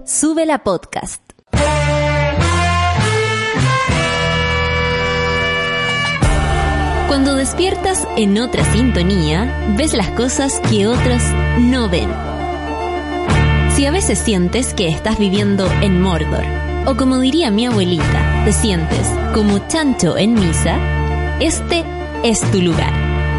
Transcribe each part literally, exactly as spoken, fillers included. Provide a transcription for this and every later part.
Sube la podcast. Cuando despiertas en otra sintonía, ves las cosas que otros no ven. Si a veces sientes que estás viviendo en Mordor, o como diría mi abuelita, te sientes como chancho en misa, este es tu lugar.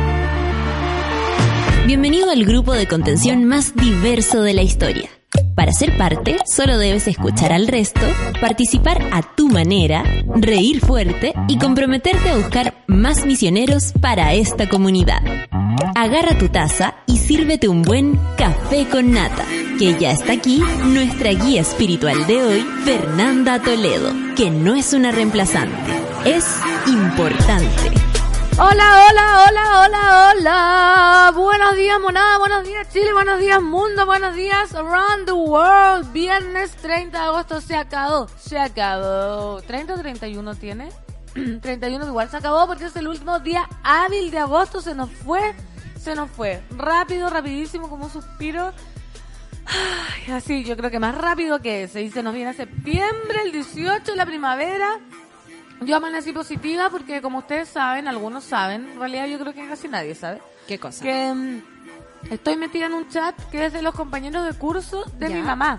Bienvenido al grupo de contención más diverso de la historia. Para ser parte, solo debes escuchar al resto, participar a tu manera, reír fuerte y comprometerte a buscar más misioneros para esta comunidad. Agarra tu taza y sírvete un buen café con nata, que ya está aquí nuestra guía espiritual de hoy, Fernanda Toledo, que no es una reemplazante, es importante. Hola, hola, hola, hola, hola. Buenos días, monada, buenos días, Chile, buenos días, mundo, buenos días, around the world. Viernes treinta de agosto se acabó, se acabó. ¿treinta o treinta y uno tiene? treinta y uno igual se acabó porque es el último día hábil de agosto. Se nos fue, se nos fue. Rápido, rapidísimo, como un suspiro. Ay, así, yo creo que más rápido que ese. Y se nos viene septiembre, el dieciocho, la primavera. Yo amanecí positiva porque, como ustedes saben, algunos saben, en realidad yo creo que casi nadie sabe. ¿Qué cosa? Que um, estoy metida en un chat que es de los compañeros de curso de ¿Ya? mi mamá.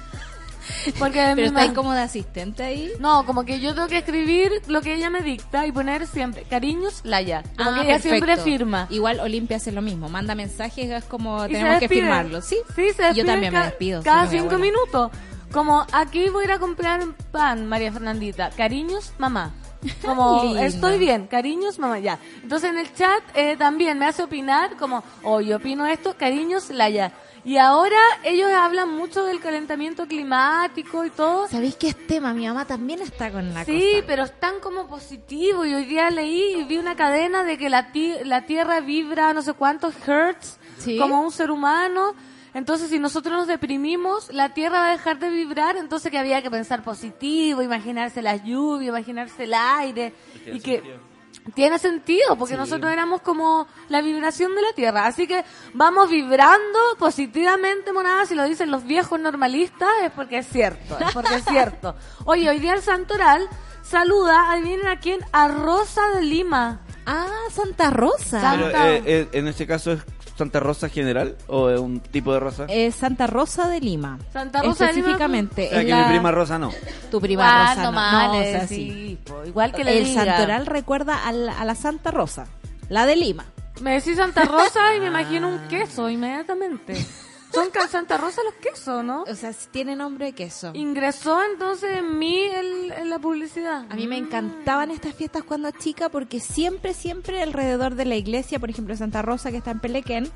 Porque ¿Pero mi está ahí ma- como de asistente ahí? No, como que yo tengo que escribir lo que ella me dicta y poner siempre, cariños, Laya. Como Ah, que ella perfecto. siempre firma. Igual Olimpia hace lo mismo, manda mensajes, es como Y tenemos se que despide. firmarlo, ¿sí? Sí, se despide. Yo también ca- me despido. Cada soy muy cinco abuela. minutos. Como, aquí voy a ir a comprar pan, María Fernandita. Cariños, mamá. Como, Linda. estoy bien, cariños, mamá, ya. Entonces en el chat eh, también me hace opinar, como, oh, yo opino esto, cariños, Laya. Y ahora ellos hablan mucho del calentamiento climático y todo. ¿Sabéis qué es tema? Mi mamá también está con la Sí, cosa. pero están como positivos. Y hoy día leí y vi una cadena de que la, ti- la Tierra vibra no sé cuántos hertz, Sí. como un ser humano. Entonces, si nosotros nos deprimimos, la Tierra va a dejar de vibrar. Entonces, que había que pensar positivo, imaginarse la lluvia, imaginarse el aire. Y que tiene sentido, porque Sí. nosotros éramos como la vibración de la Tierra. Así que vamos vibrando positivamente, monada. Si lo dicen los viejos normalistas, es porque es cierto, es porque es cierto. Oye, hoy día el Santoral saluda, adivinen a quién, a Rosa de Lima. Ah, Santa Rosa. San- Pero, Santa- eh, eh, en este caso, ¿es Santa Rosa general o es un tipo de rosa? Es Santa Rosa de Lima. Santa Rosa de Lima. Específicamente. O sea, es que la- mi prima Rosa no. Tu prima Igual, Rosa no. nomás, No, o le- sea, sí, sí. po, igual que le El diga. Santoral recuerda a la, a la Santa Rosa, la de Lima. Me decís Santa Rosa y me imagino un queso inmediatamente. Son ca- Santa Rosa los quesos, ¿no? O sea, sí tiene nombre de queso. Ingresó entonces en mí el- en la publicidad. A mí me encantaban estas fiestas cuando chica porque siempre, siempre alrededor de la iglesia, por ejemplo Santa Rosa que está en Pelequén,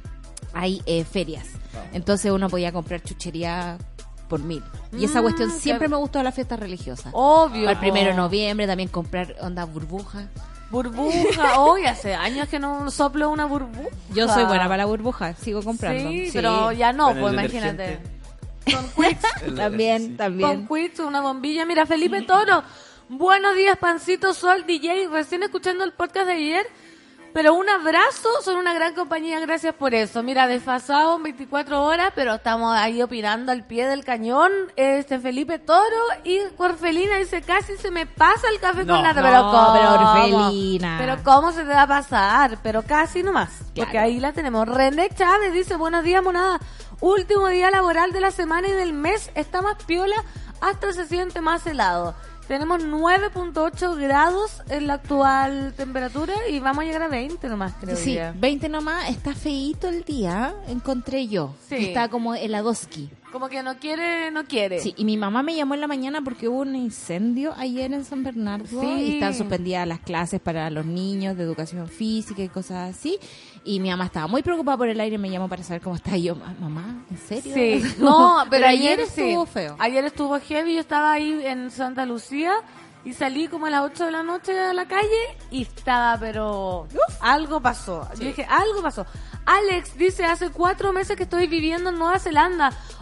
hay eh, ferias. Entonces uno podía comprar chuchería por mil. Y esa Mm, cuestión siempre qué- me gustó de las fiestas religiosas. Obvio. Para el primero de po. noviembre también comprar onda burbuja. Burbuja. Hoy hace años que no soplo una burbuja. Yo soy buena para la burbuja, sigo comprando. Sí, pero ya no, Con el pues imagínate. detergente. Con Quicks. El- También, sí. también. Con Quicks, una bombilla. Mira, Felipe Toro. Buenos días, Pancito Sol, D J. Recién escuchando el podcast de ayer. Pero un abrazo, son una gran compañía, gracias por eso. Mira, desfasado en veinticuatro horas, pero estamos ahí opinando al pie del cañón. Este Felipe Toro y Orfelina dice, casi se me pasa el café No. con nata. No, pero ¿cómo? pero Orfelina. Pero ¿cómo se te va a pasar? Pero casi nomás, porque Claro. ahí la tenemos. René Chávez dice, buenos días, monada. Último día laboral de la semana y del mes, está más piola, hasta se siente más helado. Tenemos nueve punto ocho grados en la actual temperatura y vamos a llegar a veinte nomás, creo. Sí, ya. veinte nomás, está feíto el día, encontré yo. Sí. Que está como heladoski. Como que no quiere, no quiere. Sí, y mi mamá me llamó en la mañana porque hubo un incendio ayer en San Bernardo Sí. y están suspendidas las clases para los niños de educación física y cosas así. Y mi mamá estaba muy preocupada por el aire y me llamó para saber cómo está. Y yo, mamá, ¿en serio? Sí, no, pero, ayer, estuvo sí. feo. Ayer estuvo heavy, yo estaba ahí en Santa Lucía y salí como a las ocho de la noche a la calle y estaba, pero algo pasó. Yo dije, algo pasó. Alex dice, hace cuatro meses que estoy viviendo en Nueva Zelanda.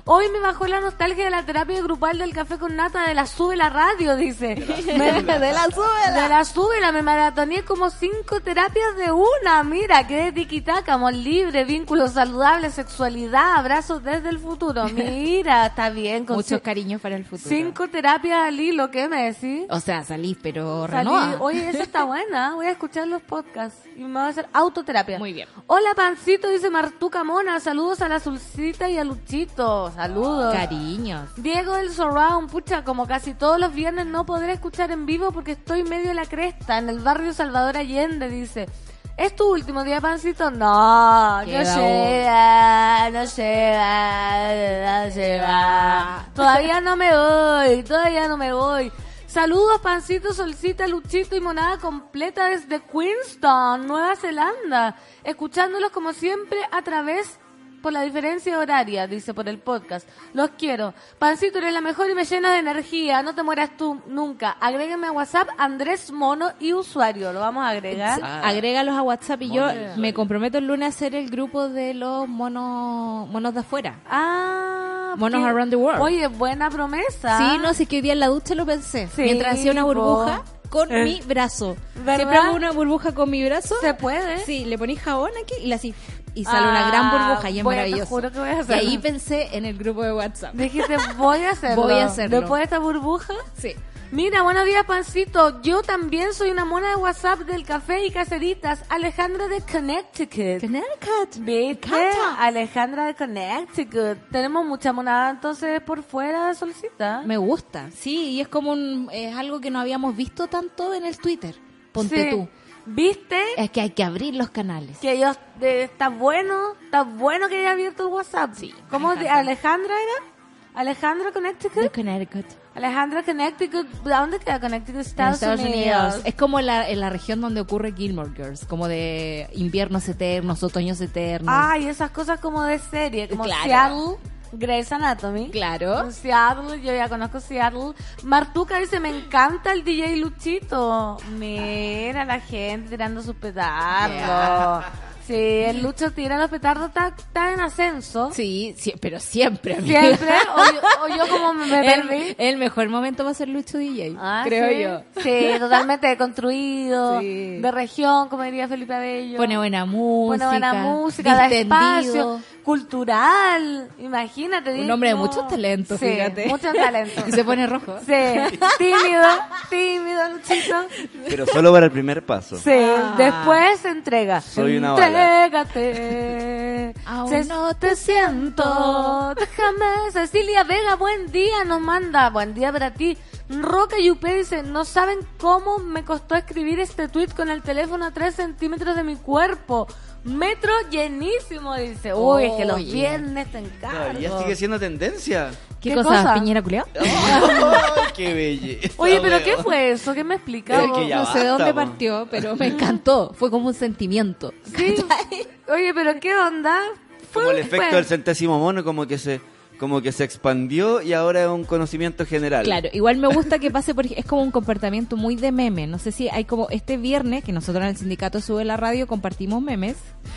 Hoy me bajó la nostalgia de la terapia grupal del café con nata de la Sube la Radio, dice. Me- de la súbela. de la Súbela, me maratoneé como cinco terapias de una. Mira, que de tiquitaca, amor libre, vínculos saludables, sexualidad, abrazos desde el futuro. Mira, está bien. Con Muchos ci- cariños para el futuro. cinco terapias al hilo, ¿qué me decís? O sea, salís, pero Salí- renoa. Oye, eso está buena. Voy a escuchar los podcasts y me voy a hacer autoterapia. Muy bien. Hola, Pancito, dice Martuca Mona. Saludos a la Sulcita y a Luchito. Saludos. Cariños. Diego del Surround, pucha, como casi todos los viernes no podré escuchar en vivo porque estoy medio de la cresta, en el barrio Salvador Allende, dice. ¿Es tu último día, Pancito? No, no Queda llega, no llega, no llega. Todavía no me voy, todavía no me voy. Saludos, Pancito, Solcita, Luchito y monada completa desde Queenstown, Nueva Zelanda. Escuchándolos como siempre a través por la diferencia horaria, dice, por el podcast. Los quiero. Pancito, eres la mejor y me llena de energía. No te mueras tú nunca. Agréguenme a WhatsApp Andrés Mono y usuario. Lo vamos a agregar. Ah. Agrégalos a WhatsApp y yo Mono. me comprometo el lunes a hacer el grupo de los monos monos de afuera. Ah, Monos qué- around the world. Oye, buena promesa. Sí, no, si es que hoy día en la ducha lo pensé. Sí, Mientras hacía una po. burbuja con Eh. mi brazo. ¿Verdad? Siempre hago una burbuja con mi brazo. ¿Se puede? Sí, le ponís jabón aquí y la así. Y sale Ah, una gran burbuja y es voy a- te maravilloso. juro que voy a y hacerlo. ahí pensé en el grupo de WhatsApp. Dijiste, voy a hacerlo. Voy a hacerlo. Después de esta burbuja. Sí. Mira, buenos días, Pancito. Yo también soy una mona de WhatsApp del café y caseritas. Alejandra de Connecticut. Connecticut. ¿Viste? encanta. Alejandra de Connecticut. Tenemos mucha monada entonces por fuera de Solcita. Me gusta. Sí, y es como un, es algo que no habíamos visto tanto en el Twitter. Ponte Sí. tú. ¿Viste? Es que hay que abrir los canales. Que ellos, de- está bueno, está bueno que haya abierto el WhatsApp. Sí, ¿Cómo? me de- encanta. ¿Alejandra era? ¿Alejandra Connecticut? De Connecticut. Alejandra Connecticut. ¿De dónde queda Connecticut? En Estados, Estados Unidos. Unidos. Es como la, en la región donde ocurre Gilmore Girls, como de inviernos eternos, otoños eternos. Ay, esas cosas como de serie, como Claro. Seattle, Grey's Anatomy. Claro. En Seattle, yo ya conozco Seattle. Martuca dice, me encanta el D J Luchito. Mira la gente tirando sus petardos. Yeah. Sí, el Lucho tira los petardos, está, está en ascenso. Sí, sí, pero siempre, amiga. Siempre, o yo, o yo como me, me El, perdí. el mejor momento va a ser Lucho D J, Ah, creo ¿sí? yo. Sí, totalmente deconstruido, Sí. de región, como diría Felipe Abello. Pone buena música. Pone buena música, da distendido. espacio, cultural, imagínate. Un hombre de no. muchos talentos, Sí, fíjate. muchos talentos. Y se pone rojo. Sí, tímido, tímido, Luchito. Pero solo para el primer paso. Sí, Ah. después se entrega. Soy una bala. Entrégate. Aún Se- no te siento. Déjame. Cecilia Vega, buen día, nos manda. Buen día para ti. Roca Yupé dice, no saben cómo me costó escribir este tweet con el teléfono a tres centímetros de mi cuerpo. Metro llenísimo, dice. Uy, es que los Oye. viernes te encargo. Todavía sigue siendo tendencia. ¿Qué, ¿Qué cosa? cosa? ¿Piñera culiao? ¡Ay, qué belleza! Oye, pero weón. ¿qué fue eso? ¿Qué me explica? Es que ya No sé de basta, dónde po. partió, pero me encantó. Fue como un sentimiento. Sí. Oye, pero ¿qué onda? Fue Como el un- efecto fue- del centésimo mono, como que se como que se expandió y ahora es un conocimiento general. Claro, igual me gusta que pase porque es como un comportamiento muy de meme. No sé si hay como este viernes, que nosotros en el sindicato Sube la Radio compartimos memes,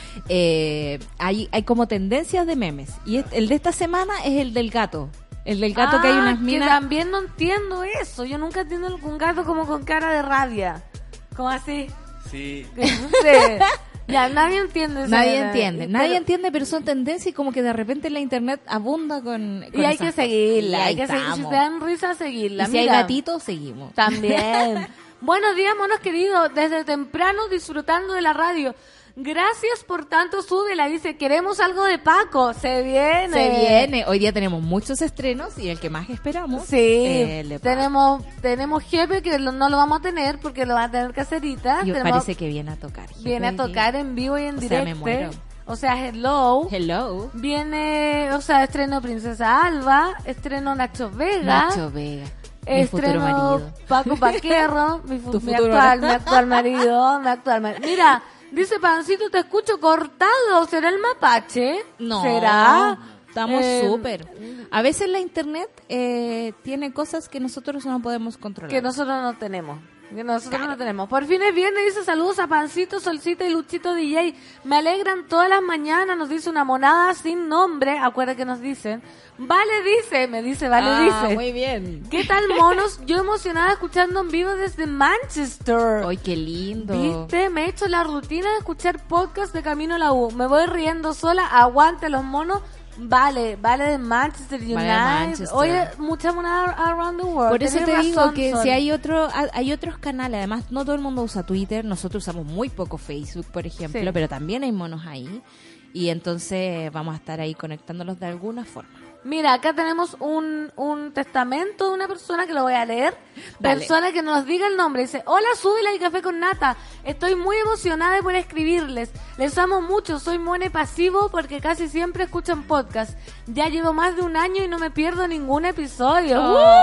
eh, hay, hay como tendencias de memes. Y es- el de esta semana es el del gato. El del gato que hay Ah, unas minas... también no entiendo eso. Yo nunca entiendo algún gato como con cara de rabia. Como así. Sí. Sí. Ya, nadie entiende eso. Nadie entiende, nadie Pero- entiende, pero son tendencias y como que de repente la internet abunda con, con Y hay esas que cosas. seguirla. Y Hay ahí que seguir. Si estamos. te dan risa, seguirla. Y si hay Mira, gatitos, seguimos. También. Buenos días, monos queridos. Desde temprano disfrutando de la radio. Gracias por tanto, súbela. Dice, queremos algo de Paco. Se viene. Se viene. Hoy día tenemos muchos estrenos y el que más esperamos. Sí, el de Paco. tenemos tenemos jefe que lo- no lo vamos a tener porque lo va a tener caserita. Y Tenemos- parece que viene a tocar. viene a Jefe, tocar en vivo y en O sea, me directo. muero. O sea, hello. Hello. Viene, o sea, estreno Princesa Alba, estreno Nacho Vega, Nacho Vega. Mi futuro estreno marido. Paco Paquerro, mi, fu- Tu mi futuro actual, mi marido. actual marido, mi actual marido. Mira, dice Pancito, te escucho cortado, ¿será el mapache? No. ¿Será? Estamos Eh, súper. A veces la internet eh, tiene cosas que nosotros no podemos controlar. Que nosotros no tenemos. Que nosotros claro. no tenemos. Por fin es viernes, dice saludos a Pancito, Solcita y Luchito D J. Me alegran todas las mañanas, nos dice una monada sin nombre. Acuerda que nos dicen. Vale dice, me dice, vale ah, dice. Muy bien. ¿Qué tal, monos? Yo emocionada escuchando en vivo desde Manchester. ¡Ay, qué lindo! ¿Viste? Me he hecho la rutina de escuchar podcast de camino a la U. Me voy riendo sola, aguante los monos. Vale, vale de Manchester United. Vale de Manchester. Oye, mucha monada around the world. Por eso Tenés te razón, digo que Sol. si hay otro, hay otros canales, además no todo el mundo usa Twitter, nosotros usamos muy poco Facebook, por ejemplo, sí. pero también hay monos ahí y entonces vamos a estar ahí conectándolos de alguna forma. Mira, acá tenemos un, un testamento de una persona que lo voy a leer. Dale. Persona que nos diga el nombre. Dice, hola, súbela y café con nata. Estoy muy emocionada por escribirles. Les amo mucho. Soy mone pasivo porque casi siempre escuchan podcast. Ya llevo más de un año y no me pierdo ningún episodio.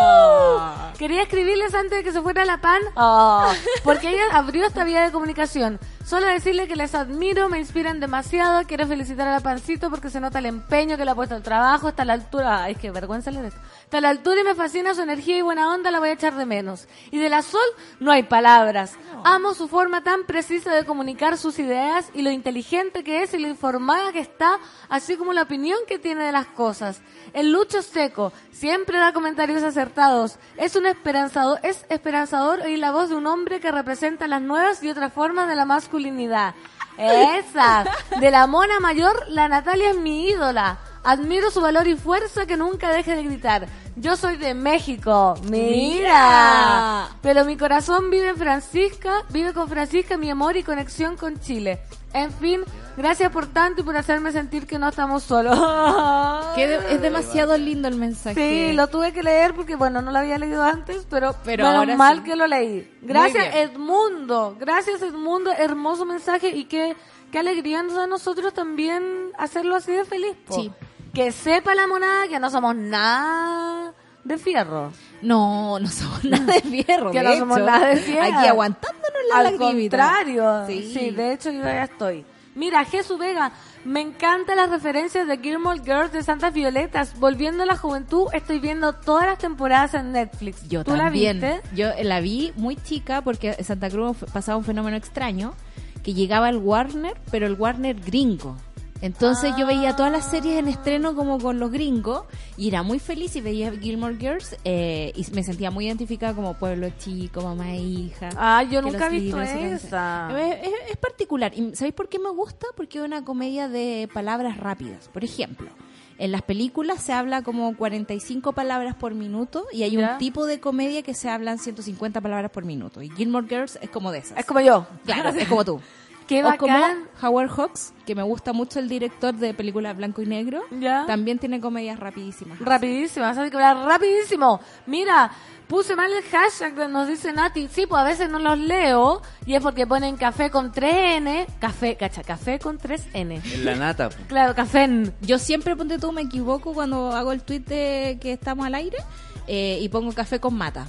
Oh. ¡Uh! Quería escribirles antes de que se fuera la pan. Oh, porque ella abrió esta vía de comunicación. Solo decirle que les admiro, me inspiran demasiado. Quiero felicitar a la Pancito porque se nota el empeño que le ha puesto al trabajo. Está a la altura. Ay, es que vergüenza leer esto. Está a la altura y me fascina su energía y buena onda. La voy a echar de menos. Y de la Sol no hay palabras. Amo su forma tan precisa de comunicar sus ideas y lo inteligente que es y lo informada que está, así como la opinión que tiene de las cosas. El Lucho Seco siempre da comentarios acertados. Es un esperanzador, es esperanzador oír la voz de un hombre que representa las nuevas y otras formas de la masculinidad. Esa, de la mona mayor, la Natalia es mi ídola. Admiro su valor y fuerza, que nunca deje de gritar. Yo soy de México, mira. mira. Pero mi corazón vive en Francisca, vive con Francisca, mi amor y conexión con Chile. En fin, gracias por tanto y por hacerme sentir que no estamos solos. Que de, es demasiado lindo el mensaje. Sí, lo tuve que leer porque, bueno, no lo había leído antes, pero, pero menos ahora mal sí. que lo leí. Gracias, Edmundo. Gracias, Edmundo. Hermoso mensaje y qué, qué alegría nos da a nosotros también hacerlo así de feliz. Po. Sí. Que sepa la monada que no somos nada de fierro. No, no somos nada de fierro. Que de no hecho, somos nada de fierro. Aquí aguantándonos la Al lagrimita. contrario. Sí. sí, de hecho yo ya estoy. Mira, Jesús Vega, me encantan las referencias de Gilmore Girls de Santas Violetas. Volviendo a la juventud, estoy viendo todas las temporadas en Netflix. Yo ¿Tú también. la viste? Yo la vi muy chica porque en Santa Cruz pasaba un fenómeno extraño, que llegaba el Warner, pero el Warner gringo. Entonces ah. yo veía todas las series en estreno como con los gringos y era muy feliz y veía Gilmore Girls eh, y me sentía muy identificada como Pueblo Chico, Mamá e Hija. Ah, yo nunca he visto esa. Es, es, es particular. ¿Y sabéis por qué me gusta? Porque es una comedia de palabras rápidas. Por ejemplo, en las películas se habla como cuarenta y cinco palabras por minuto y hay ¿Ya? un tipo de comedia que se hablan ciento cincuenta palabras por minuto. Y Gilmore Girls es como de esas. Es como yo. Claro, es como tú. Qué o bacán. como Howard Hawks, que me gusta mucho, el director de películas blanco y negro, ¿Ya? también tiene comedias rapidísimas. Rapidísimas, hay que hablar rapidísimo. Mira, puse mal el hashtag, nos dice Nati. Sí, pues a veces no los leo y es porque ponen café con tres ene. Café, cacha, café con tres ene. En la nata. Claro, café. Yo siempre, ponte tú, me equivoco cuando hago el tweet de que estamos al aire eh, y pongo café con mata.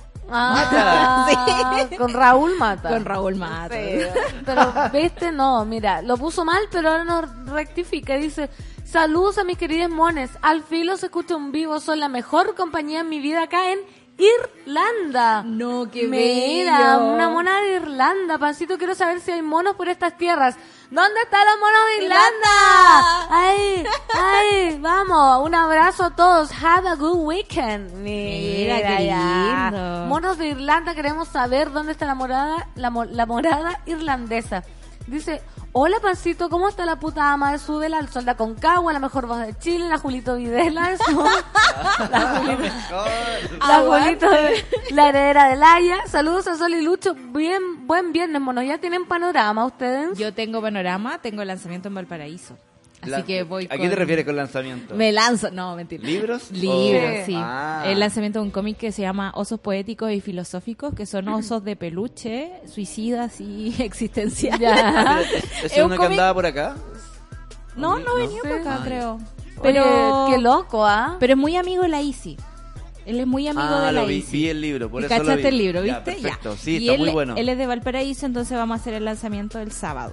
Ah, sí. Con Raúl Mata. Con Raúl Mata. Sí. Pero, viste, no, mira, lo puso mal, pero ahora nos rectifica. Dice, saludos a mis queridos mones. Al filo se escucha un vivo. Son la mejor compañía en mi vida acá en Irlanda. No, qué Mira, bello. una mona de Irlanda. Pancito, quiero saber si hay monos por estas tierras. ¿Dónde están los monos de Irlanda? ¡Ay! ¡Ay! Vamos, un abrazo a todos. Have a good weekend. Mira, Mira, qué ya. lindo. Monos de Irlanda, queremos saber dónde está la morada, la, mo- la morada irlandesa. Dice, hola Pancito, ¿cómo está la puta ama de Sudela? El Sol de Aconcagua, la mejor voz de Chile, la Julito Videla, eso. La Julito, la, Julito, la heredera de Laia. Saludos a Sol y Lucho. Bien, buen viernes, monos. ¿Ya tienen panorama ustedes? Yo tengo panorama, tengo lanzamiento en Valparaíso. Así La- que voy ¿A con... qué te refieres con lanzamiento? Me lanzo, no, mentira. ¿Libros? Libros, Oh. sí. Ah. El lanzamiento de un cómic que se llama Osos Poéticos y Filosóficos, que son osos de peluche, suicidas y existenciales. Ya. ¿Ese es Es un uno que cómic- andaba por acá? No, no venía Sí. por acá, Ah, creo. Pero Pero, qué loco, ¿ah? pero es muy amigo de la Isi. Él es muy amigo Ah, de la lo vi, Isi. vi el libro, por ¿Y eso lo vi. cachaste el libro, Ya, viste? perfecto, Ya. sí, Y está él, muy bueno. Él es de Valparaíso, entonces vamos a hacer el lanzamiento el sábado.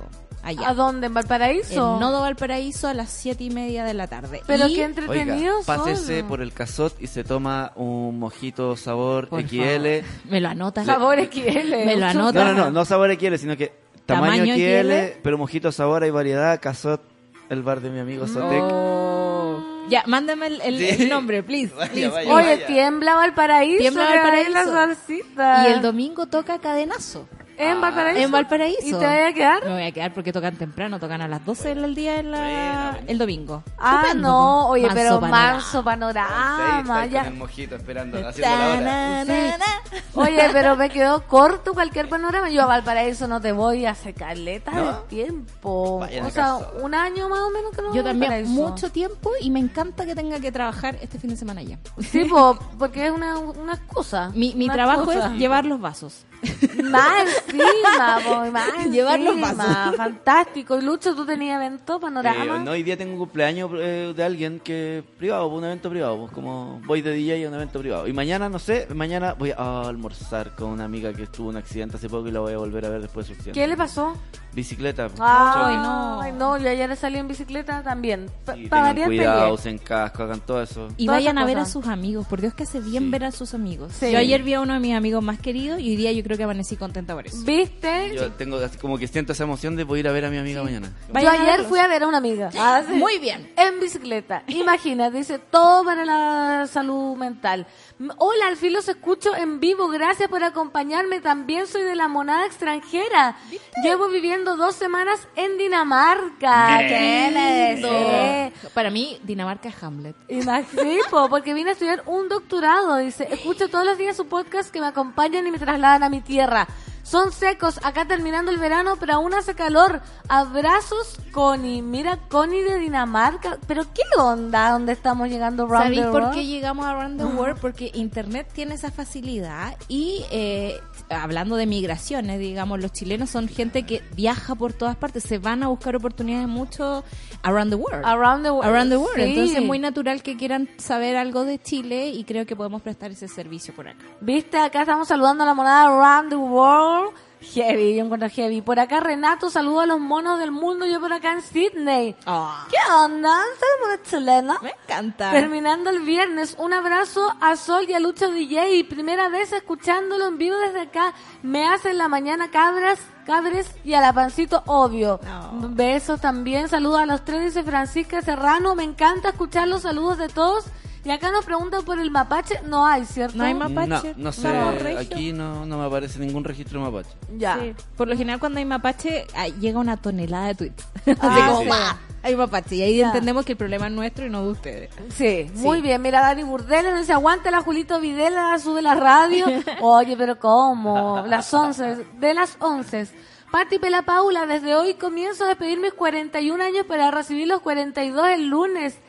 allá. ¿A dónde? ¿En Valparaíso? En Nodo Valparaíso a las siete y media de la tarde. Pero y, qué entretenido. Oiga, pásese son. por el Casot y se toma un mojito sabor por X L. favor, me lo anotas. Sabor X L. Me lo anota. No, no, no, no sabor X L, sino que tamaño, Tamaño X L, X L, pero mojito sabor, hay variedad. Casot, el bar de mi amigo Sotec. Oh. Ya, mándame el, el, Sí. el nombre, please. Vaya, please, vaya, please. Oye, vaya. tiembla Valparaíso. Tiembla que hay Valparaíso. la salsita. Y el domingo toca Cadenazo. ¿En Valparaíso? En Valparaíso. ¿Y te vas a quedar? Me voy a quedar porque tocan temprano, tocan a las doce del día en la, Buena, buena. el domingo. Ah, Estupendo, no. po. Oye, Manso pero panorama. manso Ahí panorama. está, ya. con el mojito esperando, haciendo la hora. Ta, na, na, na. Oye, pero me quedó corto cualquier panorama. Yo a Valparaíso no te voy a hacer caleta ¿No? de tiempo. Vayan O a sea, casa. un año más o menos que no Yo voy a también, Valparaíso. mucho tiempo, y me encanta que tenga que trabajar este fin de semana ya. Sí, po, porque es una, una excusa. Mi, mi Una trabajo excusa. es llevar los vasos. Más encima, po, más Llevar los encima. vasos. Fantástico. Y Lucho, ¿tú tenías evento, Eh, panorama? no, hoy día tengo un cumpleaños eh, de alguien que privado, un evento privado, pues, como voy de D J a un evento privado. Y mañana, no sé, mañana voy a almorzar con una amiga que estuvo en un accidente hace poco y la voy a volver a ver después de su accidente. ¿Qué le pasó? Bicicleta. Ay, choque. no. Ay, no, yo ayer salí en bicicleta también. Pa- Sí, pa' tengan variar cuidado, peleé. usen casco, hagan todo eso. Y Todas vayan a esas ver a cosas. sus amigos. Por Dios que hace bien Sí. ver a sus amigos. Sí. Yo ayer vi a uno de mis amigos más queridos y hoy día yo creo que amanecí contenta por eso. ¿Viste? Yo tengo así como que siento esa emoción de poder ir a ver a mi amiga mañana. Yo Vayan a ayer verlos. fui a ver a una amiga. Ah, sí. Muy bien. En bicicleta. Imagínate, dice todo para la salud mental. M- Hola, Alfil, los escucho en vivo. Gracias por acompañarme. También soy de la monada extranjera. Llevo viviendo dos semanas en Dinamarca. ¿Qué le Lindo. decía? Para mí, Dinamarca es Hamlet. Imagínate, po, porque vine a estudiar un doctorado. Dice, escucho todos los días su podcast que me acompañan y me trasladan a mi tierra. Son secos, acá terminando el verano, pero aún hace calor. Abrazos, Connie. Mira, Connie de Dinamarca. Pero ¿qué onda? ¿Dónde estamos llegando? Round ¿Sabéis the por world? qué llegamos a Around the World? Porque Internet tiene esa facilidad y eh, hablando de migraciones, digamos, los chilenos son gente que viaja por todas partes, se van a buscar oportunidades mucho around the world. Around the world. Around the world. Sí. Entonces es muy natural que quieran saber algo de Chile y creo que podemos prestar ese servicio por acá. ¿Viste? Acá estamos saludando a la monada Around the World. Heavy, yo encuentro heavy. Por acá Renato saluda a los monos del mundo. Yo por acá en Sydney. ¿Qué onda? Saludos de chilena. Me encanta. Terminando el viernes, un abrazo a Sol y a Lucho D J. Primera vez escuchándolo en vivo desde acá. Me hacen la mañana cabras, cabres y a la pancito, obvio. Oh. Besos también. Saludos a los tres, dice Francisca Serrano. Me encanta escuchar los saludos de todos. Y acá nos preguntan por el mapache. No hay, ¿cierto? No hay mapache. No, no sé, Estamos regios. aquí no, no me aparece ningún registro de mapache. Ya. Sí. Por lo general cuando hay mapache ah, llega una tonelada de tweets. Ah, Así como, sí. ¡bah! Hay mapache. Y ahí Ya. entendemos que el problema es nuestro y no de ustedes. Sí, muy bien. Mira, Dani Burdela nos dice, aguante la Julito Videla, sube la radio. Oye, pero ¿cómo? Las once, de las once. Pati Pela Paula, desde hoy comienzo a despedir mis cuarenta y un años para recibir los cuarenta y dos el lunes.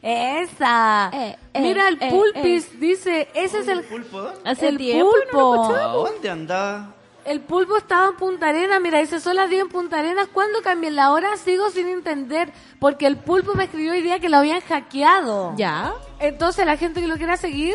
Esa. Eh, eh, Mira, el eh, Pulpis dice, ese es el, ¿Pulpo? ¿Dónde? Hace el tiempo pulpo. ¿A dónde andaba? El pulpo estaba en Punta Arenas, mira, dice, son las diez en Punta Arenas, ¿cuándo cambian la hora? Sigo sin entender, porque el pulpo me escribió hoy día que lo habían hackeado. ¿Ya? Entonces la gente que lo quiera seguir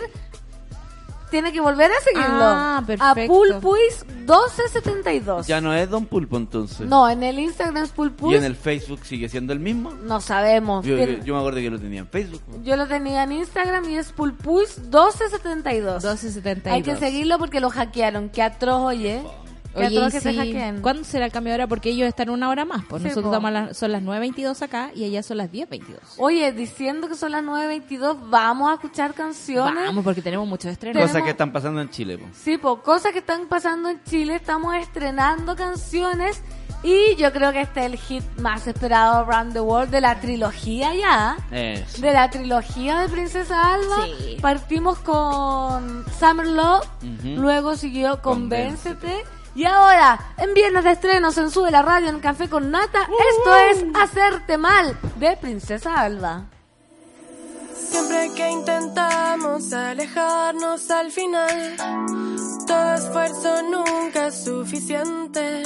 tiene que volver a seguirlo. Ah, perfecto. A Pulpuis doce setenta y dos. Ya no es Don Pulpo entonces. No, en el Instagram es Pulpuis. ¿Y en el Facebook sigue siendo el mismo? No sabemos. Yo, Tiene- yo- yo me acuerdo que lo tenía en Facebook. Yo lo tenía en Instagram y es Pulpuis doce setenta y dos. doce setenta y dos. Hay que seguirlo porque lo hackearon. Qué atroz, oye. Qué Oye, atroz y que te sí, hackeen. ¿cuándo será el cambio de hora? Porque ellos están una hora más. Pues Sí, nosotros po. estamos a las- son las nueve veintidós acá y allá son las diez veintidós. Oye, diciendo que son las nueve veintidós, vamos a escuchar canciones. Vamos, porque tenemos muchos estrenos. Tenemos- Cosas que están pasando en Chile. Po. Sí, pues cosas que están pasando en Chile, estamos estrenando canciones y yo creo que este es el hit más esperado around the world de la trilogía ya. Eso. De la trilogía de Princesa Alba. Sí. Partimos con Summer Love, Ujú. luego siguió Convéncete. Y ahora, en viernes de estreno, se sube la radio en Café con Nata. Esto es Hacerte Mal de Princesa Alba. Siempre que intentamos alejarnos al final, todo esfuerzo nunca es suficiente.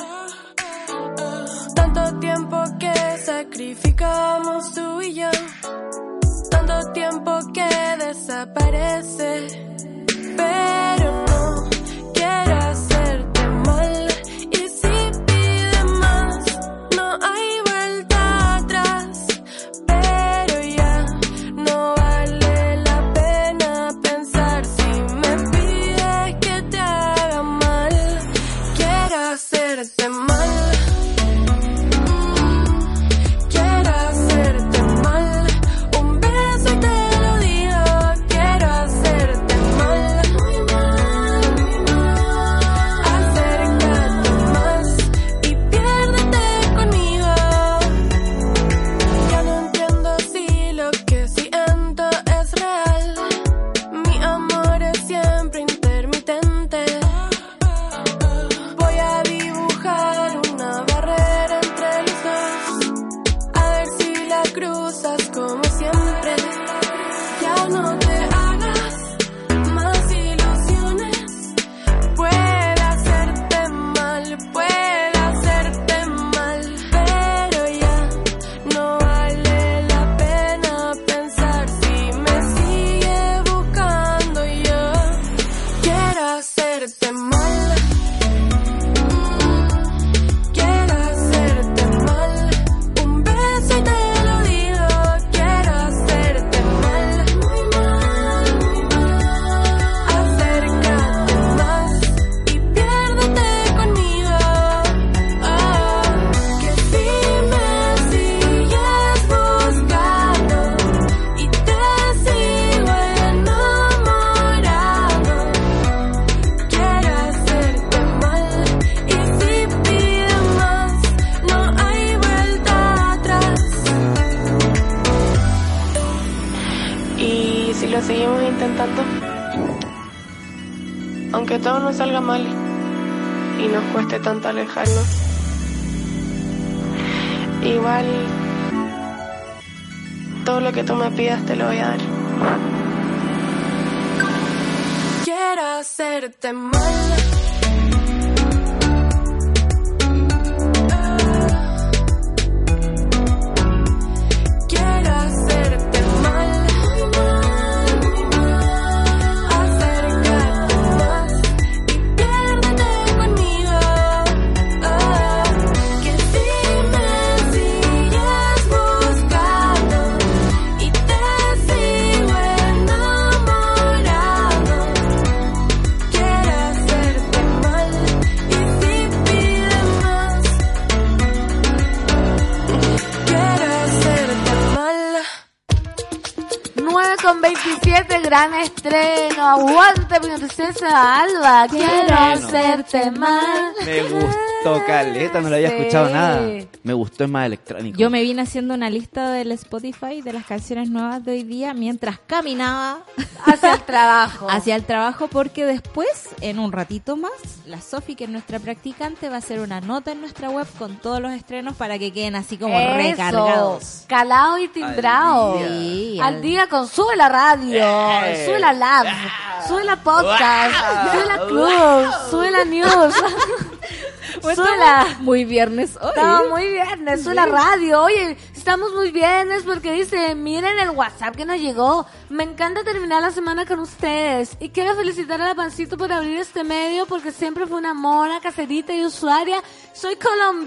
Tanto tiempo que sacrificamos tú y yo, tanto tiempo que desaparece, pero no quiero hacerte mal. Y si pide más, no hay sigamos intentando. Aunque todo nos salga mal y nos cueste tanto alejarnos. Igual, todo lo que tú me pidas te lo voy a dar. Quiero hacerte mal. Con veintisiete, gran estreno. Aguante, princesa Alba. Quiero hacerte mal. Me gustó caleta, no lo había Sí. escuchado nada. Me gustó, es más electrónico. Yo me vine haciendo una lista del Spotify de las canciones nuevas de hoy día mientras caminaba Hacia el trabajo. hacia el trabajo, porque después, en un ratito más, la Sofi, que es nuestra practicante, va a hacer una nota en nuestra web con todos los estrenos para que queden así como Eso. recargados. Calado y timbrado. Al día. Sí, Al al- día con Sube la Radio, Eh. Sube la Lab, Sube la Podcast, Sube la Club, Sube la News. Pues Sube estamos la... muy viernes hoy. Estamos muy viernes, Sube la Radio. Oye, estamos muy viernes porque dice, miren el WhatsApp que nos llegó. Me encanta terminar la semana con ustedes. Y quiero felicitar a la Pancito por abrir este medio porque siempre fue una mona, caserita y usuaria. Soy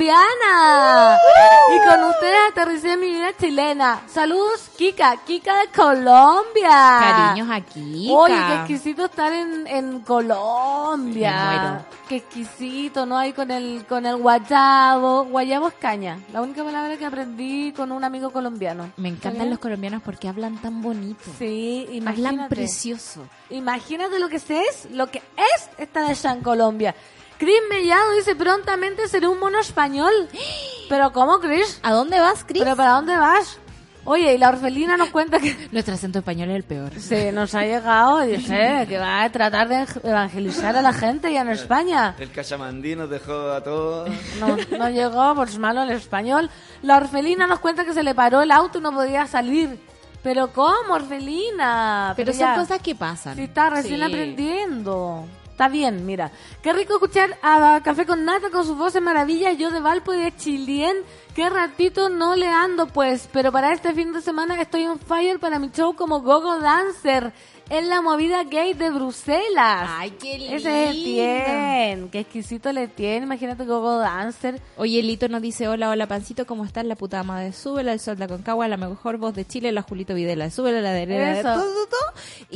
colombiana. Y con ustedes aterricé en mi vida chilena. Saludos, Kika, Kika de Colombia. Cariños aquí. Oye, qué exquisito estar en, en Colombia. Me muero. Qué exquisito, ¿no? Ahí con el, con el guayabo. Guayabo es caña. La única palabra que aprendí con un amigo colombiano. Me encantan los colombianos porque hablan tan bonito. Sí, imagínate. Hablan precioso. Imagínate lo que es, lo que es estar allá en Colombia. Chris Mellado dice, prontamente seré un mono español. ¿Pero cómo, Chris? ¿A dónde vas, Cris? ¿Pero para dónde vas? Oye, y la orfelina nos cuenta que... Nuestro acento español es el peor. Sí, nos ha llegado, dice, que va a tratar de evangelizar a la gente ya en España. El cachamandí nos dejó a todos. No, no llegó, por su malo el español. La orfelina nos cuenta que se le paró el auto y no podía salir. ¿Pero cómo, orfelina? Pero son ya, cosas que pasan. si está recién Sí. aprendiendo. Está bien, mira. Qué rico escuchar a Café con Nata con sus voces maravillas. Yo de Valpo y de Chilien. Qué ratito no le ando, pues. Pero para este fin de semana estoy on fire para mi show como Gogo Dancer en la movida gay de Bruselas. Ay, qué lindo. Ese es Etienne. Qué exquisito le tiene. Imagínate Gogo Dancer. Oye, Lito nos dice, hola, hola, Pancito, ¿cómo estás? La puta madre, súbela, el sol de Aconcagua, la mejor voz de Chile, la Julito Videla, súbela, la derecha, de Eso. todo, todo, todo.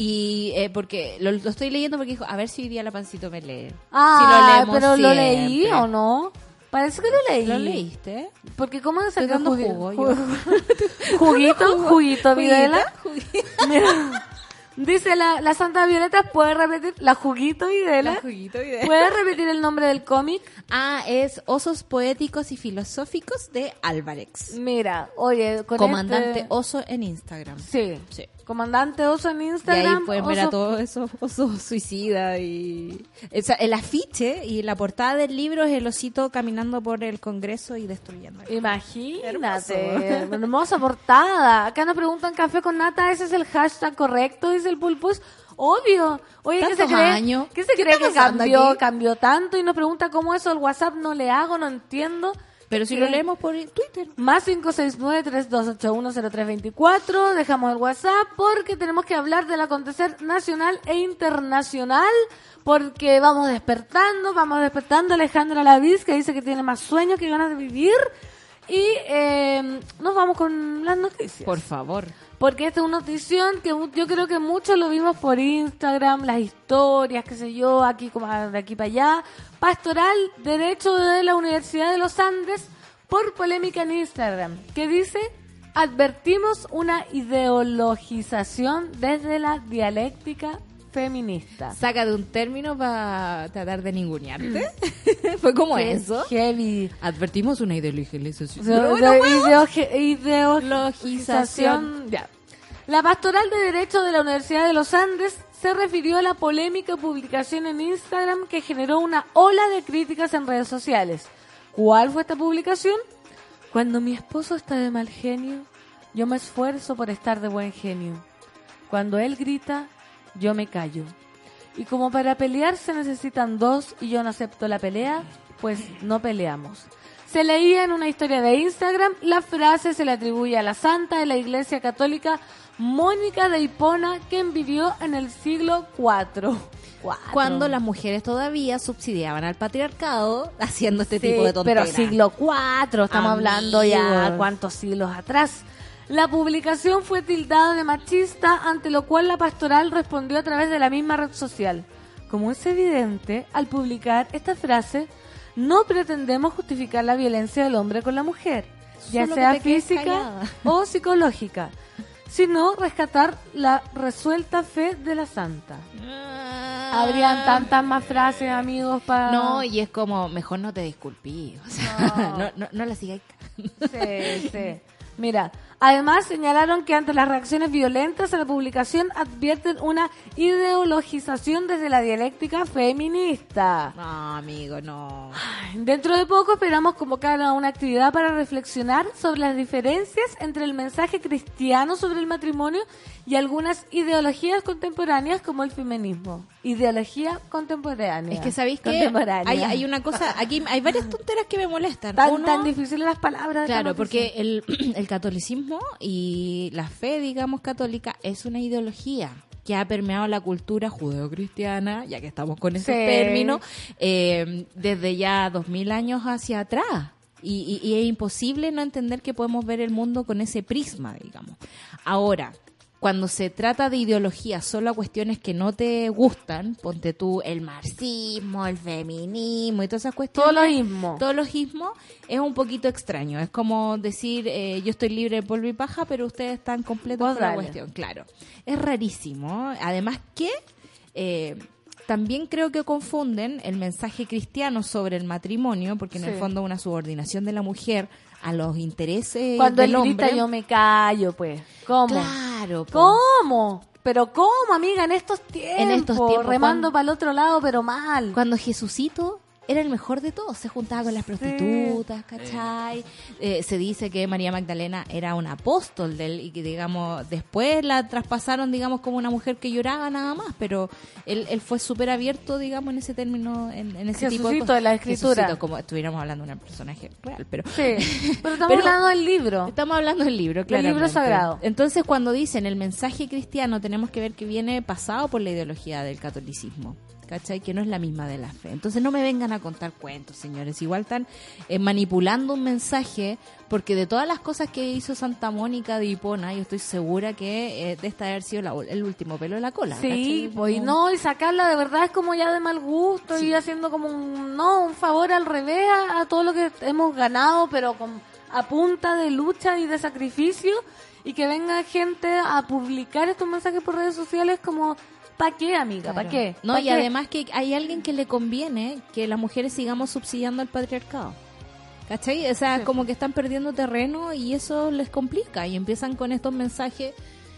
Y eh, porque lo, lo estoy leyendo porque dijo, a ver si hoy día la Pancito me lee. Ah, si lo leemos pero lo siempre. leí o no. Parece que lo leí. ¿Lo leíste? Porque cómo se Estoy saca dando jugo, jugo, jugo- yo. juguito, juguito, Videla. Juguito. Mira, dice la, la Santa Violeta, ¿puede repetir? La juguito Videla. La juguito Videla. ¿Puede repetir el nombre del cómic? Ah, es Osos Poéticos y Filosóficos de Álvarez. Mira, oye, con Comandante este- Oso en Instagram. Sí. Sí. Comandante Oso en Y Instagram. ahí pueden ver a Oso- todo eso, oso suicida y... O sea, el afiche y la portada del libro es el osito caminando por el Congreso y destruyendo. Imagínate, hermosa portada. Acá nos preguntan Café con Nata, ¿ese es el hashtag correcto? Dice el Pulpus. Obvio. Oye, ¿qué se Tantos cree? años. ¿Qué se ¿Qué cree está que pasando cambió? aquí? Cambió tanto y nos pregunta cómo eso el WhatsApp no le hago, no entiendo. Pero si Eh, lo leemos por Twitter. Más cinco seis nueve, tres dos ocho uno, cero tres dos cuatro. Dejamos el WhatsApp porque tenemos que hablar del acontecer nacional e internacional. Porque vamos despertando, vamos despertando. Alejandra Laviz, que dice que tiene más sueños que ganas de vivir. Y eh, nos vamos con las noticias. Por favor. Porque esta es una notición que mu- yo creo que muchos lo vimos por Instagram, las historias, qué sé yo, aquí como de aquí para allá. Pastoral Derecho de la Universidad de los Andes por polémica en Instagram, que dice, advertimos una ideologización desde la dialéctica feminista. Saca de un término para tratar de ningunearte. Fue como Qué eso. Heavy. Advertimos una ideologización. O sea, Pero de bueno, ideoge- ideologización. Logización. Ya. La Pastoral de Derecho de la Universidad de los Andes se refirió a la polémica publicación en Instagram que generó una ola de críticas en redes sociales. ¿Cuál fue esta publicación? Cuando mi esposo está de mal genio, yo me esfuerzo por estar de buen genio. Cuando él grita, yo me callo. Y como para pelear se necesitan dos y yo no acepto la pelea, pues no peleamos. Se leía en una historia de Instagram, la frase se le atribuye a la santa de la Iglesia Católica Mónica de Hipona, quien vivió en el siglo cuatro. Cuatro. Cuando las mujeres todavía subsidiaban al patriarcado haciendo este sí, tipo de tonteras. Pero siglo cuatro, estamos Amigos. hablando ya cuántos siglos atrás. La publicación fue tildada de machista, ante lo cual la pastoral respondió a través de la misma red social. Como es evidente, al publicar esta frase, no pretendemos justificar la violencia del hombre con la mujer, ya Solo sea física o psicológica, sino rescatar la resuelta fe de la santa. Ah. Habrían tantas más frases, amigos, para... No, y es como, mejor no te disculpí, o sea, no, no, no, no la sigáis. Sí, sí. Mira, además señalaron que ante las reacciones violentas a la publicación advierten una ideologización desde la dialéctica feminista. No, amigo, no. Dentro de poco esperamos convocar a una actividad para reflexionar sobre las diferencias entre el mensaje cristiano sobre el matrimonio y algunas ideologías contemporáneas como el feminismo. Ideología contemporánea. Es que sabéis que hay, hay una cosa, aquí hay varias tonteras que me molestan. Tan, Uno, tan difíciles las palabras. Claro, porque el, el catolicismo y la fe, digamos, católica es una ideología que ha permeado la cultura judeocristiana, ya que estamos con ese sí. término, eh, desde ya dos mil años hacia atrás. Y, y, y es imposible no entender que podemos ver el mundo con ese prisma, digamos. Ahora, cuando se trata de ideología solo a cuestiones que no te gustan, ponte tú el marxismo, el feminismo y todas esas cuestiones. Todo lo ismo. Todo lo ismo es un poquito extraño. Es como decir, eh, yo estoy libre de polvo y paja, pero ustedes están completos Vos con la dale. cuestión. Claro. Es rarísimo. Además que... Eh, También creo que confunden el mensaje cristiano sobre el matrimonio, porque en sí. el fondo es una subordinación de la mujer a los intereses Cuando del él hombre. grita, yo me callo, pues. ¿Cómo? Claro. Po. ¿Cómo? Pero ¿cómo, amiga? En estos tiempos. En estos tiempos. Remando para el otro lado, pero mal. Cuando Jesucito era el mejor de todos, se juntaba con las prostitutas, sí. ¿cachai? Eh, se dice que María Magdalena era un apóstol de él y que, digamos, después la traspasaron, digamos, como una mujer que lloraba nada más, pero él, él fue súper abierto, digamos, en ese término, en, en ese Jesucito tipo de cosas. de la escritura. Jesucito, como estuviéramos hablando de un personaje real, pero... Sí, pero estamos pero, hablando del libro. Estamos hablando del libro, claro. Del libro sagrado. Entonces, cuando dicen el mensaje cristiano, tenemos que ver que viene pasado por la ideología del catolicismo, ¿cachai? Que no es la misma de la fe. Entonces no me vengan a contar cuentos, señores. Igual están eh, manipulando un mensaje, porque de todas las cosas que hizo Santa Mónica de Hipona, yo estoy segura que eh, de esta haber sido la, el último pelo de la cola. Sí, ¿cachai? pues no, y sacarla de verdad es como ya de mal gusto, sí. y haciendo como un, no, un favor al revés a, a todo lo que hemos ganado, pero con, a punta de lucha y de sacrificio, y que venga gente a publicar estos mensajes por redes sociales como... ¿Para qué, amiga? Claro. ¿Para qué? No, ¿Pa y qué? además que hay alguien que le conviene que las mujeres sigamos subsidiando al patriarcado. ¿Cachai? O sea, sí. como que están perdiendo terreno y eso les complica. Y empiezan con estos mensajes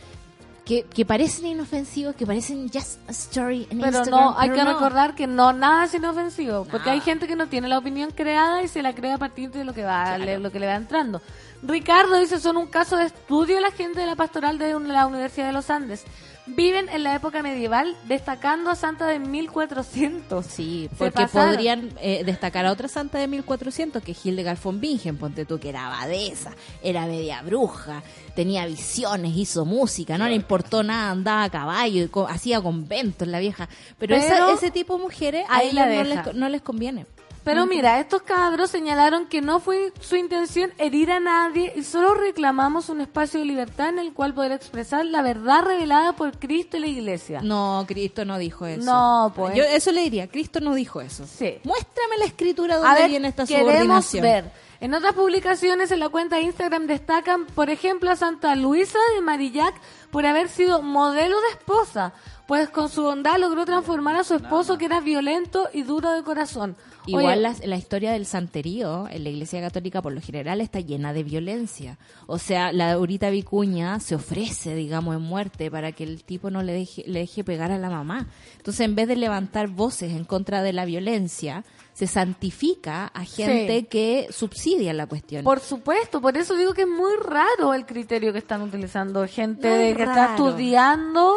que, que parecen inofensivos, que parecen just a story en Pero Instagram. no, hay pero que no. recordar que no, nada es inofensivo. Porque No. hay gente que no tiene la opinión creada y se la crea a partir de lo que va, claro. le, lo que le va entrando. Ricardo dice, son un caso de estudio la gente de la pastoral de la Universidad de los Andes. Viven en la época medieval, destacando a Santa de mil cuatrocientos. Sí, Se porque pasaron. podrían eh, destacar a otra santa de mil cuatrocientos, que es Hildegard von Bingen, ponte tú, que era abadesa, era media bruja, tenía visiones, hizo música, no le importó nada, andaba a caballo, co- hacía conventos la vieja. Pero, Pero esa, ese tipo de mujeres a ahí la ellas no deja. les, no les conviene. Pero mira, estos cabros señalaron que no fue su intención herir a nadie y solo reclamamos un espacio de libertad en el cual poder expresar la verdad revelada por Cristo y la Iglesia. No, Cristo no dijo eso. No, pues. Yo eso le diría, Cristo no dijo eso. Sí. Muéstrame la escritura A donde ver, viene esta queremos subordinación. ver. En otras publicaciones en la cuenta de Instagram destacan, por ejemplo, a Santa Luisa de Marillac por haber sido modelo de esposa, pues con su bondad logró transformar a su esposo, que era violento y duro de corazón. Igual Oye, la, la historia del santerío en la Iglesia Católica por lo general está llena de violencia. O sea, la Laurita Vicuña se ofrece, digamos, en muerte para que el tipo no le deje, le deje pegar a la mamá. Entonces, en vez de levantar voces en contra de la violencia, se santifica a gente Sí. que subsidia la cuestión. por supuesto, por eso digo que es muy raro el criterio que están utilizando gente No es de que está raro. estudiando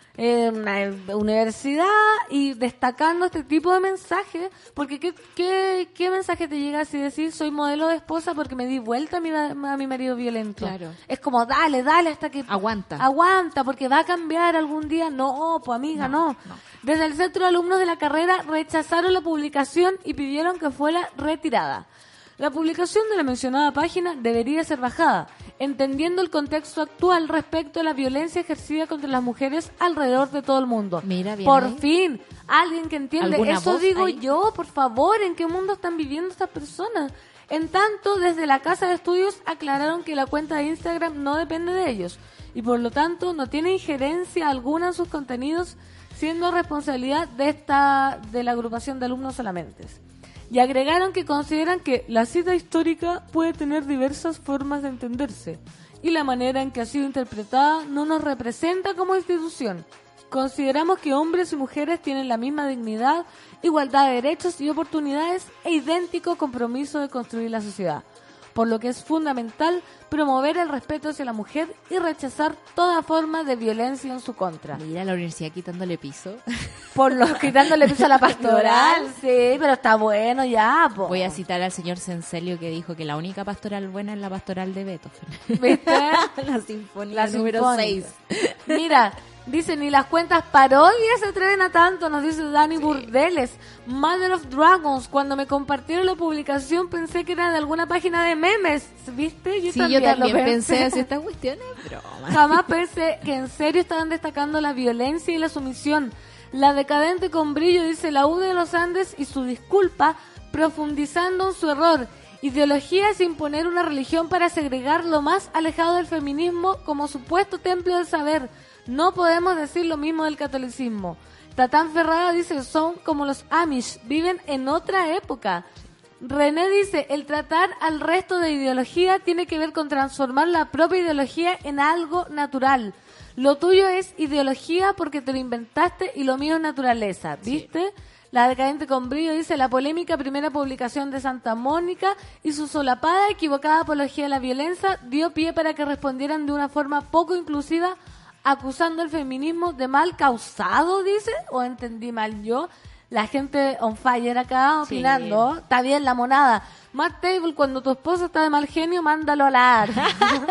en una universidad y destacando este tipo de mensajes, porque ¿qué, qué, qué mensaje te llega si decir soy modelo de esposa porque me di vuelta a mi, ma- a mi marido violento? Claro. Es como dale, dale hasta que Aguanta. aguanta, porque va a cambiar algún día. No, pues amiga, no, Desde el centro de alumnos de la carrera rechazaron la publicación y pidieron que fuera retirada. La publicación de la mencionada página debería ser bajada, entendiendo el contexto actual respecto a la violencia ejercida contra las mujeres alrededor de todo el mundo. Mira, bien por ahí. fin, alguien que entiende. ¿Alguna Eso voz digo ahí? yo, por favor, ¿en qué mundo están viviendo estas personas? En tanto, desde la Casa de Estudios aclararon que la cuenta de Instagram no depende de ellos y por lo tanto no tiene injerencia alguna en sus contenidos, siendo responsabilidad de esta de la agrupación de alumnos solamente. Y agregaron que consideran que la cita histórica puede tener diversas formas de entenderse y la manera en que ha sido interpretada no nos representa como institución. Consideramos que hombres y mujeres tienen la misma dignidad, igualdad de derechos y oportunidades e idéntico compromiso de construir la sociedad, por lo que es fundamental promover el respeto hacia la mujer y rechazar toda forma de violencia en su contra. Mira la universidad quitándole piso. Por lo quitándole piso a la pastoral, sí, pero está bueno ya, po. Voy a citar al señor Cencelio que dijo que la única pastoral buena es la pastoral de Beethoven. ¿Viste? La sinfonía La número sinfónica. seis. Mira, dice, ni las cuentas parodias se atreven a tanto, nos dice Dani Burdeles. Mother of Dragons, cuando me compartieron la publicación pensé que era de alguna página de memes, ¿viste? Sí, yo lo también pensé así, esta cuestión es broma. Jamás pensé que en serio estaban destacando la violencia y la sumisión. La decadente con brillo, dice la U de los Andes, y su disculpa, profundizando en su error. Ideología es imponer una religión para segregar lo más alejado del feminismo como supuesto templo del saber. No podemos decir lo mismo del catolicismo. Tatán Ferrada dice, son como los Amish, viven en otra época. René dice, el tratar al resto de ideología tiene que ver con transformar la propia ideología en algo natural. Lo tuyo es ideología porque te lo inventaste y lo mío es naturaleza, ¿viste? Sí. La decadente con brillo dice, la polémica primera publicación de Santa Mónica y su solapada, equivocada apología de la violencia dio pie para que respondieran de una forma poco inclusiva, acusando el feminismo de mal causado, dice, o entendí mal yo. La gente on fire acá opinando. Sí. Está bien la monada. Matt Table, cuando tu esposo está de mal genio, mándalo a la ar.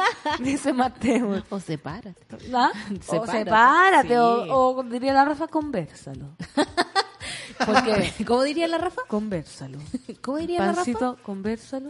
Dice Matt Table. O sepárate. ¿Ah? Sepárate. O sepárate. Sí. O, o diría la Rafa, convérsalo. Porque, ¿cómo diría la Rafa? Convérsalo. ¿Cómo diría Pancito, la Rafa? Convérsalo.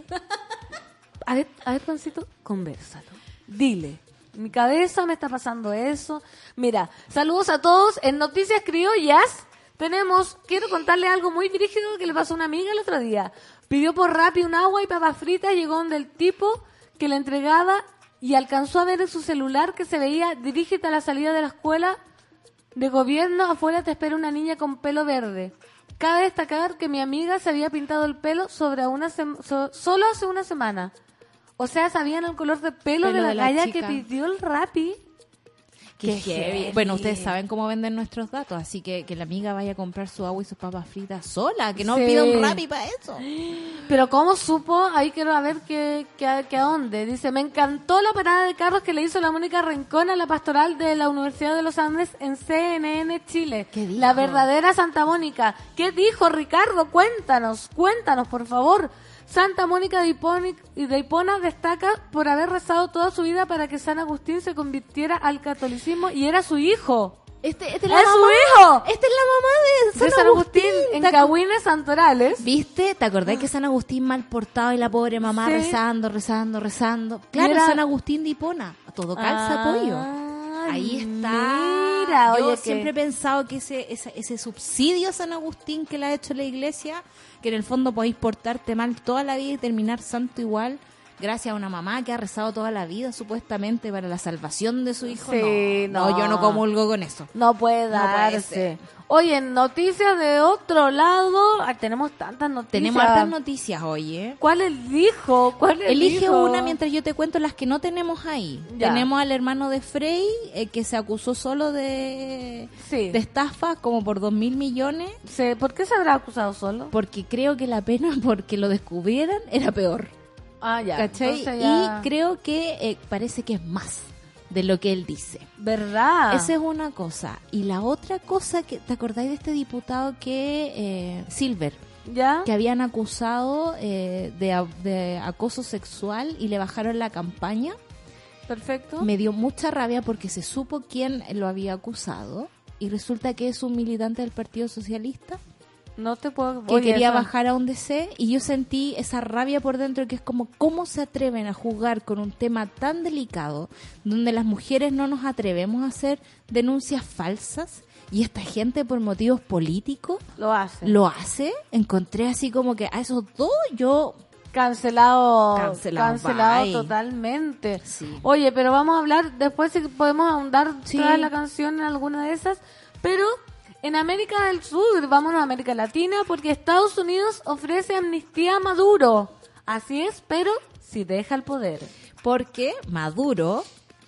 A ver, a ver, Pancito, convérsalo. Dile. Mi cabeza me está pasando eso. Mira, saludos a todos. En Noticias Criollas tenemos, quiero contarle algo muy brígido que le pasó a una amiga el otro día. Pidió por Rappi un agua y papas fritas, llegó donde el tipo que le entregaba y alcanzó a ver en su celular que se veía, dirígete a la salida de la escuela de gobierno, afuera te espera una niña con pelo verde. Cabe destacar que mi amiga se había pintado el pelo sobre una sem- so- solo hace una semana. O sea, sabían el color de pelo, Pelo de la, de la galla chica. que pidió el Rappi. Qué Qué heavy. heavy. Bueno, ustedes saben cómo venden nuestros datos, así que que la amiga vaya a comprar su agua y sus papas fritas sola, que no Sí. pida un Rappi para eso. Pero ¿cómo supo? Ahí quiero a ver qué, qué, qué a dónde. Dice, me encantó la parada de carros que le hizo la Mónica Rincón a la pastoral de la Universidad de los Andes en C N N Chile. ¿Qué dijo? La verdadera Santa Mónica. ¿Qué dijo, Ricardo? Cuéntanos, cuéntanos, por favor. Santa Mónica de Hipona, de Hipona destaca por haber rezado toda su vida para que San Agustín se convirtiera al catolicismo y era su hijo. Este, este ¡Es su hijo! Esta es la mamá de San, De San Agustín, en ¿Te acu- Cahuines Santorales. ¿Viste? ¿Te acordás que San Agustín mal portado y la pobre mamá Sí. rezando, rezando, rezando? Claro, Era- San Agustín de Hipona. Todo calza pollo. Ah, Ahí está. Mira, Yo oye, que- siempre he pensado que ese, ese ese subsidio a San Agustín que le ha hecho la iglesia, que en el fondo podéis portarte mal toda la vida y terminar santo igual, gracias a una mamá que ha rezado toda la vida supuestamente para la salvación de su hijo. Sí, no, no, no. yo no comulgo con eso. No puede No puede darse. ser. Oye, en noticias de otro lado, ah, tenemos tantas noticias. Tenemos hartas noticias hoy, ¿eh? ¿Cuál elijo? ¿Cuál Elige elijo? una mientras yo te cuento las que no tenemos ahí. Ya. Tenemos al hermano de Frey, eh, que se acusó solo de, Sí. de estafa, como por dos mil millones, Sí, ¿por qué se habrá acusado solo? porque creo que la pena porque lo descubrieran era peor. Ah, ya. ¿Cachai? Entonces ya- Y creo que eh, parece que es más de lo que él dice. ¿Verdad? Esa es una cosa. Y la otra cosa, que ¿te acordáis de este diputado que eh, Silver, ¿Ya? que habían acusado eh, de, a- de acoso sexual y le bajaron la campaña? Perfecto. Me dio mucha rabia porque se supo quién lo había acusado y resulta que es un militante del Partido Socialista No te puedo... que Oye, quería esa- bajar a un D C y yo sentí esa rabia por dentro, que es como cómo se atreven a jugar con un tema tan delicado donde las mujeres no nos atrevemos a hacer denuncias falsas y esta gente por motivos políticos Lo hace. lo hace. Encontré así como que a esos dos yo... Cancelado. Cancelado, Cancelado bye. totalmente. Sí. Oye, pero vamos a hablar después si podemos ahondar Sí. tras la canción en alguna de esas. Pero en América del Sur, vámonos a América Latina, porque Estados Unidos ofrece amnistía a Maduro. Así es, pero si deja el poder. Porque Maduro,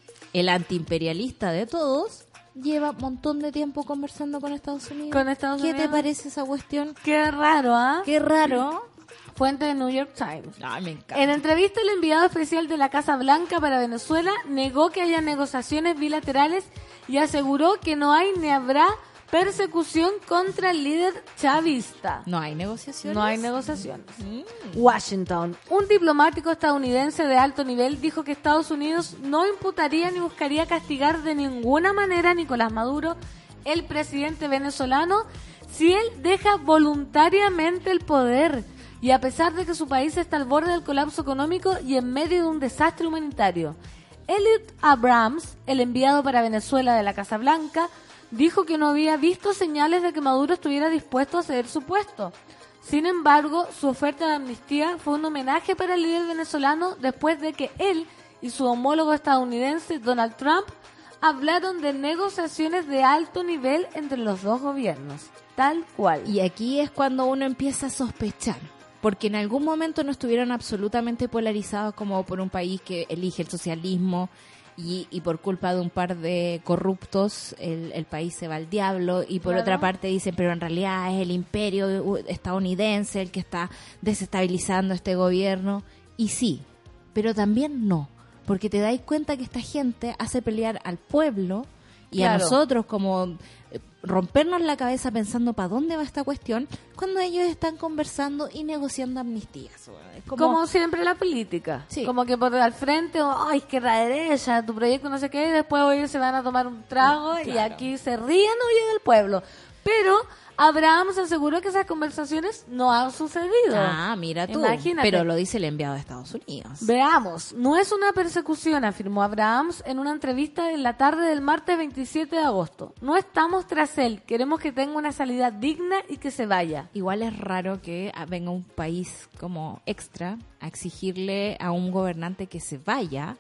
el antiimperialista de todos, lleva un montón de tiempo conversando con Estados Unidos. Con Estados ¿Qué Unidos. te parece esa cuestión? Qué raro, ¿ah? Qué raro. Fuente de New York Times. Ay, me encanta. En entrevista, el enviado especial de la Casa Blanca para Venezuela negó que haya negociaciones bilaterales y aseguró que no hay ni habrá persecución contra el líder chavista. No hay negociaciones. No hay negociaciones. Mm. Washington. Un diplomático estadounidense de alto nivel dijo que Estados Unidos no imputaría ni buscaría castigar de ninguna manera a Nicolás Maduro, el presidente venezolano, si él deja voluntariamente el poder. Y a pesar de que su país está al borde del colapso económico y en medio de un desastre humanitario. Elliot Abrams, el enviado para Venezuela de la Casa Blanca, dijo que no había visto señales de que Maduro estuviera dispuesto a ceder su puesto. Sin embargo, su oferta de amnistía fue un homenaje para el líder venezolano después de que él y su homólogo estadounidense Donald Trump hablaron de negociaciones de alto nivel entre los dos gobiernos. Tal cual. Y aquí es cuando uno empieza a sospechar. Porque en algún momento no estuvieron absolutamente polarizados como por un país que elige el socialismo y, y por culpa de un par de corruptos el, el país se va al diablo, y por Claro. otra parte dicen, pero en realidad es el imperio estadounidense el que está desestabilizando este gobierno. Y sí, pero también no, porque te dais cuenta que esta gente hace pelear al pueblo y a Claro. nosotros como eh, rompernos la cabeza pensando para dónde va esta cuestión cuando ellos están conversando y negociando amnistías. Es Como, como, siempre la política. Sí. Como que por al frente, oh, ay, izquierda derecha, tu proyecto no sé qué, y después hoy se van a tomar un trago y Claro. aquí se ríen oye del pueblo. Pero Abraham se aseguró que esas conversaciones no han sucedido. ah, mira tú, Imagínate. pero lo dice el enviado de Estados Unidos. Veamos, no es una persecución, afirmó Abrahams en una entrevista en la tarde del martes veintisiete de agosto. No estamos tras él, queremos que tenga una salida digna y que se vaya. Igual es raro que ah, venga un país como extra a exigirle a un gobernante que se vaya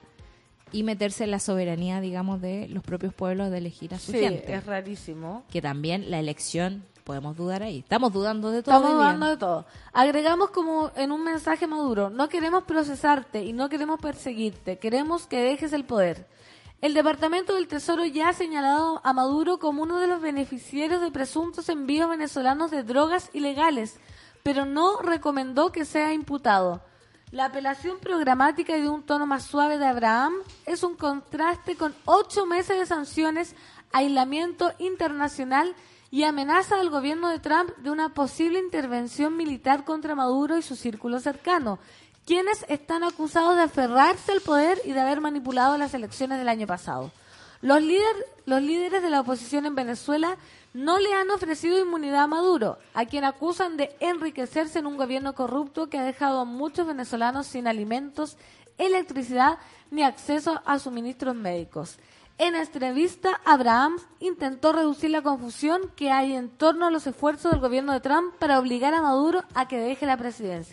y meterse en la soberanía, digamos, de los propios pueblos de elegir a su Sí, gente. es rarísimo. Que también la elección, podemos dudar ahí. Estamos dudando de todo. Estamos hoy día. dudando de todo. Agregamos como en un mensaje Maduro, no queremos procesarte y no queremos perseguirte, queremos que dejes el poder. El Departamento del Tesoro ya ha señalado a Maduro como uno de los beneficiarios de presuntos envíos venezolanos de drogas ilegales, pero no recomendó que sea imputado. La apelación programática y de un tono más suave de Abraham es un contraste con ocho meses de sanciones, aislamiento internacional y amenaza al gobierno de Trump de una posible intervención militar contra Maduro y su círculo cercano, quienes están acusados de aferrarse al poder y de haber manipulado las elecciones del año pasado. Los, líder, los líderes de la oposición en Venezuela no le han ofrecido inmunidad a Maduro, a quien acusan de enriquecerse en un gobierno corrupto que ha dejado a muchos venezolanos sin alimentos, electricidad ni acceso a suministros médicos. En esta entrevista, Abraham intentó reducir la confusión que hay en torno a los esfuerzos del gobierno de Trump para obligar a Maduro a que deje la presidencia.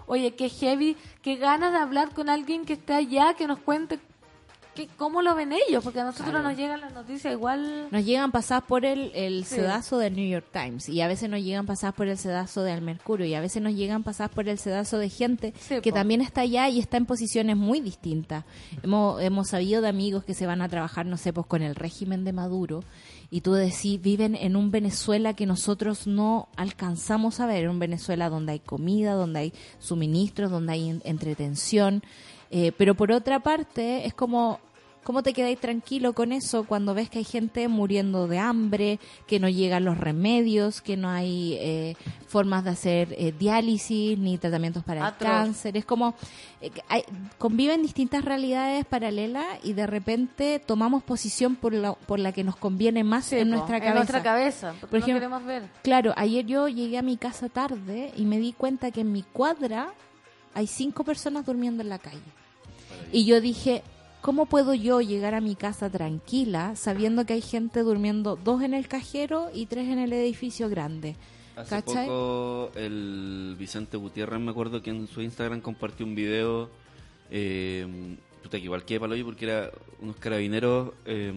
Oye, qué heavy, qué ganas de hablar con alguien que esté allá, que nos cuente que, cómo lo ven ellos, porque a nosotros Claro. nos llegan las noticias igual... Nos llegan pasadas por el, el Sí. sedazo del New York Times y a veces nos llegan pasadas por el sedazo del Mercurio y a veces nos llegan pasadas por el sedazo de gente Sí, que po. también está allá y está en posiciones muy distintas. Hemos, hemos sabido de amigos que se van a trabajar, no sé, pues con el régimen de Maduro y tú decís, viven en un Venezuela que nosotros no alcanzamos a ver, un Venezuela donde hay comida, donde hay suministros, donde hay en- entretención, eh, pero por otra parte es como... ¿Cómo te quedáis tranquilo con eso cuando ves que hay gente muriendo de hambre, que no llegan los remedios, que no hay eh, formas de hacer eh, diálisis ni tratamientos para Atroz. el cáncer? Es como, eh, que hay- conviven distintas realidades paralelas y de repente tomamos posición por la, por la que nos conviene más Sí, en po, nuestra en cabeza. nuestra cabeza, porque Por no ejemplo, queremos ver. Claro, ayer yo llegué a mi casa tarde y me di cuenta que en mi cuadra hay cinco personas durmiendo en la calle. Y yo dije, ¿cómo puedo yo llegar a mi casa tranquila sabiendo que hay gente durmiendo, dos en el cajero y tres en el edificio grande? Hace ¿Cachai? poco el Vicente Gutiérrez, me acuerdo que en su Instagram compartió un video, eh, puta, que igual que palo yo porque era unos carabineros eh,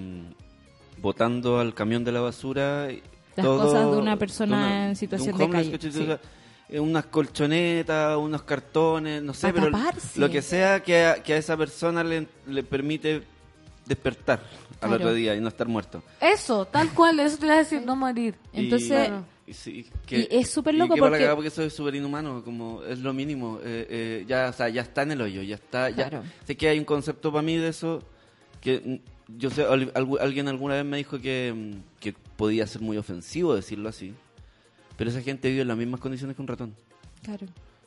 botando al camión de la basura y Las todo- cosas de una persona de una- en situación un de homeless, calle, ¿cachai? sí. O sea, eh, unas colchonetas, unos cartones, no sé, Pa' pero taparse. lo que sea que a, que a esa persona le, le permite despertar al Claro. otro día y no estar muerto. Eso, tal cual, eso te iba a decir, no morir. Entonces, Y- Claro. y sí, y es súper loco y qué para porque- cagar, porque eso es súper inhumano, como es lo mínimo. eh, eh, ya, o sea, ya está en el hoyo, ya está. Ya, Claro. sé que hay un concepto para mí de eso que mm, yo sé, al- algu- alguien alguna vez me dijo que, mm, que podía ser muy ofensivo decirlo así, pero esa gente vive en las mismas condiciones que un ratón. claro.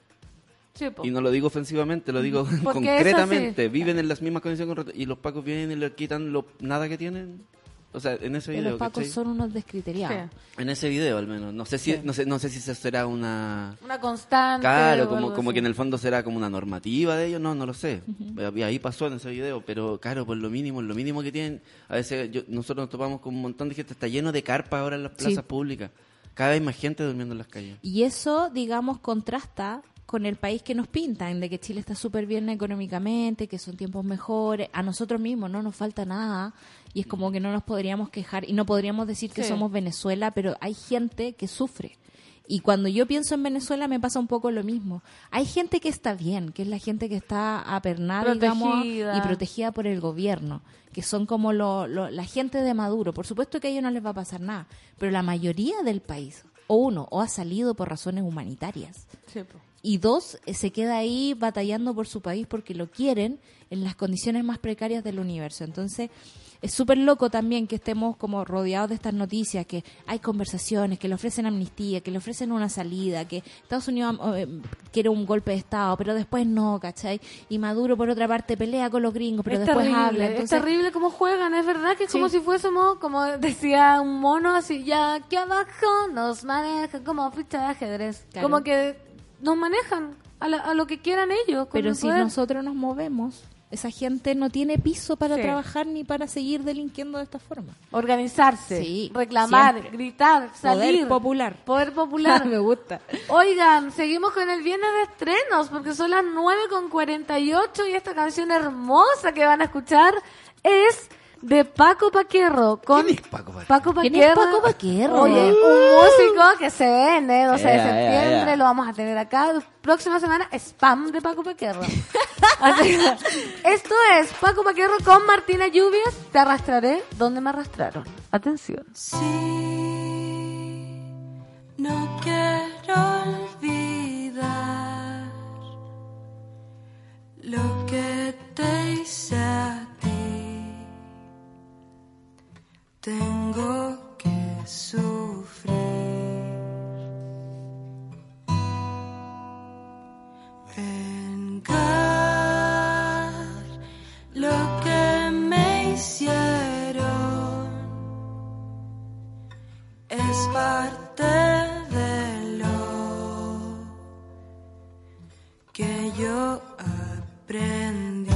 Sí, po. Y no lo digo ofensivamente, lo digo Porque es concretamente. así. Viven en las mismas condiciones que un ratón. Y los pacos vienen y le quitan lo, nada que tienen. O sea, en ese Que video, los pacos ¿cachai? son unos descriteriados. Sí. En ese video al menos. No sé si, Sí. no sé, no sé si eso será una... Una constante. Claro, o como, algo como así. que en el fondo será como una normativa de ellos, no, no lo sé. Y ahí pasó en ese video, pero claro, por lo mínimo, lo mínimo que tienen, a veces yo- nosotros nos topamos con un montón de gente, está lleno de carpas ahora en las Sí. plazas públicas. Cada vez más gente durmiendo en las calles. Y eso, digamos, contrasta con el país que nos pintan, de que Chile está súper bien económicamente, que son tiempos mejores. A nosotros mismos no nos falta nada y es como que no nos podríamos quejar y no podríamos decir que Sí. somos Venezuela, pero hay gente que sufre. Y cuando yo pienso en Venezuela me pasa un poco lo mismo. Hay gente que está bien, que es la gente que está apernada, digamos, Protegida. y protegida por el gobierno, que son como lo, lo- la gente de Maduro. Por supuesto que a ellos no les va a pasar nada, pero la mayoría del país, o uno, o ha salido por razones humanitarias, Sí, po. y dos, eh, se queda ahí batallando por su país porque lo quieren en las condiciones más precarias del universo. Entonces, es súper loco también que estemos como rodeados de estas noticias, que hay conversaciones, que le ofrecen amnistía, que le ofrecen una salida, que Estados Unidos eh, quiere un golpe de Estado, pero después no, ¿cachai? Y Maduro, por otra parte, pelea con los gringos, pero es después terrible, habla. es Entonces, terrible cómo juegan, es verdad que es Sí. como si fuésemos, como decía un mono, así, ya aquí abajo nos manejan como ficha de ajedrez. Claro. Como que nos manejan a, la- a lo que quieran ellos. con pero el si poder. nosotros nos movemos, esa gente no tiene piso para Sí. trabajar ni para seguir delinquiendo de esta forma. Organizarse, Sí, reclamar, siempre. gritar, salir. Poder popular. Poder popular. Me gusta. Oigan, seguimos con el viernes de estrenos porque son las nueve con cuarenta y ocho y esta canción hermosa que van a escuchar es de Paco Paquerro. Con ¿Quién es Paco Paquerro? Paco ¿Quién Paquerro. es Paco Paquerro? Oye, un músico que se viene, doce de Ya, ya, septiembre, ya. lo vamos a tener acá. Próxima semana, spam de Paco Paquerro. Así que, esto es Paco Paquerro con Martina Lluvias. Te arrastraré donde me arrastraron. Atención. Sí, no quiero olvidar lo que te hice a ti. Tengo que sufrir. Vengar lo que me hicieron es parte de lo que yo aprendí.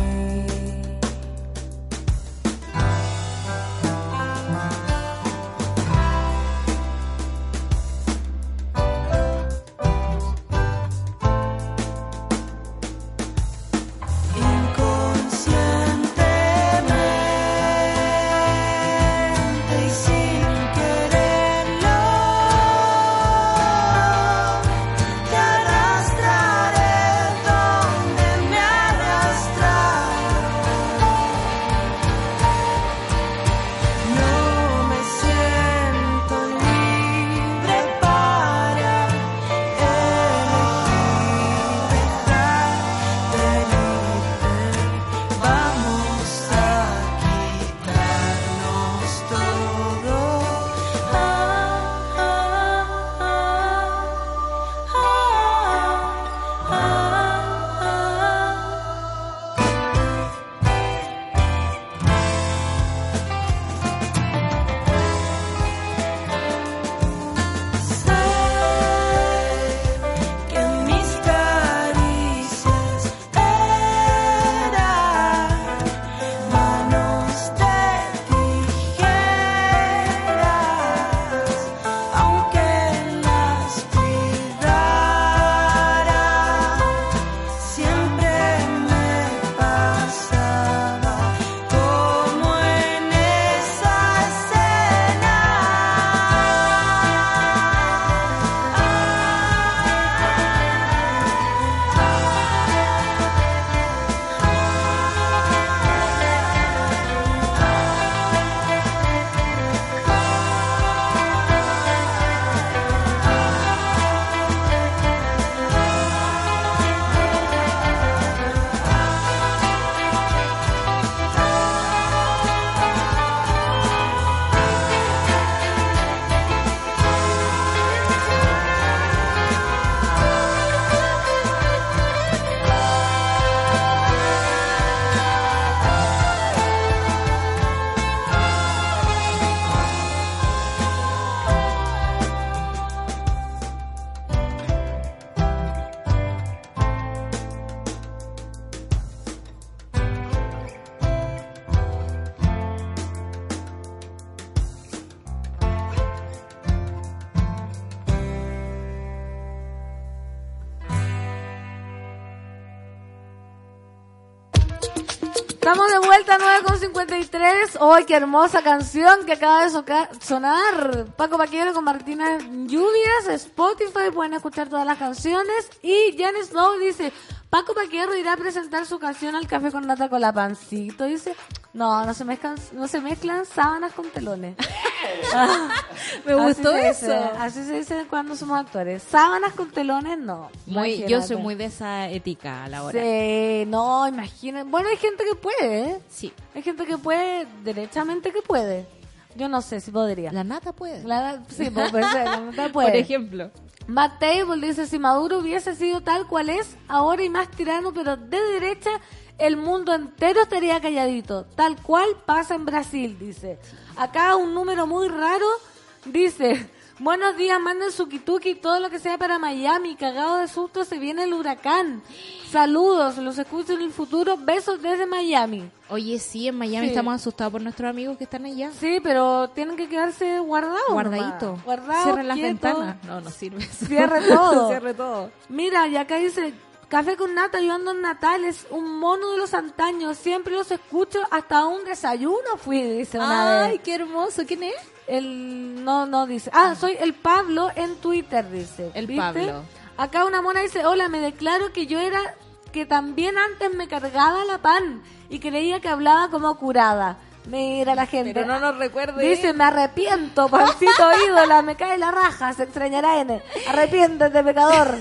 Estamos de vuelta, nueve con cincuenta y tres. ¡Ay, qué hermosa canción que acaba de soca- sonar! Paco Paquero con Martina Lluvias, Spotify, pueden escuchar todas las canciones. Y Janet Snow dice, Paco Paquero irá a presentar su canción al Café con Nata con la Pancito. Dice, no, no se mezclan, no se mezclan sábanas con telones. Ah, Me gustó así se eso. dice, así se dice cuando somos actores. Sábanas con telones, no. Muy, yo Imagínate. soy muy de esa ética a la hora. Sí, no, imaginen. Bueno, hay gente que puede, ¿eh? Sí. Hay gente que puede, derechamente que puede. Yo no sé si podría. La nata puede. La- sí, pues, pues, la neta puede. Por ejemplo. Matt Table dice, si Maduro hubiese sido tal cual es, ahora y más tirano, pero de derecha, el mundo entero estaría calladito. Tal cual pasa en Brasil, dice. Acá un número muy raro, dice, buenos días, manden su kituki y todo lo que sea para Miami. Cagado de susto, se viene el huracán. Saludos, los escucho en el futuro. Besos desde Miami. Oye, sí, en Miami Sí. estamos asustados por nuestros amigos que están allá. Sí, pero tienen que quedarse guardados. Guardadito. nomás. Guardados, Cierren las quietos. ventanas. No, no sirve eso. Cierre todo. Cierre todo. Mira, y acá dice, café con nata, yo ando en Natales, un mono de los antaños, siempre los escucho, hasta un desayuno fui, dice una Ay, vez. qué hermoso. ¿Quién es? El, no, no dice. Ah, soy el Pablo en Twitter, dice. El ¿Viste? Pablo. Acá una mona dice, hola, me declaro que yo era, que también antes me cargaba la pan y creía que hablaba como curada. Mira la gente. Pero no nos recuerde. Dice, me arrepiento, pancito ídola, me cae la raja, se extrañará N. Arrepiéntete, pecador.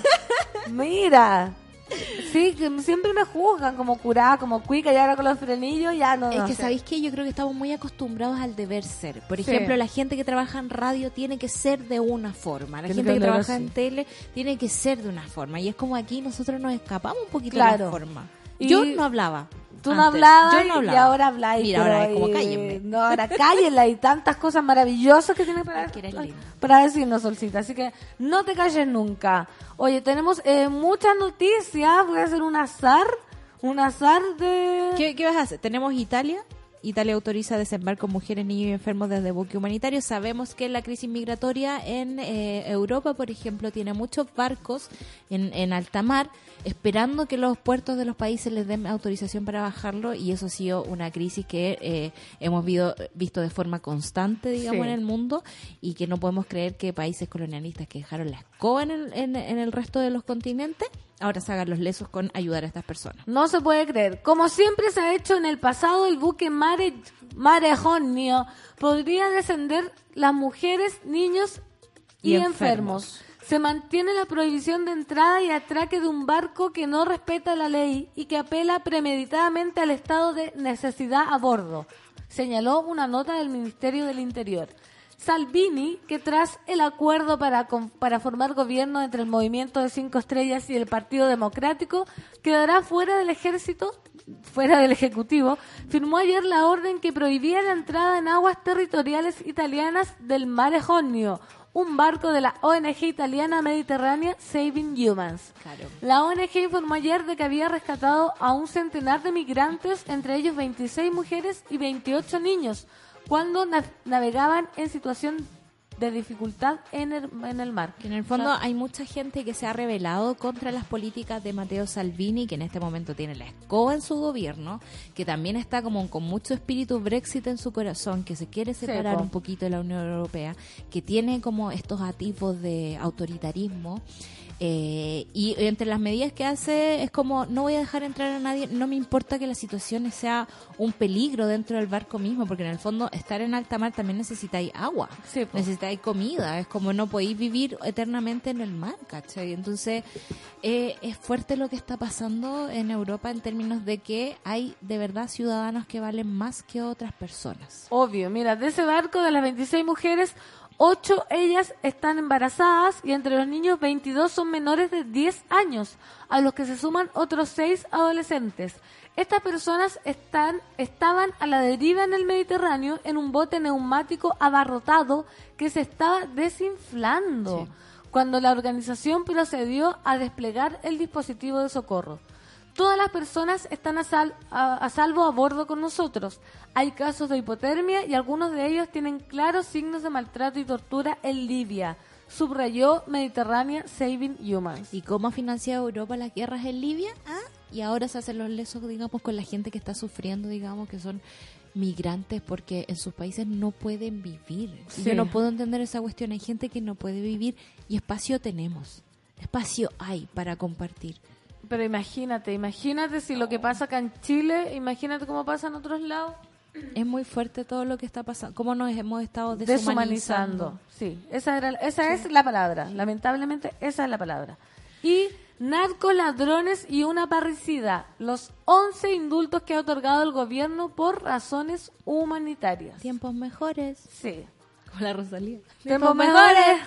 Mira. Sí, que siempre me juzgan como curada, como cuica, y ahora con los frenillos ya no. Es no que, sé. ¿sabéis qué? Yo creo que estamos muy acostumbrados al deber ser. Por Sí. ejemplo, la gente que trabaja en radio tiene que ser de una forma. La Tiene gente que que hablar trabaja así. en tele tiene que ser de una forma. Y es como aquí nosotros nos escapamos un poquito de Claro. la forma. Y Yo no hablaba. Tú no antes. hablabas Yo no hablaba. y ahora habláis. Mira, pero, ahora es como eh, cállenme. No, ahora cállenla. Hay tantas cosas maravillosas que tiene para, Que eres linda. para decirnos, Solcita. Así que no te calles nunca. Oye, tenemos eh, muchas noticias. Voy a hacer un azar. Un azar de... ¿Qué, ¿Qué vas a hacer? Tenemos Italia. Italia autoriza desembarco mujeres, niños y enfermos desde buque humanitario. Sabemos que la crisis migratoria en eh, Europa, por ejemplo, tiene muchos barcos en, en alta mar esperando que los puertos de los países les den autorización para bajarlo, y eso ha sido una crisis que eh, hemos visto, visto de forma constante, digamos, Sí. en el mundo, y que no podemos creer que países colonialistas que dejaron la escoba en el, en, en el resto de los continentes ahora se hagan los lesos con ayudar a estas personas. No se puede creer. Como siempre se ha hecho en el pasado, el buque Mare, Mare Jonio podría descender las mujeres, niños y, Y enfermos. enfermos. Se mantiene la prohibición de entrada y atraque de un barco que no respeta la ley y que apela premeditadamente al estado de necesidad a bordo, señaló una nota del Ministerio del Interior. Salvini, que tras el acuerdo para, con- para formar gobierno entre el Movimiento de Cinco Estrellas y el Partido Democrático, quedará fuera del ejército, fuera del Ejecutivo, firmó ayer la orden que prohibía la entrada en aguas territoriales italianas del Mare Jonio, un barco de la O N G italiana mediterránea Saving Humans. Claro. La O N G informó ayer de que había rescatado a un centenar de migrantes, entre ellos veintiséis mujeres y veintiocho niños, cuando na- navegaban en situación de dificultad en el, en el mar. Que en el fondo O sea, hay mucha gente que se ha rebelado contra las políticas de Matteo Salvini, que en este momento tiene la escoba en su gobierno, que también está como con mucho espíritu Brexit en su corazón, que se quiere separar po. un poquito de la Unión Europea, que tiene como estos atisbos de autoritarismo. Eh, y entre las medidas que hace es como, no voy a dejar entrar a nadie, no me importa que la situación sea un peligro dentro del barco mismo, porque en el fondo estar en alta mar también necesitáis agua, Sí, po. necesitáis comida, es como no podéis vivir eternamente en el mar, ¿cachai? Entonces eh, es fuerte lo que está pasando en Europa en términos de que hay de verdad ciudadanos que valen más que otras personas. Obvio, mira, de ese barco de las veintiséis mujeres, ocho ellas están embarazadas y entre los niños veintidós son menores de diez años, a los que se suman otros seis adolescentes. Estas personas están, estaban a la deriva en el Mediterráneo en un bote neumático abarrotado que se estaba desinflando Sí. cuando la organización procedió a desplegar el dispositivo de socorro. Todas las personas están a, sal- a- a salvo a bordo con nosotros. Hay casos de hipotermia y algunos de ellos tienen claros signos de maltrato y tortura en Libia, subrayó Mediterránea Saving Humans. ¿Y cómo ha financiado Europa las guerras en Libia? ¿Ah? y ahora se hacen los lesos, digamos, con la gente que está sufriendo, digamos, que son migrantes porque en sus países no pueden vivir. Sí. Yo no puedo entender esa cuestión. Hay gente que no puede vivir y espacio tenemos. Espacio hay para compartir. Pero imagínate, imagínate si lo que pasa acá en Chile, imagínate cómo pasa en otros lados. Es muy fuerte todo lo que está pasando. Cómo nos hemos estado deshumanizando. Deshumanizando. Sí, esa, era, esa sí. es la palabra. Lamentablemente, esa es la palabra. Y narcos, ladrones y una parricida. Los once indultos que ha otorgado el gobierno por razones humanitarias. Tiempos mejores. Sí. Con la Rosalía. Tiempos mejores.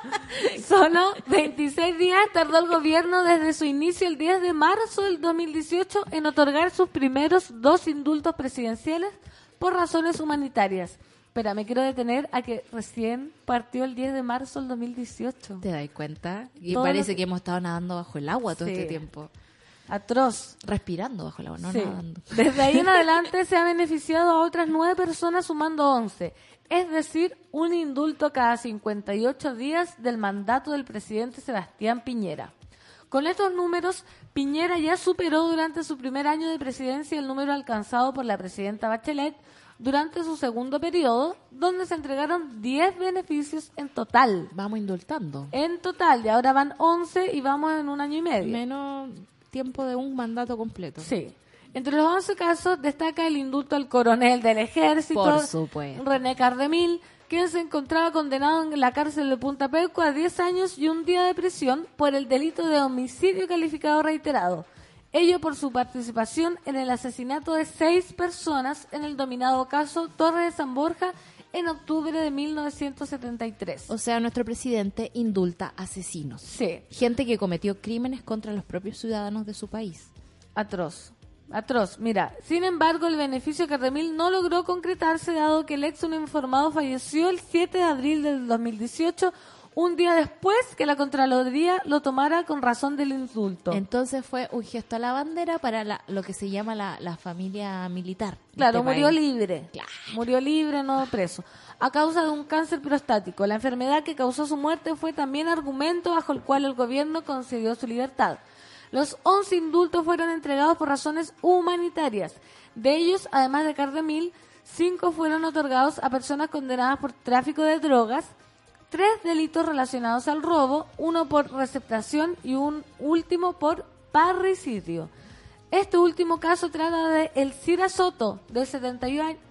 Solo veintiséis días tardó el gobierno desde su inicio el diez de marzo del dos mil dieciocho en otorgar sus primeros dos indultos presidenciales por razones humanitarias. Espera, me quiero detener a que recién partió el diez de marzo del dos mil dieciocho. ¿Te das cuenta? Y Todo parece lo... que hemos estado nadando bajo el agua todo sí. este tiempo. Atroz. Respirando bajo el agua, no sí. nadando. Desde ahí en adelante se ha beneficiado a otras nueve personas sumando once. Es decir, un indulto cada cincuenta y ocho días del mandato del presidente Sebastián Piñera. Con estos números, Piñera ya superó durante su primer año de presidencia el número alcanzado por la presidenta Bachelet durante su segundo periodo, donde se entregaron diez beneficios en total. Vamos indultando. En total, y ahora van once y vamos en un año y medio. Menos tiempo de un mandato completo. Sí. Entre los once casos destaca el indulto al coronel del ejército, Por supuesto. René Cardemil, quien se encontraba condenado en la cárcel de Punta Peuco a diez años y un día de prisión por el delito de homicidio calificado reiterado. Ello por su participación en el asesinato de seis personas en el dominado caso Torre de San Borja en octubre de mil novecientos setenta y tres. O sea, nuestro presidente indulta asesinos. Sí. Gente que cometió crímenes contra los propios ciudadanos de su país. Atroz. Atroz. Mira, sin embargo, el beneficio de Cardemil no logró concretarse dado que el ex uniformado falleció el siete de abril del dos mil dieciocho, un día después que la Contraloría lo tomara con razón del indulto. Entonces fue un gesto a la bandera para la, lo que se llama la, la familia militar. Claro, este murió país. libre. Claro. Murió libre, no preso. A causa de un cáncer prostático. La enfermedad que causó su muerte fue también argumento bajo el cual el gobierno concedió su libertad. Los once indultos fueron entregados por razones humanitarias. De ellos, además de Cardemil, cinco fueron otorgados a personas condenadas por tráfico de drogas, tres delitos relacionados al robo, uno por receptación y un último por parricidio. Este último caso trata de Elcira Soto, de setenta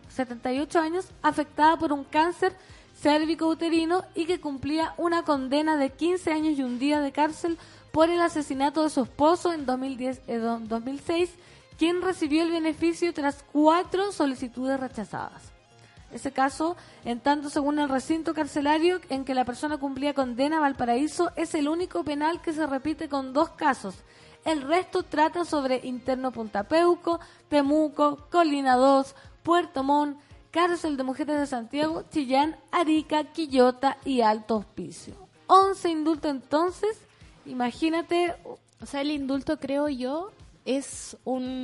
y ocho años, afectada por un cáncer cérvico-uterino y que cumplía una condena de quince años y un día de cárcel por el asesinato de su esposo en dos mil diez, eh, dos mil seis, quien recibió el beneficio tras cuatro solicitudes rechazadas. Ese caso, en tanto según el recinto carcelario en que la persona cumplía condena, Valparaíso es el único penal que se repite con dos casos. El resto trata sobre interno Punta Peuco, Temuco, Colina dos, Puerto Montt, Cárcel de Mujeres de Santiago, Chillán, Arica, Quillota y Alto Hospicio. once indultos entonces, imagínate. O sea, el indulto, creo yo, es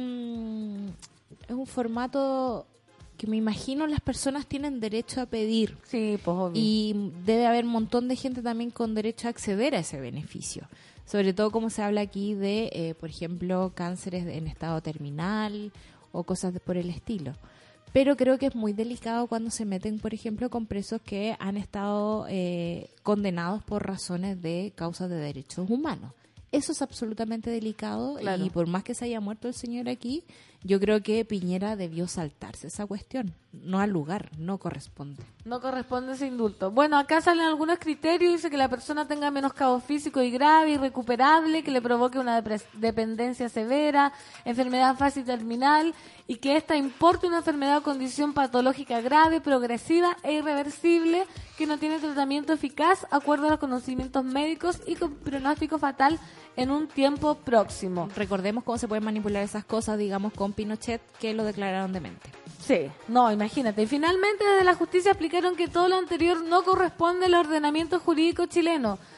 un, es un formato que me imagino las personas tienen derecho a pedir. Sí, pues obvio. Y debe haber un montón de gente también con derecho a acceder a ese beneficio. Sobre todo como se habla aquí de, eh, por ejemplo, cánceres en estado terminal o cosas de, por el estilo. Pero creo que es muy delicado cuando se meten, por ejemplo, con presos que han estado eh, condenados por razones de causas de derechos humanos. Eso es absolutamente delicado, claro. Y por más que se haya muerto el señor aquí, yo creo que Piñera debió saltarse esa cuestión. No al lugar, no corresponde. No corresponde ese indulto. Bueno, acá salen algunos criterios. Dice que la persona tenga menoscabo físico y grave, irrecuperable, que le provoque una depres- dependencia severa, enfermedad fácil terminal, y que ésta importe una enfermedad o condición patológica grave, progresiva e irreversible, que no tiene tratamiento eficaz, acuerdo a los conocimientos médicos y con pronóstico fatal en un tiempo próximo. Recordemos cómo se pueden manipular esas cosas, digamos, con Pinochet, que lo declararon demente. Sí, no, imagínate. Y finalmente desde la justicia explicaron que todo lo anterior no corresponde al ordenamiento jurídico chileno,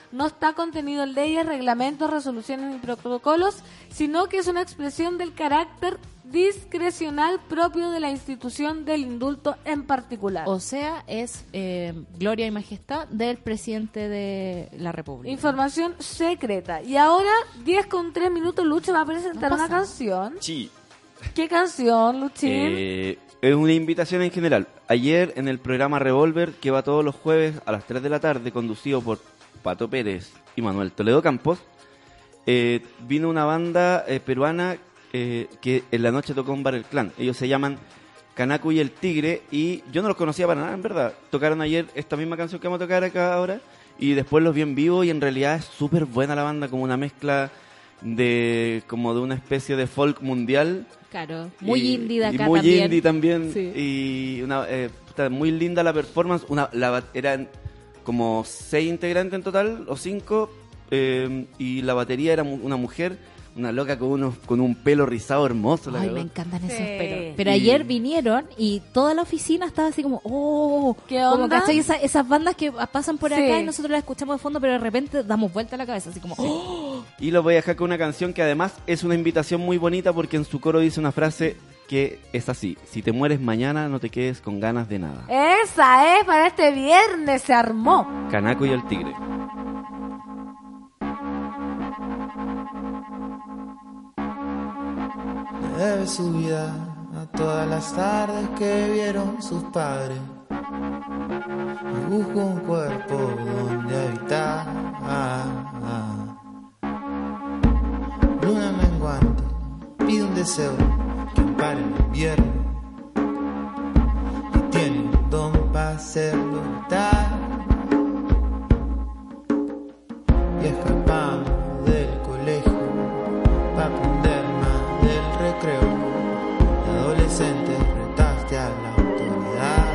no está contenido en leyes, reglamentos, resoluciones ni protocolos, sino que es una expresión del carácter discrecional propio de la institución del indulto en particular. O sea, es eh, gloria y majestad del presidente de la República. Información secreta. Y ahora, diez con tres minutos, Lucho va a presentar una canción. Sí. ¿Qué canción, Luchín? Eh, es una invitación en general. Ayer en el programa Revolver, que va todos los jueves a las tres de la tarde, conducido por Pato Pérez y Manuel Toledo Campos, eh, vino una banda eh, peruana eh, que en la noche tocó un bar El Clan. Ellos se llaman Canaco y el Tigre, y yo no los conocía para nada, en verdad. Tocaron ayer esta misma canción que vamos a tocar acá ahora, y después los vi en vivo, y en realidad es súper buena la banda, como una mezcla de como de una especie de folk mundial. Claro, muy y, indie de acá y muy también. indie también. Sí. Y una, eh, puta, muy linda la performance. Una, la, eran como seis integrantes en total, o cinco, eh, y la batería era mu- una mujer, una loca con unos con un pelo rizado hermoso. La Ay, verdad. me encantan esos Sí. pelos. Pero Y- ayer vinieron y toda la oficina estaba así como, oh, ¿Qué como onda? ¿cachai? Esa- esas bandas que pasan por Sí. acá y nosotros las escuchamos de fondo, pero de repente damos vuelta a la cabeza, así como, oh. Y lo voy a dejar con una canción que además es una invitación muy bonita, porque en su coro dice una frase que es así: si te mueres mañana, no te quedes con ganas de nada. Esa es para este viernes, se armó. Canaco y el Tigre. Debe su vida a todas las tardes que vieron sus padres. Y busco un cuerpo donde habitar. Luna menguante, pide un deseo que ampare el invierno. Y tiene un don para hacerlo estar. Y escapamos del colegio para aprender más del recreo. De adolescente retaste a la autoridad.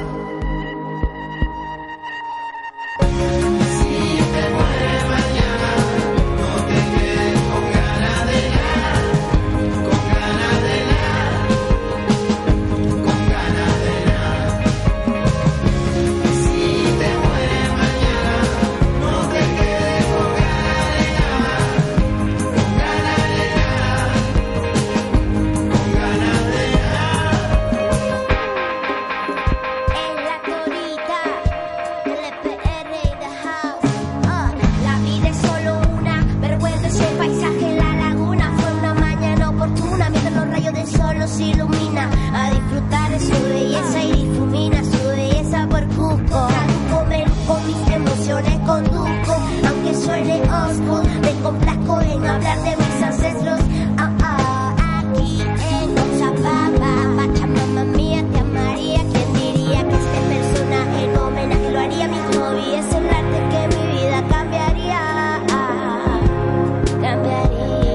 En la torita, L P R in the house. Ah, la vida es solo una, vergüenza ese paisaje en la laguna. Fue una mañana oportuna, mientras los rayos del sol los ilumina. A disfrutar de su belleza y difumina su belleza por Cusco. Traduzco, me con mis emociones conduzco, aunque suene osco. Me complazco en hablar de mis ancestros. Ah, ah, aquí en Oxapampa, Pachamama mía, te amaría. ¿Quién diría que este personaje en homenaje lo haría? Mi hobby es el arte que mi vida cambiaría. Cambiaría.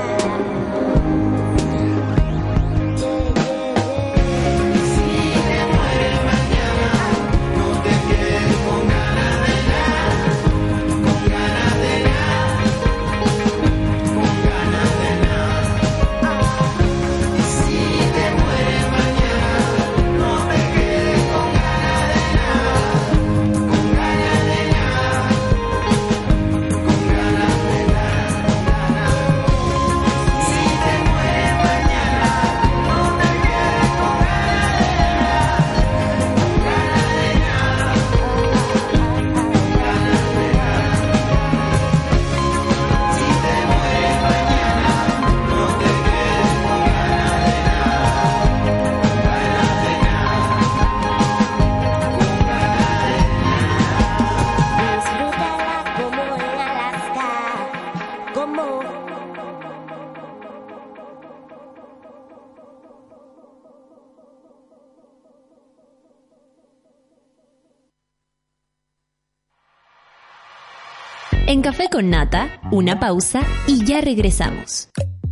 Yeah, yeah, yeah. Si te mueres mañana, no te quedes con ganas de nada, con ganas de nada, con ganas de nada. Si te mueres mañana, no te quedes con ganas de nada, con ganas de nada, con ganas de nada. Si te mueres mañana, no te quedes con ganas de nada, con ganas de nada, con ganas de nada. Si te mueres mañana, no te quedes con ganas de nada, con ganas de nada. Disfrútala como en Alaska, como. En Café con Nata, una pausa y ya regresamos.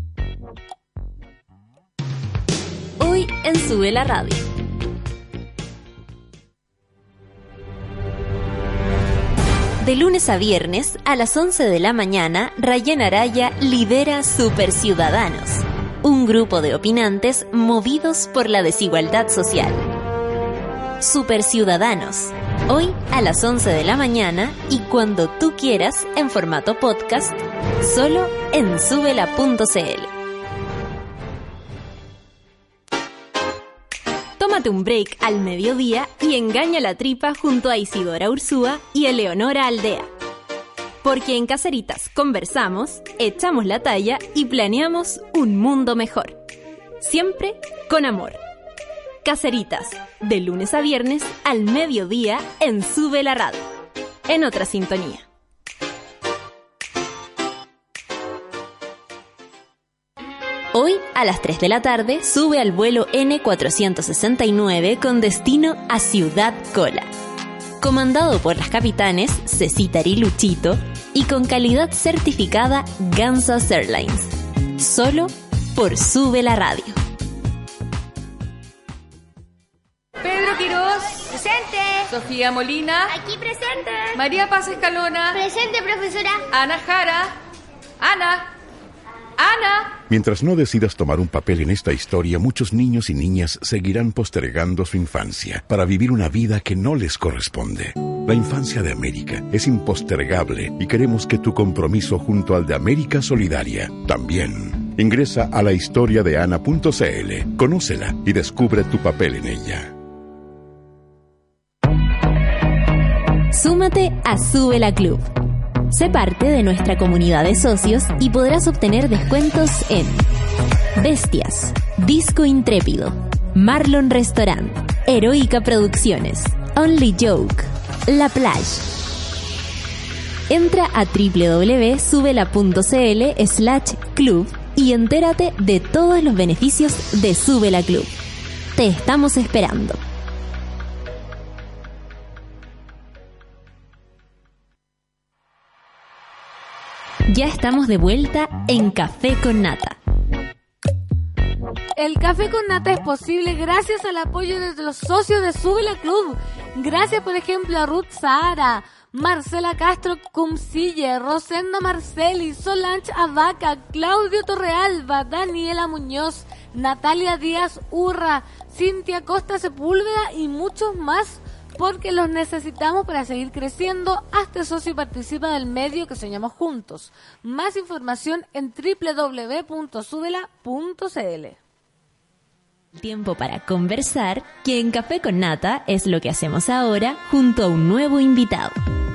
Hoy en Sube la Radio. De lunes a viernes, a las once de la mañana, Rayén Araya lidera Super Ciudadanos, un grupo de opinantes movidos por la desigualdad social. Superciudadanos. Hoy a las once de la mañana y cuando tú quieras en formato podcast, solo en subela punto cl. Tómate un break al mediodía y engaña la tripa junto a Isidora Ursúa y Eleonora Aldea. Porque en Caseritas conversamos, echamos la talla y planeamos un mundo mejor. Siempre con amor. Caseritas, de lunes a viernes al mediodía en Sube la Radio. En otra sintonía. Hoy, a las tres de la tarde, sube al vuelo ene cuatrocientos sesenta y nueve con destino a Ciudad Cola. Comandado por las capitanes Cecita y Luchito y con calidad certificada Gansas Airlines. Solo por Sube la Radio. Pedro Quirós. Presente. Sofía Molina. Aquí presente. María Paz Escalona. Presente, profesora. Ana Jara. Ana. Ana. Mientras no decidas tomar un papel en esta historia, muchos niños y niñas seguirán postergando su infancia para vivir una vida que no les corresponde. La infancia de América es impostergable y queremos que tu compromiso junto al de América Solidaria también. Ingresa a la historia de ana punto cl, conócela y descubre tu papel en ella. Súmate a Sube la Club. Sé parte de nuestra comunidad de socios y podrás obtener descuentos en Bestias, Disco Intrépido, Marlon Restaurant, Heroica Producciones, Only Joke, La Plage. Entra a doble u doble u doble u punto subela punto cl slash club y entérate de todos los beneficios de Sube la Club. Te estamos esperando. Ya estamos de vuelta en Café con Nata. El Café con Nata es posible gracias al apoyo de los socios de Sube la Club. Gracias, por ejemplo, a Ruth Sahara, Marcela Castro Cumcille, Rosenda Marceli, Solange Abaca, Claudio Torrealba, Daniela Muñoz, Natalia Díaz Urra, Cintia Costa Sepúlveda y muchos más, porque los necesitamos para seguir creciendo. Hazte socio y participa del medio que soñamos juntos. Más información en doble u doble u doble u punto subela punto cl. Tiempo para conversar, que en Café con Nata es lo que hacemos ahora junto a un nuevo invitado.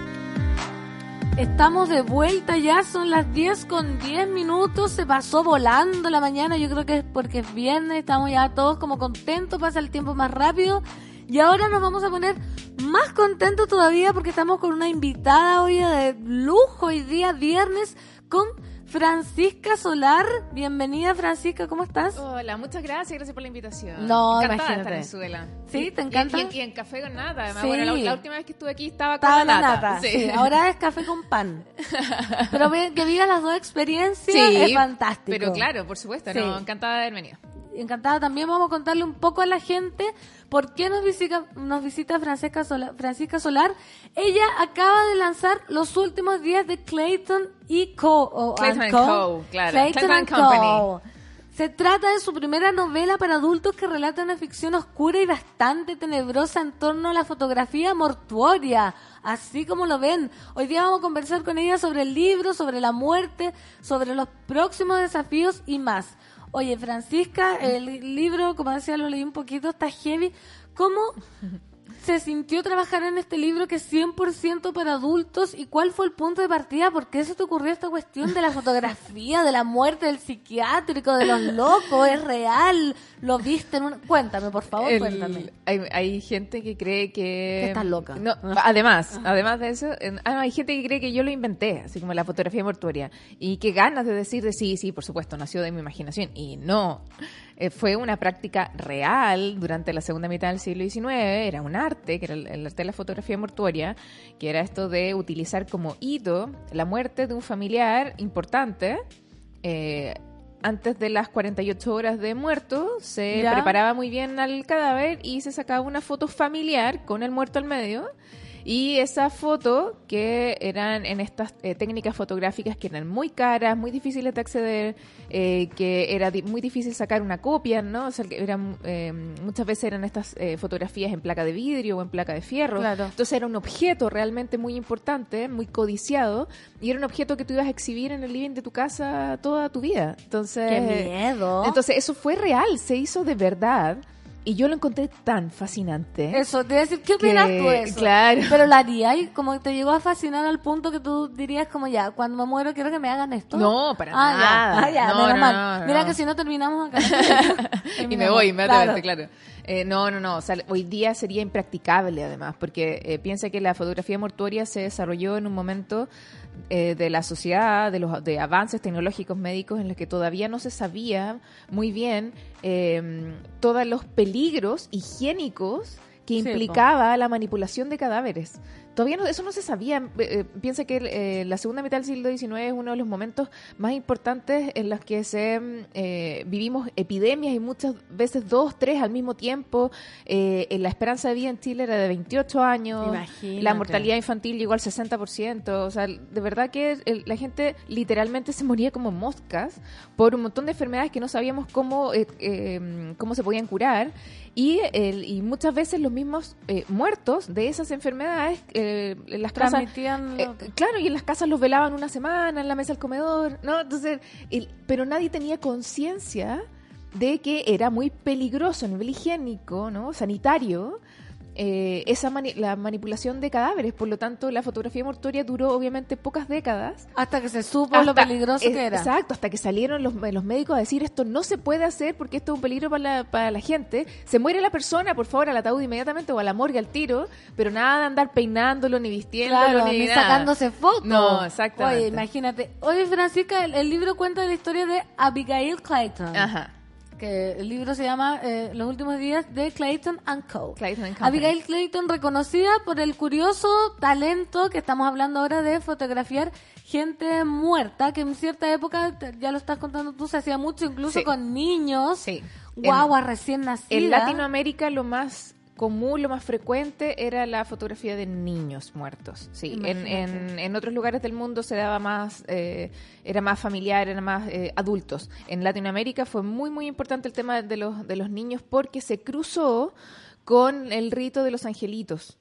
Estamos de vuelta ya, son las diez con diez minutos, se pasó volando la mañana, yo creo que es porque es viernes, estamos ya todos como contentos, pasa el tiempo más rápido. Y ahora nos vamos a poner más contentos todavía porque estamos con una invitada hoy de lujo, hoy día viernes, con Francisca Solar. Bienvenida, Francisca, ¿cómo estás? Hola, muchas gracias, gracias por la invitación. No, encantada imagínate. de estar en Suela. ¿Sí? ¿Te encanta? Y, y, y en Café con Nata, además. Sí. Bueno, la, la última vez que estuve aquí estaba con Estaba la la nata. nata, Sí. sí. Ahora es café con pan. Pero ve- que vivan las dos experiencias Sí, es fantástico. Pero claro, por supuesto, Sí. no, encantada de haber venido. Encantada. También vamos a contarle un poco a la gente por qué nos visita, nos visita Francisca Solar, Francisca Solar. Ella acaba de lanzar los últimos días de Clayton y Co. o Clayton and and Co, claro. Clayton, Clayton and and Co. Se trata de su primera novela para adultos que relata una ficción oscura y bastante tenebrosa en torno a la fotografía mortuoria, así como lo ven. Hoy día vamos a conversar con ella sobre el libro, sobre la muerte, sobre los próximos desafíos y más. Oye, Francisca, el libro, como decía, lo leí un poquito, está heavy. ¿Cómo se sintió trabajar en este libro que es cien por ciento para adultos? ¿Y cuál fue el punto de partida? ¿Por qué se te ocurrió esta cuestión de la fotografía, de la muerte, del psiquiátrico, de los locos? ¿Es real? ¿Lo viste en una...? Cuéntame, por favor, El- cuéntame. Hay, hay gente que cree que... Que estás loca. No, además, además de eso, en- ah, hay gente que cree que yo lo inventé, así como la fotografía mortuoria. Y que ganas de decir de sí, sí, por supuesto, nació de mi imaginación. Y no, eh, fue una práctica real durante la segunda mitad del siglo diecinueve. Era un arte, que era el, el arte de la fotografía mortuoria, que era esto de utilizar como hito la muerte de un familiar importante. Eh, antes de las cuarenta y ocho horas de muerto, se ¿Ya? preparaba muy bien al cadáver y se sacaba una foto familiar con el muerto al medio. Y esa foto, que eran en estas eh, técnicas fotográficas que eran muy caras, muy difíciles de acceder, eh, que era di- muy difícil sacar una copia, ¿no? O sea, que eran, eh, muchas veces eran estas eh, fotografías en placa de vidrio o en placa de fierro. Claro. Entonces era un objeto realmente muy importante, muy codiciado, y era un objeto que tú ibas a exhibir en el living de tu casa toda tu vida. Entonces, ¡Qué miedo! Entonces eso fue real, se hizo de verdad. Y yo lo encontré tan fascinante. Eso, te iba a decir, ¿qué opinas que- tú de eso? claro. Pero la haría y como te llegó a fascinar al punto que tú dirías como ya, cuando me muero quiero que me hagan esto. No, para ah, nada. Ya. Ah, ya, No, menos no, mal. no, no. Mira que si no terminamos acá. Y me voy inmediatamente, claro. Eh, no, no, no. O sea, hoy día sería impracticable, además, porque eh, piensa que la fotografía mortuoria se desarrolló en un momento eh, de la sociedad, de los de avances tecnológicos médicos en los que todavía no se sabía muy bien eh, todos los peligros higiénicos que Sí, implicaba la manipulación de cadáveres. Todavía no, eso no se sabía. Eh, eh, piensa que eh, la segunda mitad del siglo diecinueve es uno de los momentos más importantes en los que se eh, vivimos epidemias y muchas veces dos, tres al mismo tiempo. Eh, la esperanza de vida en Chile era de veintiocho años. Imagínate. La mortalidad infantil llegó al sesenta por ciento. O sea, de verdad que el- la gente literalmente se moría como moscas por un montón de enfermedades que no sabíamos cómo, eh, eh, cómo se podían curar. Y, el, y muchas veces los mismos eh, muertos de esas enfermedades eh, en las casas Transmitían eh, lo- claro, y en las casas los velaban una semana en la mesa del comedor, ¿no? Entonces, el- pero nadie tenía conciencia de que era muy peligroso a nivel higiénico, ¿no? Sanitario, eh, esa mani- la manipulación de cadáveres. Por lo tanto, la fotografía mortuoria duró obviamente pocas décadas. Hasta que se supo lo Hasta- peligroso es- que era. Exacto, hasta que salieron los, los médicos a decir esto no se puede hacer porque esto es un peligro para la, para la gente. Se muere la persona, por favor, al ataúd inmediatamente o a la morgue al tiro, pero nada de andar peinándolo, ni vistiéndolo, Claro, ni, ni nada. sacándose fotos. No, exactamente. Oye, imagínate. Oye, Francisca, el, el libro cuenta la historia de Abigail Clayton. Ajá. Que el libro se llama eh, Los últimos días de Clayton and Co. Clayton and Company. Abigail Clayton, reconocida por el curioso talento que estamos hablando ahora de fotografiar gente muerta, que en cierta época, te- ya lo estás contando tú, se hacía mucho incluso Sí. con niños, Sí. guaguas recién nacidas. En Latinoamérica lo más común, lo más frecuente era la fotografía de niños muertos. Sí, en, Imagínate. en, en otros lugares del mundo se daba más, eh, era más familiar, eran más eh, adultos. En Latinoamérica fue muy, muy importante el tema de los, de los niños porque se cruzó con el rito de los angelitos,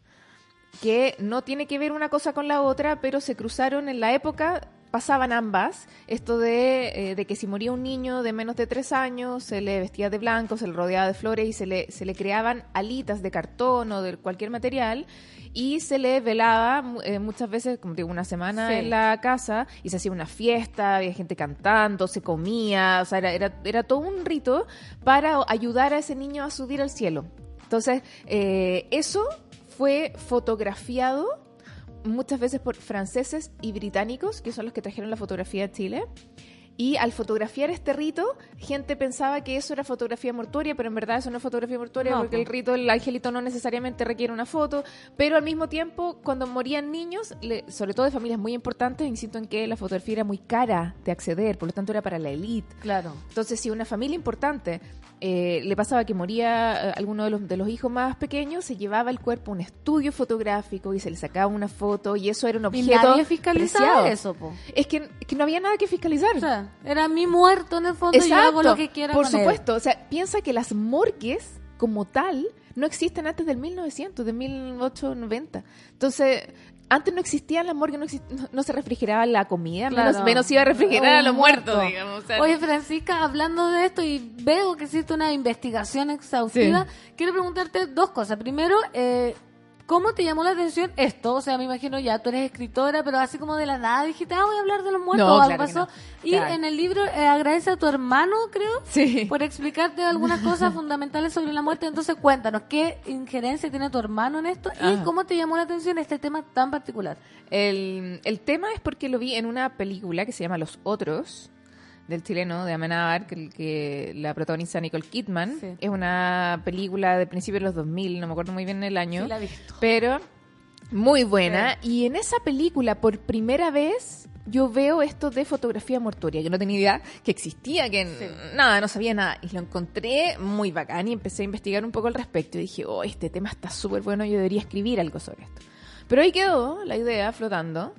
que no tiene que ver una cosa con la otra, pero se cruzaron en la época, pasaban ambas, esto de, eh, de que si moría un niño de menos de tres años, se le vestía de blanco, se le rodeaba de flores y se le, se le creaban alitas de cartón o de cualquier material y se le velaba mu- eh, muchas veces, como digo, una semana Sí. en la casa y se hacía una fiesta, había gente cantando, se comía, o sea, era, era, era todo un rito para ayudar a ese niño a subir al cielo. Entonces, eh, eso fue fotografiado muchas veces por franceses y británicos, que son los que trajeron la fotografía a Chile. Y al fotografiar este rito, gente pensaba que eso era fotografía mortuoria, pero en verdad eso no es fotografía mortuoria No, porque po. el rito del angelito no necesariamente requiere una foto. Pero al mismo tiempo, cuando morían niños, le- sobre todo de familias muy importantes, insisto en que la fotografía era muy cara de acceder, por lo tanto era para la élite. Claro. Entonces, si una familia importante eh, le pasaba que moría eh, alguno de los, de los hijos más pequeños, se llevaba el cuerpo a un estudio fotográfico y se le sacaba una foto y eso era un Y objeto nadie fiscalizaba preciado. eso, po. Es que, que no había nada que fiscalizar. O sea, era mi muerto en el fondo y yo hago lo que quiera por con él. supuesto. O sea, piensa que las morgues como tal no existen antes del mil novecientos, de mil ochocientos noventa. Entonces, antes no existían las morgues, no, exist- no, no se refrigeraba la comida, Claro. menos, menos iba a refrigerar a Un los muertos, muerto. digamos. O sea, Oye, Francisca, hablando de esto y veo que existe una investigación exhaustiva, quiero preguntarte dos cosas. Primero, eh, ¿cómo te llamó la atención esto? O sea, me imagino ya tú eres escritora, pero así como de la nada dijiste, ah, voy a hablar de los muertos No, o algo claro que pasó. no. Y Claro. en el libro eh, agradece a tu hermano, creo, Sí. por explicarte algunas cosas fundamentales sobre la muerte. Entonces, cuéntanos, ¿qué injerencia tiene tu hermano en esto? Y Ajá. cómo te llamó la atención este tema tan particular. El, el tema es porque lo vi en una película que se llama Los Otros, del chileno de Amenábar, que, que la protagoniza Nicole Kidman. Sí. Es una película de principios de los dos mil, no me acuerdo muy bien el año. Sí, la he visto. Pero muy buena. Y en esa película, por primera vez, yo veo esto de fotografía mortuoria, que no tenía idea que existía, que Sí. nada, no sabía nada. Y lo encontré muy bacán y empecé a investigar un poco al respecto. Y dije, oh, este tema está súper bueno, yo debería escribir algo sobre esto. Pero ahí quedó la idea flotando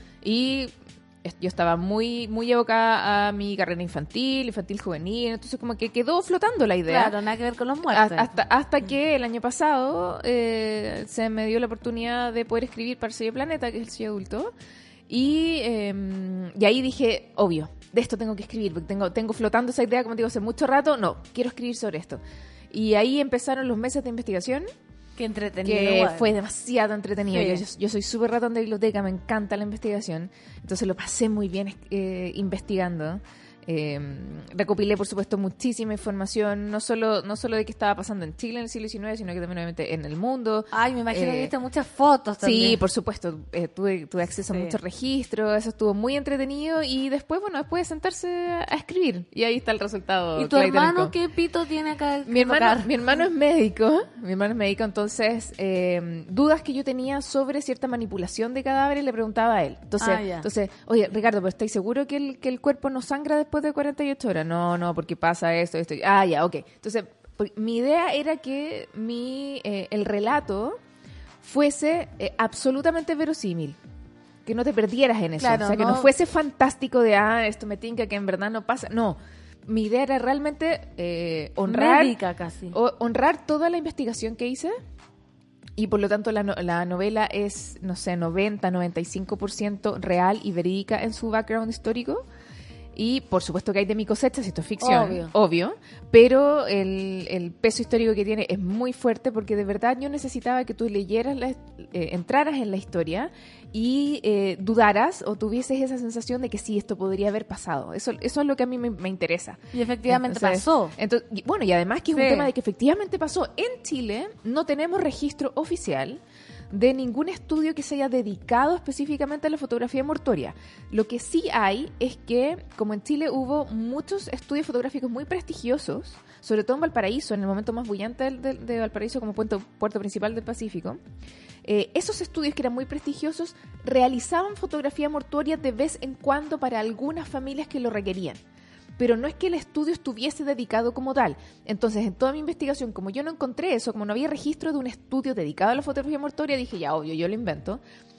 y yo estaba muy muy evocada a mi carrera infantil, infantil juvenil, entonces como que quedó flotando la idea. Claro, nada que ver con los muertos. Hasta, hasta que el año pasado eh, se me dio la oportunidad de poder escribir para el sello Planeta, que es el sello adulto, y, eh, y ahí dije, obvio, de esto tengo que escribir, porque tengo, tengo flotando esa idea, como te digo, hace mucho rato, no, quiero escribir sobre esto. Y ahí empezaron los meses de investigación. Qué entretenido. Que igual. fue demasiado entretenido. Sí. Yo, yo, yo soy súper ratón de biblioteca, me encanta la investigación. Entonces lo pasé muy bien eh, investigando. Eh, recopilé, por supuesto, muchísima información, no solo no solo de qué estaba pasando en Chile en el siglo diecinueve, sino que también, obviamente, en el mundo. Ay, me imagino eh, que viste muchas fotos también. Sí, por supuesto. Eh, tuve, tuve acceso Sí. a muchos registros, eso estuvo muy entretenido. Y después, bueno, después de sentarse a escribir. Y ahí está el resultado. ¿Y tu Clayton hermano and Co. qué pito tiene acá? Mi hermano, mi hermano es médico, mi hermano es médico, entonces eh, dudas que yo tenía sobre cierta manipulación de cadáveres le preguntaba a él. Entonces, Ah, ya. entonces oye, Ricardo, ¿pero estáis seguro que el, que el cuerpo no sangra después de cuarenta y ocho horas? No, no, porque pasa esto, esto. Ah, ya, ok. Entonces, por- mi idea era que mi eh, el relato fuese eh, absolutamente verosímil. Que no te perdieras en eso. Claro, o sea, que no no- fuese fantástico de, ah, esto me tinca que en verdad no pasa. No. Mi idea era realmente eh, honrar, Médica casi. o- honrar toda la investigación que hice y por lo tanto la, no- la novela es, no sé, noventa, noventa y cinco por ciento real y verídica en su background histórico. Y por supuesto que hay de mi cosecha, si esto es ficción, Obvio. obvio, pero el, el peso histórico que tiene es muy fuerte porque de verdad yo necesitaba que tú leyeras, la, eh, entraras en la historia y eh, dudaras o tuvieses esa sensación de que sí, esto podría haber pasado. Eso, eso es lo que a mí me, me interesa. Y efectivamente Entonces- pasó. Entonces, y- bueno, y además que es Sí. un tema de que efectivamente pasó. En Chile no tenemos registro oficial de ningún estudio que se haya dedicado específicamente a la fotografía mortuoria. Lo que sí hay es que, como en Chile hubo muchos estudios fotográficos muy prestigiosos, sobre todo en Valparaíso, en el momento más bullante de, de- de Valparaíso como puerto, puerto principal del Pacífico, eh, esos estudios que eran muy prestigiosos realizaban fotografía mortuoria de vez en cuando para algunas familias que lo requerían. Pero no es que el estudio estuviese dedicado como tal. Entonces, en toda mi investigación, como yo no encontré eso, como no había registro de un estudio dedicado a la fotografía mortuoria, dije, ya, obvio, yo lo invento.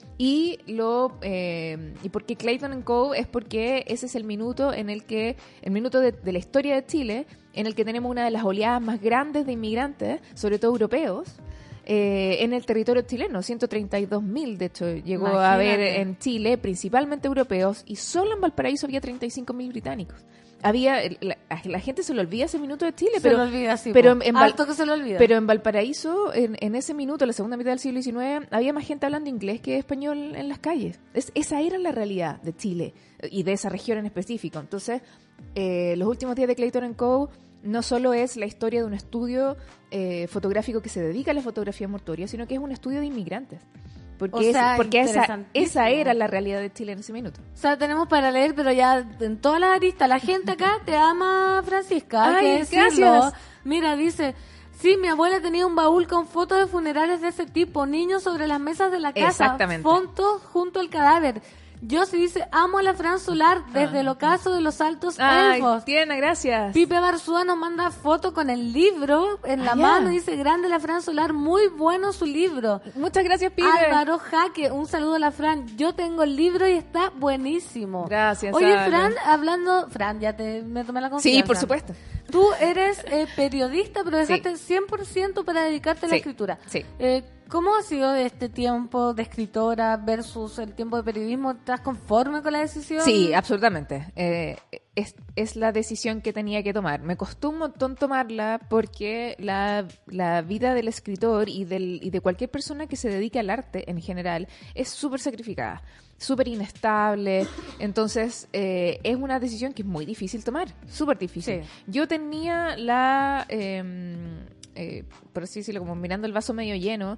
Y lo eh, y por qué Clayton and Co. es porque ese es el minuto en el que, el minuto de, de la historia de Chile, en el que tenemos una de las oleadas más grandes de inmigrantes, sobre todo europeos, eh, en el territorio chileno. ciento treinta y dos mil, de hecho, llegó a haber Imagínate. en Chile, principalmente europeos, y solo en Valparaíso había treinta y cinco mil británicos. Había, la, la gente se le olvida ese minuto de Chile, Se pero, lo olvida, sí, pero po. en, Val- Harto que se lo olvida. pero en Valparaíso, en, en ese minuto, la segunda mitad del siglo diecinueve, había más gente hablando inglés que español en las calles. Es, esa era la realidad de Chile y de esa región en específico. Entonces, eh, los últimos días de Clayton and Co. no solo es la historia de un estudio eh, fotográfico que se dedica a la fotografía mortuoria, sino que es un estudio de inmigrantes. Porque, O es- sea, porque esa, interesantísimo. esa era la realidad de Chile en ese minuto. O sea, tenemos para leer, pero ya en todas las aristas. La gente acá te ama, Francisca. hay Ay, que decirlo. gracias. Mira, dice... Sí, mi abuela tenía un baúl con fotos de funerales de ese tipo. Niños sobre las mesas de la casa. Exactamente. Fotos junto al cadáver. Yo sí dice, amo a la Fran Solar desde el ocaso de los altos Ay, elfos. Tiena, gracias. Pipe Barzúa nos manda foto con el libro en la Ah, ya. mano. Dice, grande la Fran Solar, muy bueno su libro. Muchas gracias, Pipe. Álvaro Jaque, un saludo a la Fran. Yo tengo el libro y está buenísimo. Gracias, Oye, Álvaro. Fran, hablando... Fran, ya te, me tomé la confianza. Sí, por supuesto. Tú eres eh, periodista, pero dejaste cien por ciento para dedicarte a la Sí, escritura. sí. Eh, ¿Cómo ha sido este tiempo de escritora versus el tiempo de periodismo? ¿Estás conforme con la decisión? Sí, absolutamente. Eh, es, es la decisión que tenía que tomar. Me costó un montón tomarla porque la, la vida del escritor y, del, y de cualquier persona que se dedique al arte en general es súper sacrificada, súper inestable. Entonces, eh, es una decisión que es muy difícil tomar, súper difícil. Sí. Yo tenía la... Eh, eh, por así decirlo, como mirando el vaso medio lleno.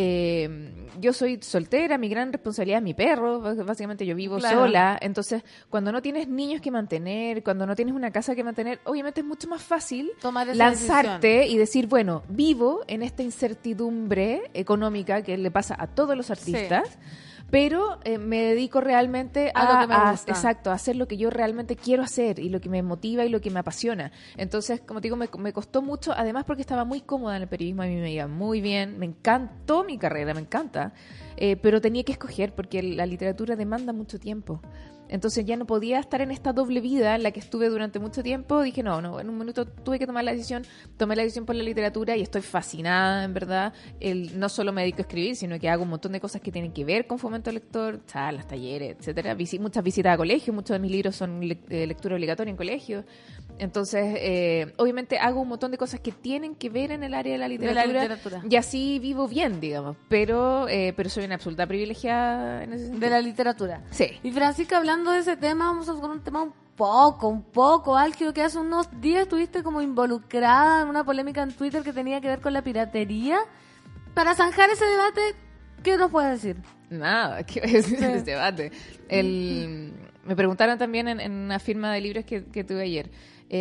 Eh, yo soy soltera, mi gran responsabilidad es mi perro, b- básicamente yo vivo Claro. sola, entonces cuando no tienes niños que mantener, cuando no tienes una casa que mantener, obviamente es mucho más fácil Tomar esa lanzarte y decir, bueno, vivo en esta incertidumbre económica que le pasa a todos los artistas, pero eh, me dedico realmente a, A lo que me a- gusta. exacto, a hacer lo que yo realmente quiero hacer y lo que me motiva y lo que me apasiona. Entonces, como te digo, me, me costó mucho, además porque estaba muy cómoda en el periodismo, a mí me iba muy bien, me encantó mi carrera, me encanta, eh, pero tenía que escoger porque la literatura demanda mucho tiempo. Entonces ya no podía estar en esta doble vida en la que estuve durante mucho tiempo. Dije, no, no, en un minuto tuve que tomar la decisión, tomé la decisión por la literatura y estoy fascinada, en verdad. El, no solo me dedico a escribir, sino que hago un montón de cosas que tienen que ver con fomento lector, charlas, talleres, etcétera. Visi- muchas visitas a colegios, muchos de mis libros son le- eh, lectura obligatoria en colegios. Entonces, eh, obviamente hago un montón de cosas que tienen que ver en el área de la De literatura, la literatura. y así vivo bien, digamos. Pero, eh, pero soy una absoluta privilegiada en ese sentido. De la literatura. Sí. Y Francisca, hablando de ese tema, vamos a tocar un tema un poco, un poco álgido, que hace unos días estuviste como involucrada en una polémica en Twitter que tenía que ver con la piratería. Para zanjar ese debate, ¿qué nos puedes decir? Nada, ¿qué voy a decir de este debate? El, me preguntaron también en, en una firma de libros que, que tuve ayer.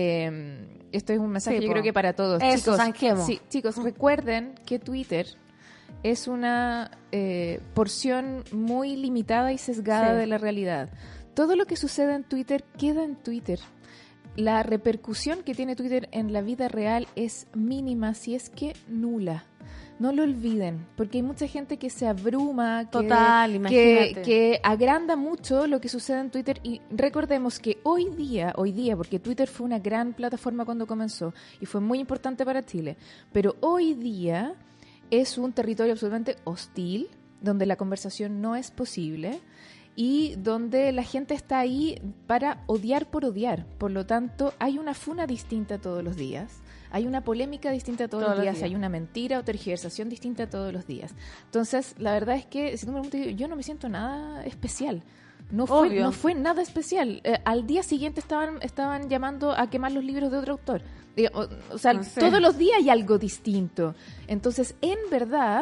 Eh, esto es un mensaje, Sí, yo po. creo que para todos. Eso, chicos, zanjemos. sí, chicos, recuerden que Twitter es una eh, porción muy limitada y sesgada Sí. de la realidad. Todo lo que sucede en Twitter queda en Twitter. La repercusión que tiene Twitter en la vida real es mínima, si es que nula. No lo olviden, porque hay mucha gente que se abruma, que, Total, que, imagínate. que agranda mucho lo que sucede en Twitter. Y recordemos que hoy día, hoy día, porque Twitter fue una gran plataforma cuando comenzó y fue muy importante para Chile, pero hoy día es un territorio absolutamente hostil, donde la conversación no es posible y donde la gente está ahí para odiar por odiar. Por lo tanto, hay una funa distinta todos los días, hay una polémica distinta todos, Todos los los días, días. hay una mentira o tergiversación distinta todos los días. Entonces, la verdad es que, si tú me preguntas, yo no me siento nada especial. No fue, Obvio. no fue nada especial. Eh, al día siguiente estaban estaban llamando a quemar los libros de otro autor. Digo, O, o sea, No sé. todos los días hay algo distinto. Entonces, en verdad,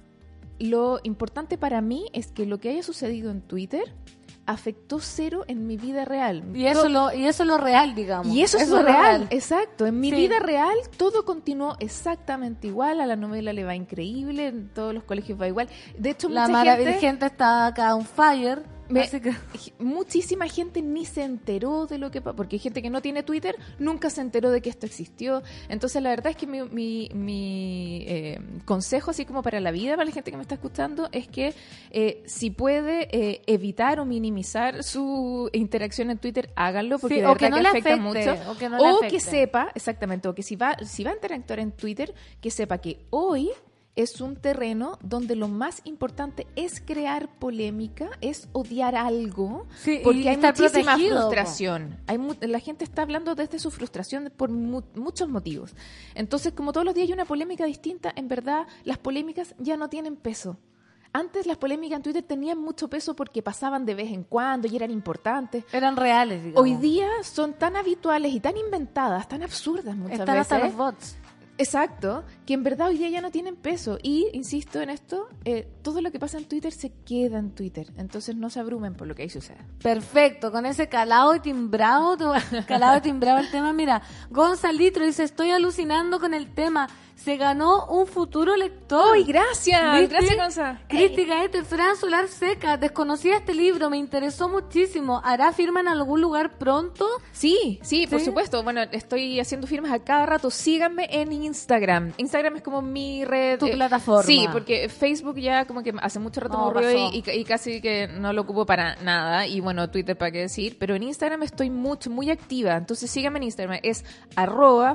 lo importante para mí es que lo que haya sucedido en Twitter afectó cero en mi vida real. Y eso, To- lo, y eso es lo real, digamos. y eso, es lo real, exacto. En mi Sí. vida real todo continuó exactamente igual, a la novela le va increíble, en todos los colegios va igual. De hecho, La mucha maravilla gente, gente está acá on fire. me- así que... muchísima gente ni se enteró de lo que pasó, porque hay gente que no tiene Twitter, nunca se enteró de que esto existió. Entonces, la verdad es que mi, mi, mi eh, consejo, así como para la vida, para la gente que me está escuchando, es que eh, si puede eh, evitar o minimizar su interacción en Twitter, háganlo, porque Sí, de o verdad que que, no le afecta afecte, mucho. o que no le O afecte. que sepa, exactamente, o que si va, si va a interactuar en Twitter, que sepa que hoy es un terreno donde lo más importante es crear polémica, es odiar algo, Sí, y porque hay estar muchísima protegido, po. frustración. Hay mu- la gente está hablando desde su frustración por mu- muchos motivos. Entonces, como todos los días hay una polémica distinta, en verdad las polémicas ya no tienen peso. Antes las polémicas en Twitter tenían mucho peso porque pasaban de vez en cuando y eran importantes. Eran reales, digamos. Hoy día son tan habituales y tan inventadas, tan absurdas muchas Están veces. hasta los bots. Exacto, que en verdad hoy día ya no tienen peso. Y, insisto en esto, eh, todo lo que pasa en Twitter se queda en Twitter. Entonces no se abrumen por lo que ahí sucede. Perfecto, con ese calado y timbrado, tu- calado y timbrado el tema. Mira, Gonzalitro dice, estoy alucinando con el tema. Se ganó un futuro lector. ¡Ay, gracias! ¿Viste? Gracias, Gonza. Cristi Gaete, Fran Solar Seca, desconocía este libro, me interesó muchísimo. ¿Hará firma en algún lugar pronto? Sí, sí, por ¿Sí? supuesto. Bueno, estoy haciendo firmas a cada rato. Síganme en Instagram. Instagram es como mi red. Tu eh, plataforma. Sí, porque Facebook ya como que hace mucho rato No, me aburrió pasó. y, y- y casi que no lo ocupo para nada. Y bueno, Twitter para qué decir. Pero en Instagram estoy mucho, muy activa. Entonces síganme en Instagram. Es arroba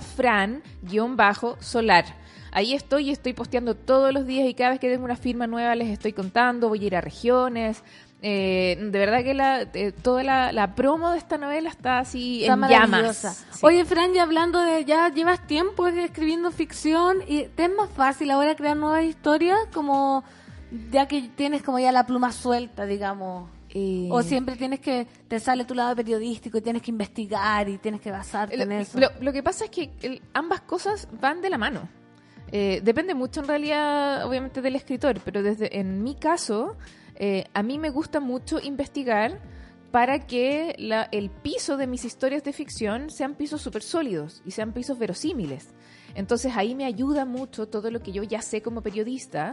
fran-solar. Ahí estoy y estoy posteando todos los días y cada vez que tengo una firma nueva les estoy contando, voy a ir a regiones. Eh, de verdad que la, eh, toda la, la promo de esta novela está así Está en maravillosa. llamas. Sí. Oye, Fran, ya hablando de, ya llevas tiempo escribiendo ficción y te es más fácil ahora crear nuevas historias, como ya que tienes como ya la pluma suelta, digamos. Eh, O siempre tienes que, te sale tu lado periodístico y tienes que investigar y tienes que basarte lo, en eso. lo- lo que pasa es que el- ambas cosas van de la mano. Eh, depende mucho en realidad, obviamente, del escritor, pero desde en mi caso, eh, a mí me gusta mucho investigar para que la- el piso de mis historias de ficción sean pisos súper sólidos y sean pisos verosímiles. Entonces ahí me ayuda mucho todo lo que yo ya sé como periodista,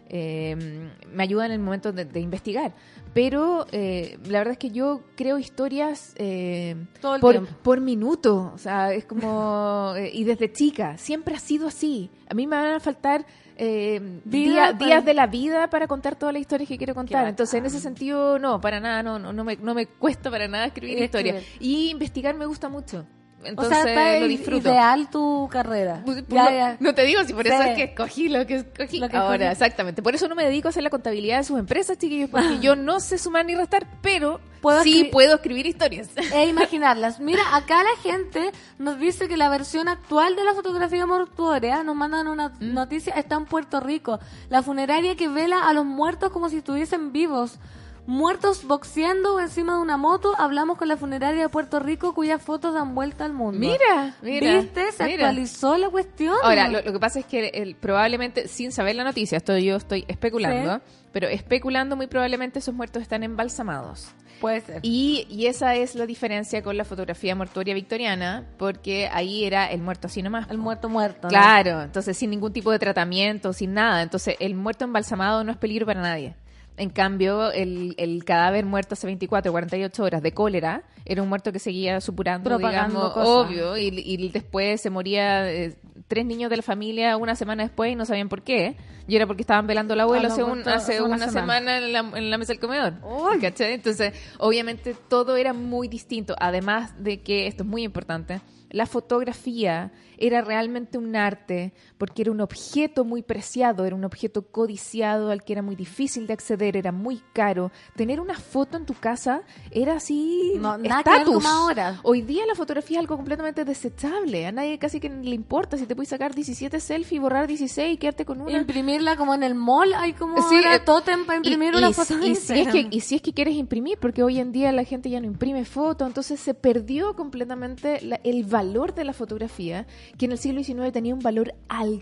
eh, me ayudan en el momento de, de investigar. Pero eh, la verdad es que yo creo historias eh, Todo el por, tiempo. por minuto, o sea, es como... eh, y desde chica, siempre ha sido así. A mí me van a faltar eh, Vida día- para- días de la vida para contar todas las historias que quiero contar. bacán. Entonces, en ese sentido, no, para nada, no, no, no, me, no me cuesta para nada escribir Escribir. historias. Y investigar me gusta mucho. O Entonces, sea, está lo i- disfruto. ideal tu carrera. Pues, Ya, no, ya. no te digo si por eso Sí. es que escogí lo que escogí Lo que ahora, escogí. exactamente. Por eso no me dedico a hacer la contabilidad de sus empresas, chiquillos, porque yo no sé sumar ni restar, pero Puedo sí escri- puedo escribir historias. E imaginarlas. Mira, acá la gente nos dice que la versión actual de la fotografía mortuoria, nos mandan una ¿Mm? noticia, está en Puerto Rico. La funeraria que vela a los muertos como si estuviesen vivos. Muertos boxeando encima de una moto. Hablamos con la funeraria de Puerto Rico cuyas fotos dan vuelta al mundo. Mira, mira. ¿Viste? Se mira. actualizó la cuestión. Ahora, lo, lo que pasa es que el, probablemente, sin saber la noticia, esto yo estoy especulando, Sí. pero especulando muy probablemente esos muertos están embalsamados. Puede ser. Y, y esa es la diferencia con la fotografía mortuoria victoriana, porque ahí era el muerto así nomás. El muerto muerto. ¿no? Claro, entonces sin ningún tipo de tratamiento, sin nada. Entonces el muerto embalsamado no es peligro para nadie. En cambio, el, el cadáver muerto hace veinticuatro, cuarenta y ocho horas de cólera era un muerto que seguía supurando, Propagando digamos, cosas. obvio, y, y después se moría eh, tres niños de la familia una semana después y no sabían por qué. Y era porque estaban velando al abuelo Ah, no, hace, un- justo hace hace una una, semana. semana, en, la, en la mesa del comedor. ¿Cachai? Entonces, obviamente todo era muy distinto. Además de que, esto es muy importante, la fotografía era realmente un arte porque era un objeto muy preciado, era un objeto codiciado al que era muy difícil de acceder, era muy caro. Tener una foto en tu casa era así No, nada que ver estatus. como ahora. Hoy día la fotografía es algo completamente desechable. A nadie casi que le importa si te puedes sacar diecisiete selfies, borrar dieciséis y quedarte con una. Imprimirla como en el mall. Hay como Sí, ahora eh, tótem para imprimir y, una y foto. si- de y si es Instagram. que, y si es que quieres imprimir, porque hoy en día la gente ya no imprime fotos, entonces se perdió completamente la- el valor de la fotografía, que en el siglo diecinueve tenía un valor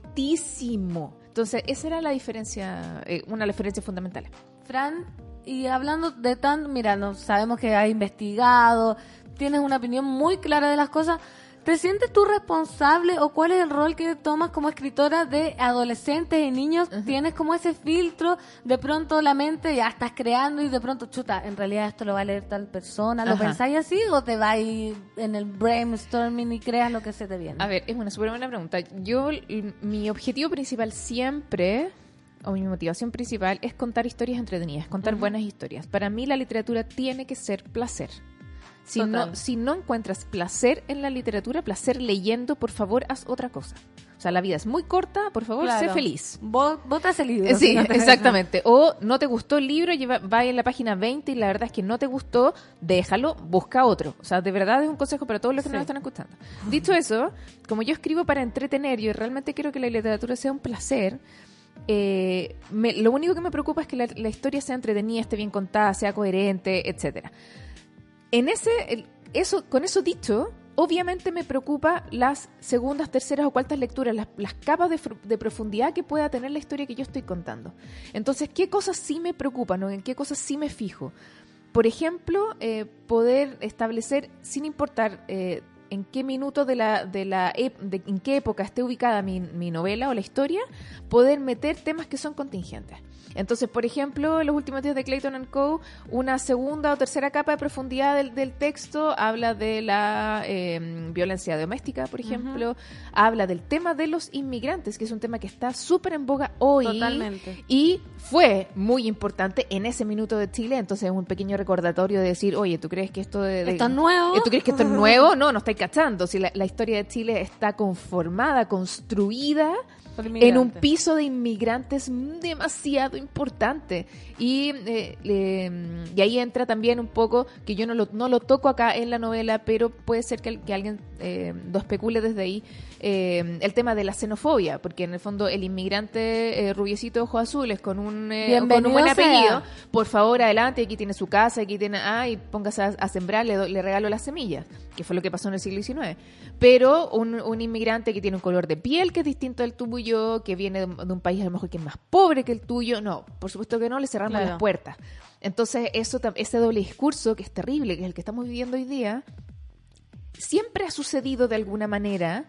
altísimo. Entonces, esa era la diferencia, eh, una de las diferencias fundamentales. Fran, y hablando de tan, mira, no sabemos que has investigado, tienes una opinión muy clara de las cosas. ¿Te sientes tú responsable o cuál es el rol que tomas como escritora de adolescentes y niños? ¿Tienes como ese filtro? De pronto la mente ya estás creando y de pronto, chuta, en realidad esto lo va a leer tal persona. ¿Lo Ajá. pensáis así o te vas en el brainstorming y creas lo que se te viene? A ver, es una súper buena pregunta. Yo, l- mi objetivo principal siempre, o mi motivación principal, es contar historias entretenidas, contar Ujú. buenas historias. Para mí la literatura tiene que ser placer. Si Total. no, si no encuentras placer en la literatura, placer leyendo, por favor, haz otra cosa. O sea, la vida es muy corta, por favor, sé Claro. feliz. Vos, vos te haces el libro. Eh, Sí, si no te- exactamente. O no te gustó el libro, lleva, va en la página veinte y la verdad es que no te gustó, déjalo, busca otro. O sea, de verdad es un consejo para todos los que Sí. nos están escuchando. Dicho eso, como yo escribo para entretener, yo realmente quiero que la literatura sea un placer. Eh, me- lo único que me preocupa es que la, la historia sea entretenida, esté bien contada, sea coherente, etcétera. En ese, el- eso, con eso dicho, obviamente me preocupa las segundas, terceras o cuartas lecturas, las, las capas de, fru- de profundidad que pueda tener la historia que yo estoy contando. Entonces, ¿qué cosas sí me preocupan o en qué cosas sí me fijo? Por ejemplo, eh, poder establecer, sin importar eh, en qué minuto de la, de la ep- de, en qué época esté ubicada mi, mi novela o la historia, poder meter temas que son contingentes. Entonces, por ejemplo, en los últimos días de Clayton and Co., una segunda o tercera capa de profundidad del, del texto habla de la eh, violencia doméstica, por ejemplo, habla del tema de los inmigrantes, que es un tema que está súper en boga hoy. Totalmente. Y fue muy importante en ese minuto de Chile, entonces es un pequeño recordatorio de decir, oye, ¿tú crees que esto de, de- ¿Esto es nuevo? ¿Tú crees que esto es nuevo? No, no estáis cachando. Si la, la historia de Chile está conformada, construida Por en un inmigrantes. piso de inmigrantes demasiado importante. Y, eh, le- y ahí entra también un poco, que yo no lo, no lo toco acá en la novela, pero puede ser que, que alguien eh, lo especule desde ahí, eh, el tema de la xenofobia, porque en el fondo el inmigrante eh, rubiecito de ojos azules con un, eh, con Bienvenido un buen sea. apellido, por favor, adelante, aquí tiene su casa, aquí tiene, ah, y póngase a, a sembrar, le, do- le regalo las semillas, que fue lo que pasó en el siglo diecinueve. Pero un, un inmigrante que tiene un color de piel que es distinto al tuyo, que viene de, de un país a lo mejor que es más pobre que el tuyo, no, por supuesto que no, le cerramos Claro. las puertas. Entonces, eso, tam- ese doble discurso, que es terrible, que es el que estamos viviendo hoy día, siempre ha sucedido de alguna manera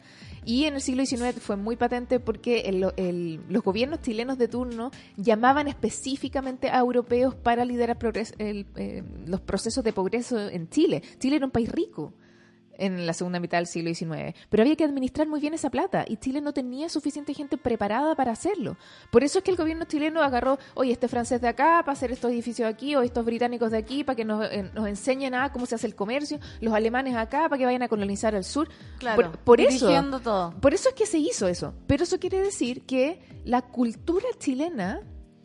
Y en el siglo diecinueve fue muy patente porque el, el, los gobiernos chilenos de turno llamaban específicamente a europeos para liderar progres, el, eh, los procesos de progreso en Chile. Chile era un país rico en la segunda mitad del siglo diecinueve, pero había que administrar muy bien esa plata y Chile no tenía suficiente gente preparada para hacerlo. Por eso es que el gobierno chileno agarró, oye, este francés de acá para hacer estos edificios de aquí, o estos británicos de aquí para que nos, eh, nos enseñen a cómo se hace el comercio, los alemanes acá para que vayan a colonizar el sur. Claro, por, por eso, dirigiendo todo. Por eso es que se hizo eso, pero eso quiere decir que la cultura chilena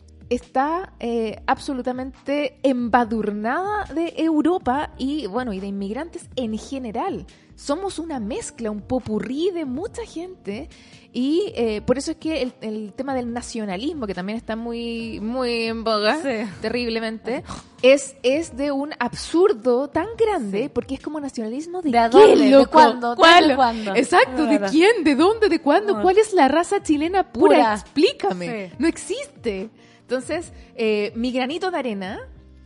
está eh, absolutamente embadurnada de Europa y, bueno, y de inmigrantes en general. Somos una mezcla, un popurrí de mucha gente y eh, por eso es que el, el tema del nacionalismo, que también está muy muy en boga, sí. terriblemente, es, es de un absurdo tan grande, sí. porque es como nacionalismo de, ¿De qué, dónde? loco? ¿De cuándo? ¿Cuál? ¿De cuándo? Exacto, ¿de quién? ¿De dónde? ¿De cuándo? No. ¿Cuál es la raza chilena pura? Pura. Explícame. Sí. No existe. Entonces, eh, mi granito de arena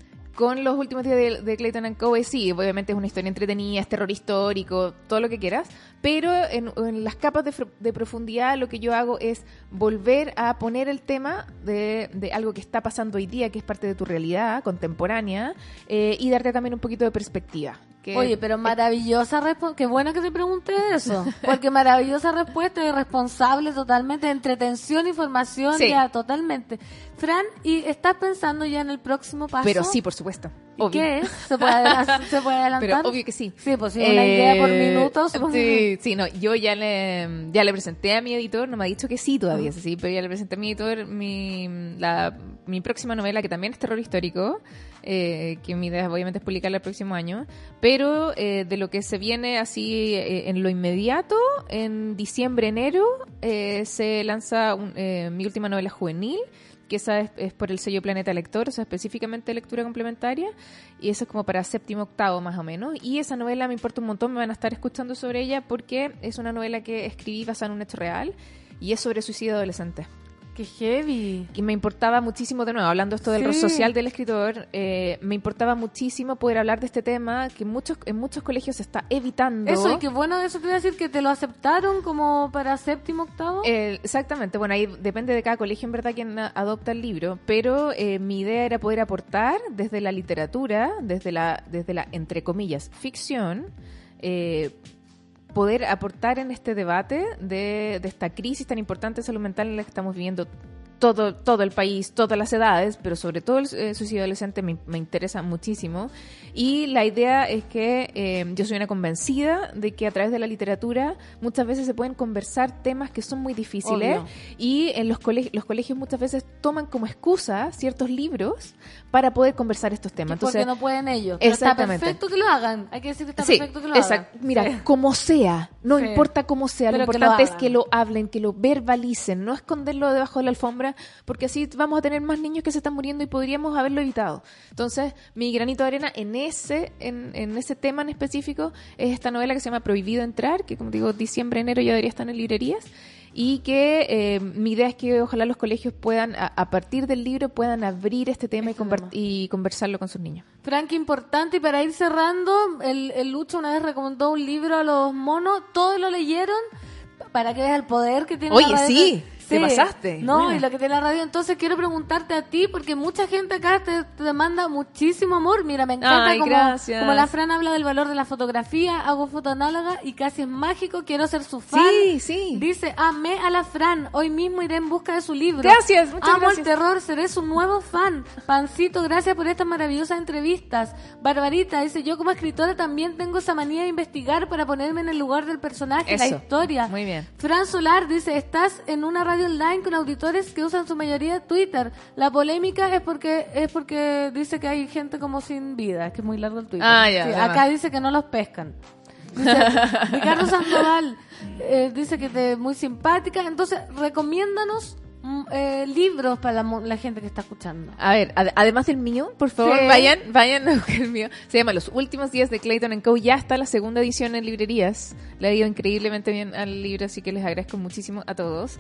con los últimos días de, de Clayton and Co. Sí, obviamente es una historia entretenida, es terror histórico, todo lo que quieras, pero en, en las capas de, de profundidad lo que yo hago es volver a poner el tema de, de algo que está pasando hoy día, que es parte de tu realidad contemporánea, eh, y darte también un poquito de perspectiva. Que Oye, pero maravillosa respuesta. Qué bueno que te pregunté eso. Porque maravillosa respuesta y responsable totalmente. Entretención, información, sí. ya totalmente. Fran, ¿y estás pensando ya en el próximo paso? Pero sí, por supuesto. ¿Y qué es? ¿Se puede, adelantar? ¿Se puede adelantar? Pero obvio que sí. Sí, pues sí, una eh, idea por minuto. Supongo. Sí, sí, no, yo ya le, ya le presenté a mi editor, no me ha dicho que sí todavía, uh-huh. sí, pero ya le presenté a mi editor mi, la, mi próxima novela, que también es terror histórico, eh, que mi idea obviamente es publicarla el próximo año, pero eh, de lo que se viene así eh, en lo inmediato, en diciembre, enero, eh, se lanza un, eh, mi última novela juvenil, que esa es, es por el sello Planeta Lector, o sea, específicamente lectura complementaria, y eso es como para séptimo, octavo más o menos, y esa novela me importa un montón, me van a estar escuchando sobre ella, porque es una novela que escribí basada en un hecho real, y es sobre suicidio adolescente. ¡Qué heavy! Y me importaba muchísimo, de nuevo, hablando esto del sí. rol social del escritor, eh, me importaba muchísimo poder hablar de este tema que muchos, en muchos colegios se está evitando. Eso, y qué bueno, eso te iba a decir, que te lo aceptaron como para séptimo, octavo. Eh, exactamente, bueno, ahí depende de cada colegio en verdad quien adopta el libro, pero eh, mi idea era poder aportar desde la literatura, desde la, desde la entre comillas, ficción, eh, poder aportar en este debate de, de esta crisis tan importante de salud mental en la que estamos viviendo todo, todo el país, todas las edades, pero sobre todo el eh, suicidio adolescente me, me interesa muchísimo. Y la idea es que eh, yo soy una convencida de que a través de la literatura muchas veces se pueden conversar temas que son muy difíciles. Obvio. Y en los colegios, los colegios muchas veces toman como excusa ciertos libros para poder conversar estos temas. Entonces, porque no pueden ellos. Pero exactamente. Está perfecto que lo hagan. Hay que decir que está sí, perfecto que lo exacto. hagan. Mira, sí. como sea, no sí. importa cómo sea, pero lo importante que lo es que lo hablen, que lo verbalicen, no esconderlo debajo de la alfombra, porque así vamos a tener más niños que se están muriendo y podríamos haberlo evitado. Entonces, mi granito de arena en ese en, en ese tema en específico es esta novela que se llama Prohibido Entrar, que como digo, diciembre, enero ya debería estar en librerías, y que eh, mi idea es que ojalá los colegios puedan, a, a partir del libro, puedan abrir este tema este y, conver- y conversarlo con sus niños. Frank, importante, y para ir cerrando, el, el Lucho una vez recomendó un libro a los monos, todos lo leyeron, para que veas el poder que tiene Oye, la radio. sí. Te pasaste. No, bueno. y lo que tiene la radio. Entonces quiero preguntarte a ti, porque mucha gente acá te, te manda muchísimo amor. Mira, me encanta. Ay, como, gracias. como la Fran habla del valor de la fotografía, hago foto análoga y casi es mágico, quiero ser su fan. Sí, sí. Dice, amé a la Fran, hoy mismo iré en busca de su libro. Gracias, muchas Amo gracias. el terror, seré su nuevo fan. Pancito, gracias por estas maravillosas entrevistas. Barbarita dice, yo como escritora también tengo esa manía de investigar para ponerme en el lugar del personaje, Eso. la historia. Muy bien. Fran Solar dice, estás en una radio online con auditores que usan su mayoría Twitter. La polémica es porque es porque dice que hay gente como sin vida, es que es muy largo el Twitter. Ah, ya, sí, ya acá va. Dice que no los pescan. Dice, Ricardo Sandoval eh, dice que es muy simpática. Entonces, recomiéndanos mm, eh, libros para la, la gente que está escuchando. A ver, ad- además del mío, por favor, Sí. vayan, vayan a buscar el mío. Se llama Los Últimos Días de Clayton and Co. Ya está la segunda edición en librerías. Le ha ido increíblemente bien al libro, así que les agradezco muchísimo a todos.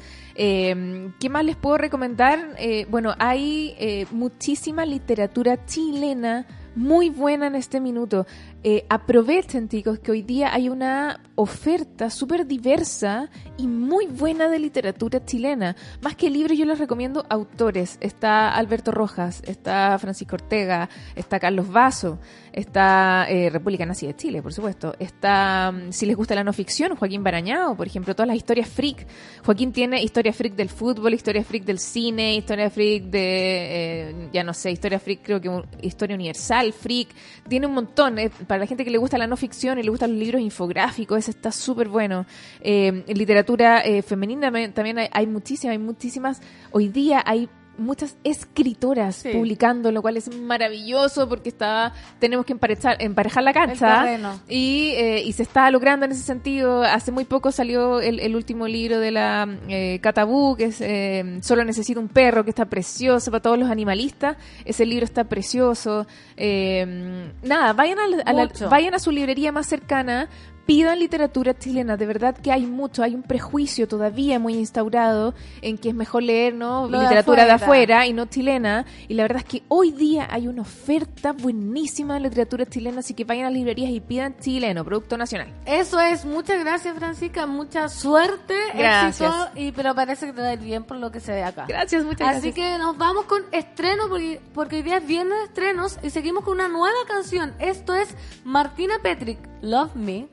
Eh, ¿Qué más les puedo recomendar? Eh, bueno, hay eh, muchísima literatura chilena muy buena en este minuto. Eh, aprovechen, chicos, que hoy día hay una oferta súper diversa y muy buena de literatura chilena. Más que libros, yo les recomiendo autores. Está Alberto Rojas, está Francisco Ortega, está Carlos Vaso, está eh, República Nazi de Chile, por supuesto. Está, si les gusta la no ficción, Joaquín Barañao, por ejemplo, todas las historias freak. Joaquín tiene historia freak del fútbol, historia freak del cine, historia freak de, eh, ya no sé, historia freak, creo que historia universal, freak. Tiene un montón. Eh, para la gente que le gusta la no ficción y le gustan los libros infográficos, ese está súper bueno. Eh, en literatura eh, femenina también hay, hay muchísimas, hay muchísimas. Hoy día hay muchas escritoras sí. publicando, lo cual es maravilloso porque está tenemos que emparejar, emparejar la cancha y, eh, y se está logrando en ese sentido. Hace muy poco salió el, el último libro de la eh, Catabú, que es eh, Solo necesito un perro, que está precioso para todos los animalistas. Ese libro está precioso. Eh, nada, vayan a, la, a la, vayan a su librería más cercana. Pidan literatura chilena, de verdad que hay mucho, hay un prejuicio todavía muy instaurado en que es mejor leer, ¿no? Lo literatura de afuera. de afuera y no chilena, y la verdad es que hoy día hay una oferta buenísima de literatura chilena, así que vayan a las librerías y pidan chileno, producto nacional. Eso es, muchas gracias, Francisca, mucha suerte, gracias. éxito, y, pero parece que te va a ir bien por lo que se ve acá. Gracias, muchas así gracias. Así que nos vamos con estreno, porque, porque hoy día es viernes de estrenos, y seguimos con una nueva canción. Esto es Martina Petrick, Love Me.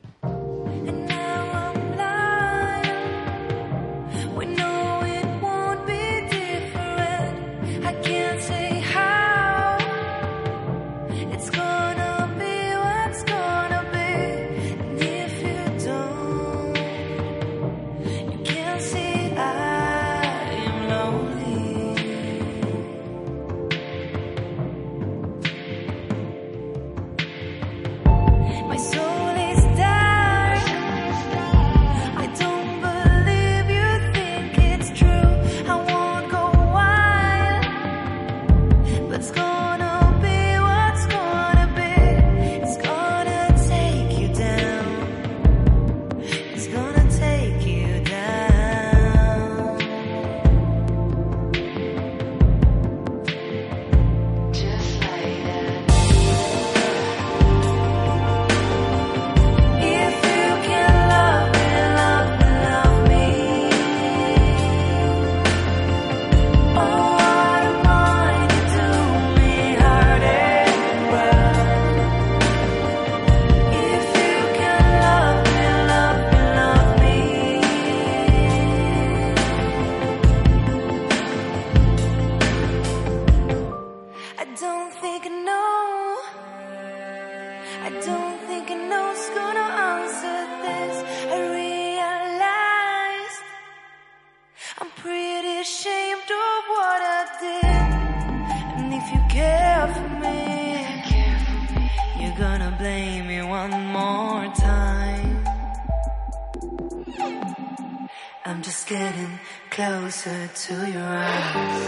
I'm just getting closer to your eyes.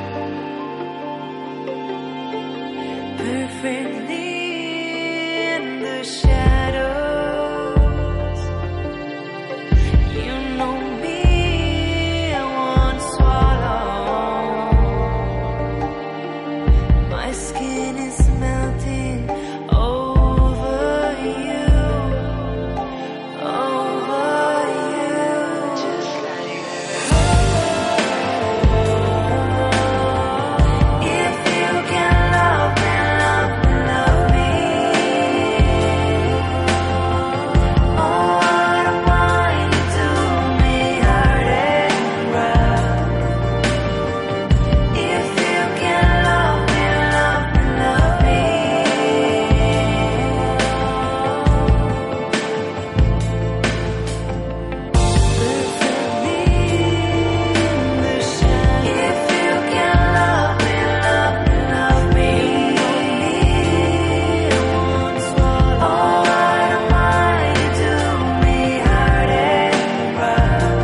Perfectly in the shadows. You know me, I won't swallow. My skin is melting over you. Over you. Just like if you can love me, love me, love me. Oh, I don't mind you do me hurt and rough. If you can love me, love me, love me. Perfectly in the shadows. If you can love me, love me, love me. I won't swallow. Oh, I don't mind you do me hurt and rough.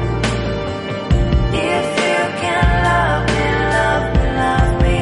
If you can love me, love me, love me.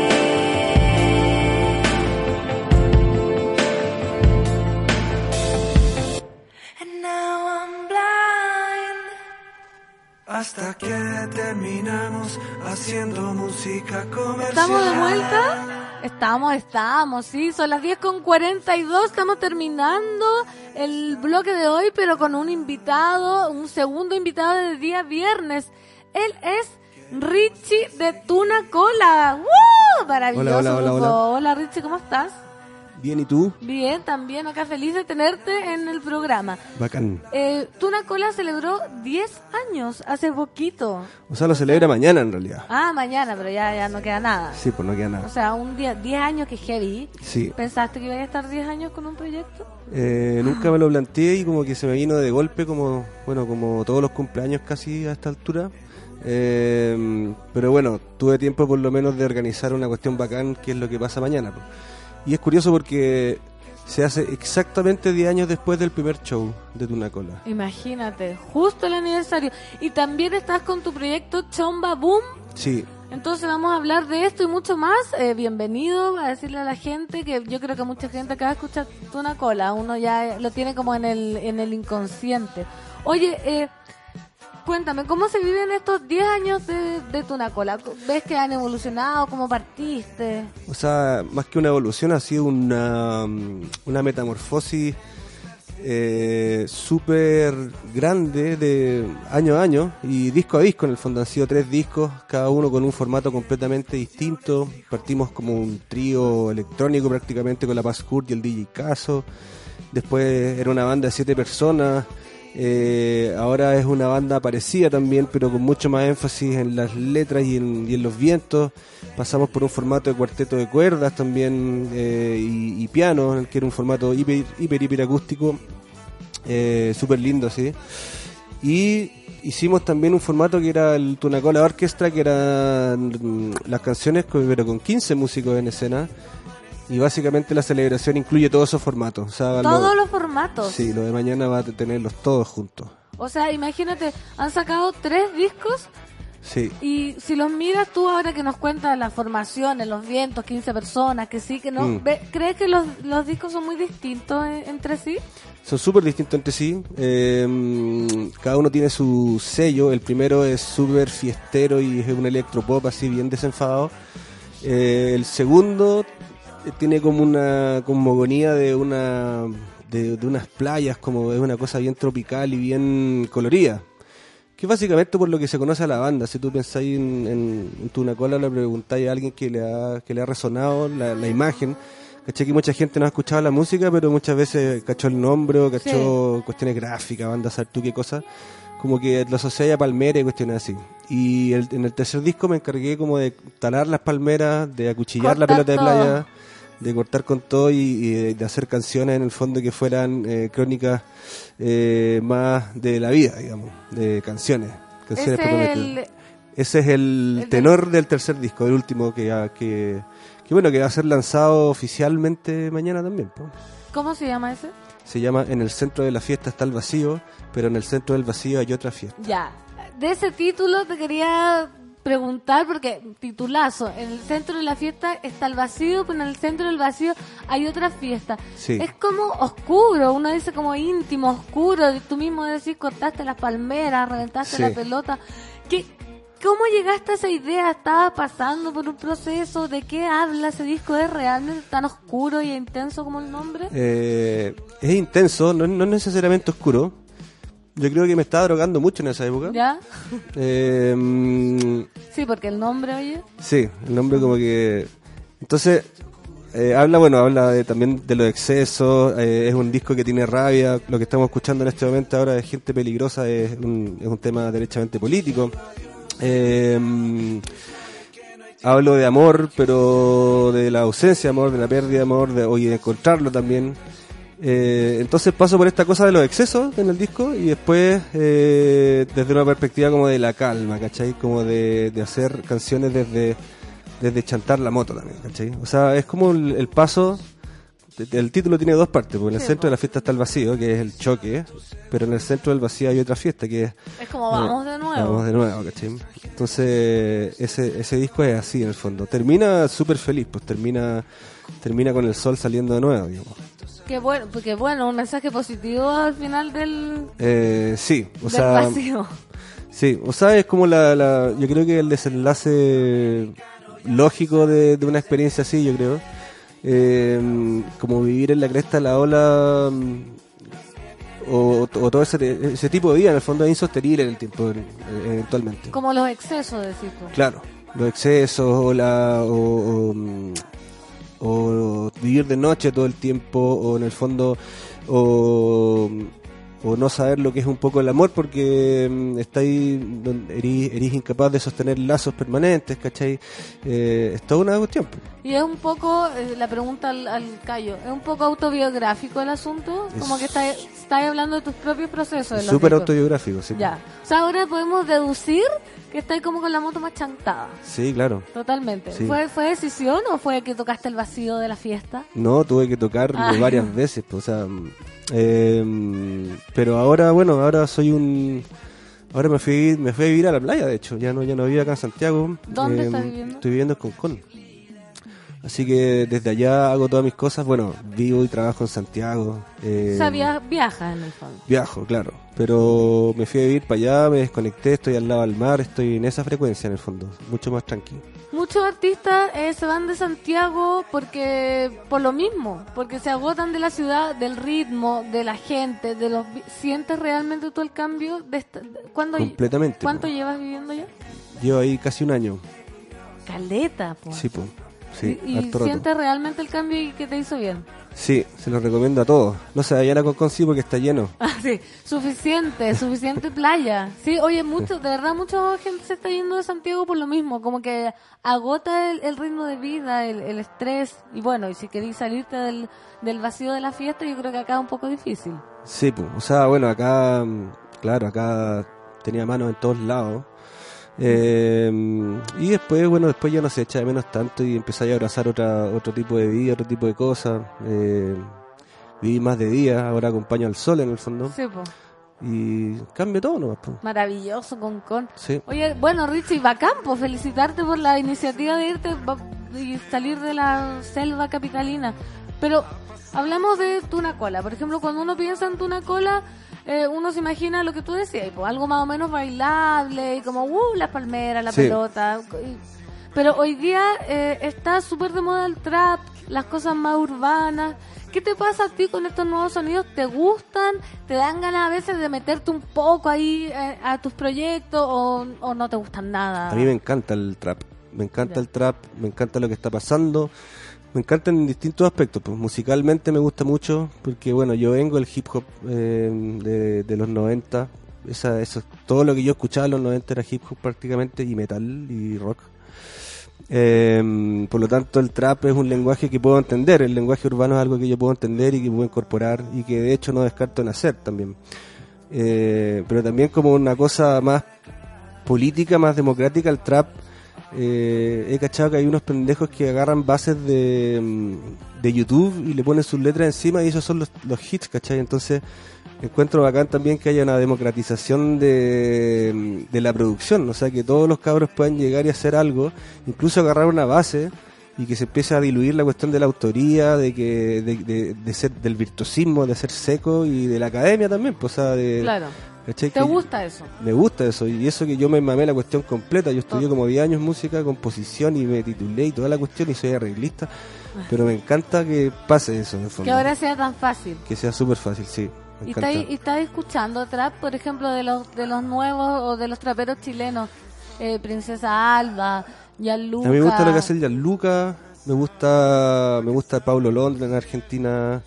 And now I'm blind. Hasta que terminamos haciendo música comercial. Estamos de vuelta. Estamos, estamos, sí, son las diez con cuarenta y dos, estamos terminando el bloque de hoy, pero con un invitado, un segundo invitado del día viernes. Él es Richie de Tuna Cola. ¡Woo! Maravilloso. Hola, hola, hola, hola. Hola, Richie, ¿cómo estás? Bien, ¿y tú? Bien, también acá feliz de tenerte en el programa. Bacán. Eh, Tuna Cola celebró diez años hace poquito. O sea, lo celebra mañana en realidad. Ah, mañana, pero ya, ya no queda nada. Sí, pues no queda O nada. sea, un día, diez años que heavy. Sí. ¿Pensaste que iba a estar diez años con un proyecto? Eh, nunca me lo planteé y como que se me vino de golpe, como bueno, como todos los cumpleaños casi a esta altura. Eh, pero bueno, tuve tiempo por lo menos de organizar una cuestión bacán, que es lo que pasa mañana, pues. Y es curioso porque se hace exactamente diez años después del primer show de Tuna Cola. Imagínate, justo el aniversario. Y también estás con tu proyecto Chomba Boom. Sí. Entonces vamos a hablar de esto y mucho más. Eh, bienvenido a decirle a la gente que yo creo que mucha gente acaba de escuchar Tuna Cola. Uno ya lo tiene como en el, en el inconsciente. Oye, eh... cuéntame, ¿cómo se viven estos diez años de, de Tuna Cola? ¿Ves que han evolucionado? ¿Cómo partiste? O sea, más que una evolución, ha sido una, una metamorfosis eh, súper grande de año a año y disco a disco. En el fondo han sido tres discos, cada uno con un formato completamente distinto. Partimos como un trío electrónico prácticamente con la Paz Kurt y el D J Caso. Después era una banda de siete personas. Eh, ahora es una banda parecida también, pero con mucho más énfasis en las letras y en, y en los vientos. Pasamos por un formato de cuarteto de cuerdas también eh, y, y piano, en el que era un formato hiper, hiper, hiper acústico, eh, súper lindo, sí. Y hicimos también un formato que era el Tuna Cola Orchestra, que eran las canciones, pero con quince músicos en escena. Y básicamente la celebración incluye todos esos formatos. O sea, todos lo, los formatos. Sí, lo de mañana va a tenerlos todos juntos. O sea, imagínate, han sacado tres discos. Sí. Y si los miras tú ahora que nos cuentas las formaciones, los vientos, quince personas, que sí, que no, Mm. ve- ¿crees que los, los discos son muy distintos eh, entre sí? Son súper distintos entre sí. Eh, cada uno tiene su sello. El primero es súper fiestero y es un electropop así bien desenfadado. Eh, el segundo tiene como una cosmogonía de una de, de unas playas, como es una cosa bien tropical y bien colorida, que básicamente por lo que se conoce a la banda. Si tú pensáis en, en, en Tuna Cola, le preguntáis a alguien que le ha, que le ha resonado la, la imagen. Caché que mucha gente no ha escuchado la música, pero muchas veces cachó el nombre o cachó Sí. cuestiones gráficas, bandas, saber tú qué cosa, como que lo asociáis a palmeras y cuestiones así. Y el, en el tercer disco me encargué como de talar las palmeras, de acuchillar la Cortar pelota de todo. playa, de cortar con todo y, y de, de hacer canciones en el fondo que fueran eh, crónicas eh, más de la vida, digamos, de canciones, canciones Ese es propiamente. el- Ese es el, el tenor del tercer disco, el último que, ah, que, que bueno, que va a ser lanzado oficialmente mañana también, ¿no? ¿Cómo se llama ese? Se llama En el centro de la fiesta está el vacío, pero en el centro del vacío hay otra fiesta. Ya. De ese título te quería preguntar, porque titulazo, en el centro de la fiesta está el vacío, pero en el centro del vacío hay otra fiesta. Sí. Es como oscuro, uno dice como íntimo, oscuro, y tú mismo decís, cortaste las palmeras, reventaste Sí. la pelota. ¿Qué, ¿Cómo llegaste a esa idea? ¿Estabas pasando por un proceso? ¿De qué habla ese disco? ¿Es realmente tan oscuro y intenso como el nombre? Eh, es intenso, no, no es necesariamente oscuro. Yo creo que me estaba drogando mucho en esa época. ¿Ya? Eh, mm, Sí, porque el nombre, oye. Sí, el nombre como que... Entonces, eh, habla, bueno, habla de- también de los excesos, eh, es un disco que tiene rabia, lo que estamos escuchando en este momento ahora de Gente Peligrosa es un, es un tema derechamente político. Eh, hablo de amor, pero de la ausencia de amor, de la pérdida de amor, de, y de encontrarlo también. Eh, entonces paso por esta cosa de los excesos en el disco y después eh, desde una perspectiva como de la calma, ¿cachai? Como de, de hacer canciones desde, desde chantar la moto también, ¿cachai? O sea, es como el, el paso, el título tiene dos partes, porque en el Sí, centro de la fiesta está el vacío, que es el choque, pero en el centro del vacío hay otra fiesta, que es... Es como vamos de nuevo. Vamos de nuevo, ¿cachai? Entonces, ese, ese disco es así en el fondo. Termina súper feliz, pues termina, termina con el sol saliendo de nuevo, digamos. Qué bueno, porque bueno, un mensaje positivo al final del, Eh, sí, o del sea, vacío. sí, o sea, es como la, la, yo creo que el desenlace lógico de, de una experiencia así, yo creo. Eh, como vivir en la cresta de la ola, mm, o, o todo ese, ese tipo de vida, en el fondo es insostenible en el tiempo, eh, eventualmente. Como los excesos, decís tú. Claro, los excesos o, la, o, o, mm, o vivir de noche todo el tiempo, o en el fondo, o, o no saber lo que es un poco el amor porque mm, estáis, eres, eres incapaz de sostener lazos permanentes, ¿cachai? Eh, es toda una cuestión. Y es un poco, eh, la pregunta al, al Cayo, ¿es un poco autobiográfico el asunto? Es- Como que estáis estáis hablando de tus propios procesos. de los Súper discos. autobiográfico, sí. Ya. O sea, ahora podemos deducir que estáis como con la moto más chantada. Sí, claro. Totalmente. Sí. ¿Fue, ¿Fue decisión o fue que tocaste el vacío de la fiesta? No, tuve que tocarlo Ah. varias veces, pues, o sea, mm, eh, pero ahora, bueno, ahora soy un, ahora me fui, me fui a vivir a la playa, de hecho, ya no, ya no vivo acá en Santiago. ¿Dónde Eh, estás viviendo? Estoy viviendo en Concón. Así que desde allá hago todas mis cosas, bueno, vivo y trabajo en Santiago. eh, O sea, via- viajas en el fondo. Viajo, claro, pero me fui a vivir para allá, me desconecté, estoy al lado del mar, estoy en esa frecuencia en el fondo, mucho más tranquilo. Muchos artistas eh, se van de Santiago porque por lo mismo, porque se agotan de la ciudad, del ritmo, de la gente, de los vi- ¿sientes realmente tú el cambio? De esta- de- ¿cuándo, Completamente, ¿Cuánto po. llevas viviendo ya? Llevo ahí casi un año. Caleta, pues. Sí, pues. Sí, ¿Y, y harto rato. sientes realmente el cambio y que te hizo bien? Sí, se lo recomiendo a todos. No se vayan a Concón sí porque está lleno. Ah, sí, suficiente, suficiente playa. Sí, oye, mucho, de verdad, mucha gente se está yendo de Santiago por lo mismo, como que agota el, el ritmo de vida, el, el estrés, y bueno, y si queréis salirte del, del vacío de la fiesta, yo creo que acá es un poco difícil. Sí, pues. O sea, bueno, acá, mm, claro, acá tenía manos en todos lados. Eh, y después, bueno, después ya no se echa de menos tanto y empecé a abrazar otra, otro tipo de vida, otro tipo de cosas. Eh, viví más de día, ahora acompaño al sol en el fondo. Sí, pues. Y cambia todo nomás, pues. Maravilloso, Concón. Sí. Oye, bueno, Richie, bacán, pues felicitarte por la iniciativa de irte va- y salir de la selva capitalina. Pero hablamos de Tunacola. Por ejemplo, cuando uno piensa en Tunacola, eh, uno se imagina lo que tú decías, pues, algo más o menos bailable, y como, uh, las palmeras, la Sí. pelota. y- Pero hoy día eh, está súper de moda el trap, las cosas más urbanas. ¿Qué te pasa a ti con estos nuevos sonidos? ¿Te gustan? ¿Te dan ganas a veces de meterte un poco ahí eh, a tus proyectos o, o no te gustan nada? A mí me encanta el trap. Me encanta Ya. el trap, me encanta lo que está pasando. Me encanta en distintos aspectos. Pues musicalmente me gusta mucho porque, bueno, yo vengo del hip hop eh, de, de los noventa. Esa, eso, todo lo que yo escuchaba en los noventa era hip hop prácticamente y metal y rock. Eh, por lo tanto, el trap es un lenguaje que puedo entender. El lenguaje urbano es algo que yo puedo entender y que puedo incorporar y que de hecho no descarto en hacer también. Eh, pero también como una cosa más política, más democrática, el trap. Eh, he cachado que hay unos pendejos que agarran bases de, mm, de YouTube y le ponen sus letras encima y esos son los, los hits, ¿cachai? Entonces encuentro bacán también que haya una democratización de, de la producción, o sea, que todos los cabros puedan llegar y hacer algo, incluso agarrar una base y que se empiece a diluir la cuestión de la autoría, de que de, de, de ser del virtuosismo, de ser seco y de la academia también, pues, o sea, de, Claro. ¿cachai? ¿Te Que- gusta eso? Me gusta eso, y eso que yo me mamé la cuestión completa. Yo estudié como diez años música, composición y me titulé y toda la cuestión y soy arreglista. Pero me encanta que pase eso en el fondo. Que ahora sea tan fácil. Que sea súper fácil, sí. Me ¿Y encanta. estáis, y estáis escuchando trap, por ejemplo, de los de los nuevos o de los traperos chilenos? Eh, Princesa Alba, Gianluca. A mí me gusta lo que hace el Gianluca, me gusta, me gusta Pablo Londra en Argentina.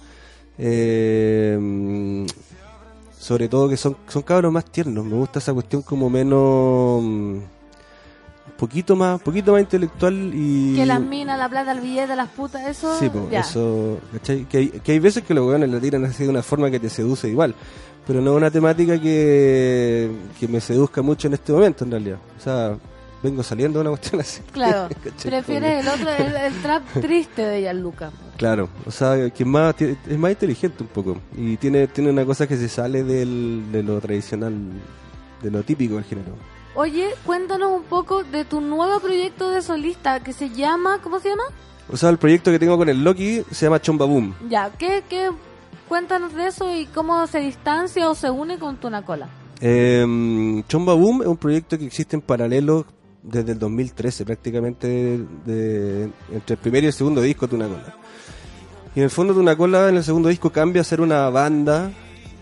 Eh, sobre todo que son, son cabros más tiernos. Me gusta esa cuestión como menos... Un poquito más, poquito más intelectual y... Que las minas, la plata, el billete, las putas, eso... Sí, po, ya. eso, ¿cachai? Que hay, que hay veces que los weones la tiran así de una forma que te seduce igual, pero no es una temática que, que me seduzca mucho en este momento, en realidad. O sea, vengo saliendo de una cuestión así. Claro, ¿cachai? prefieres el otro, el, el trap triste de Gianluca. Claro, o sea, que es más, ti- es más inteligente un poco y tiene, tiene una cosa que se sale del, de lo tradicional, de lo típico del género. Oye, cuéntanos un poco de tu nuevo proyecto de solista que se llama, ¿cómo se llama? O sea, el proyecto que tengo con el Loki se llama Chomba Boom. Ya, ¿qué, qué? Cuéntanos de eso y cómo se distancia o se une con Tunacola. Eh, Chomba Boom es un proyecto que existe en paralelo desde el dos mil trece prácticamente, de, de- entre el primer y el segundo disco de Tuna Cola. Y en el fondo Tuna Cola en el segundo disco cambia a ser una banda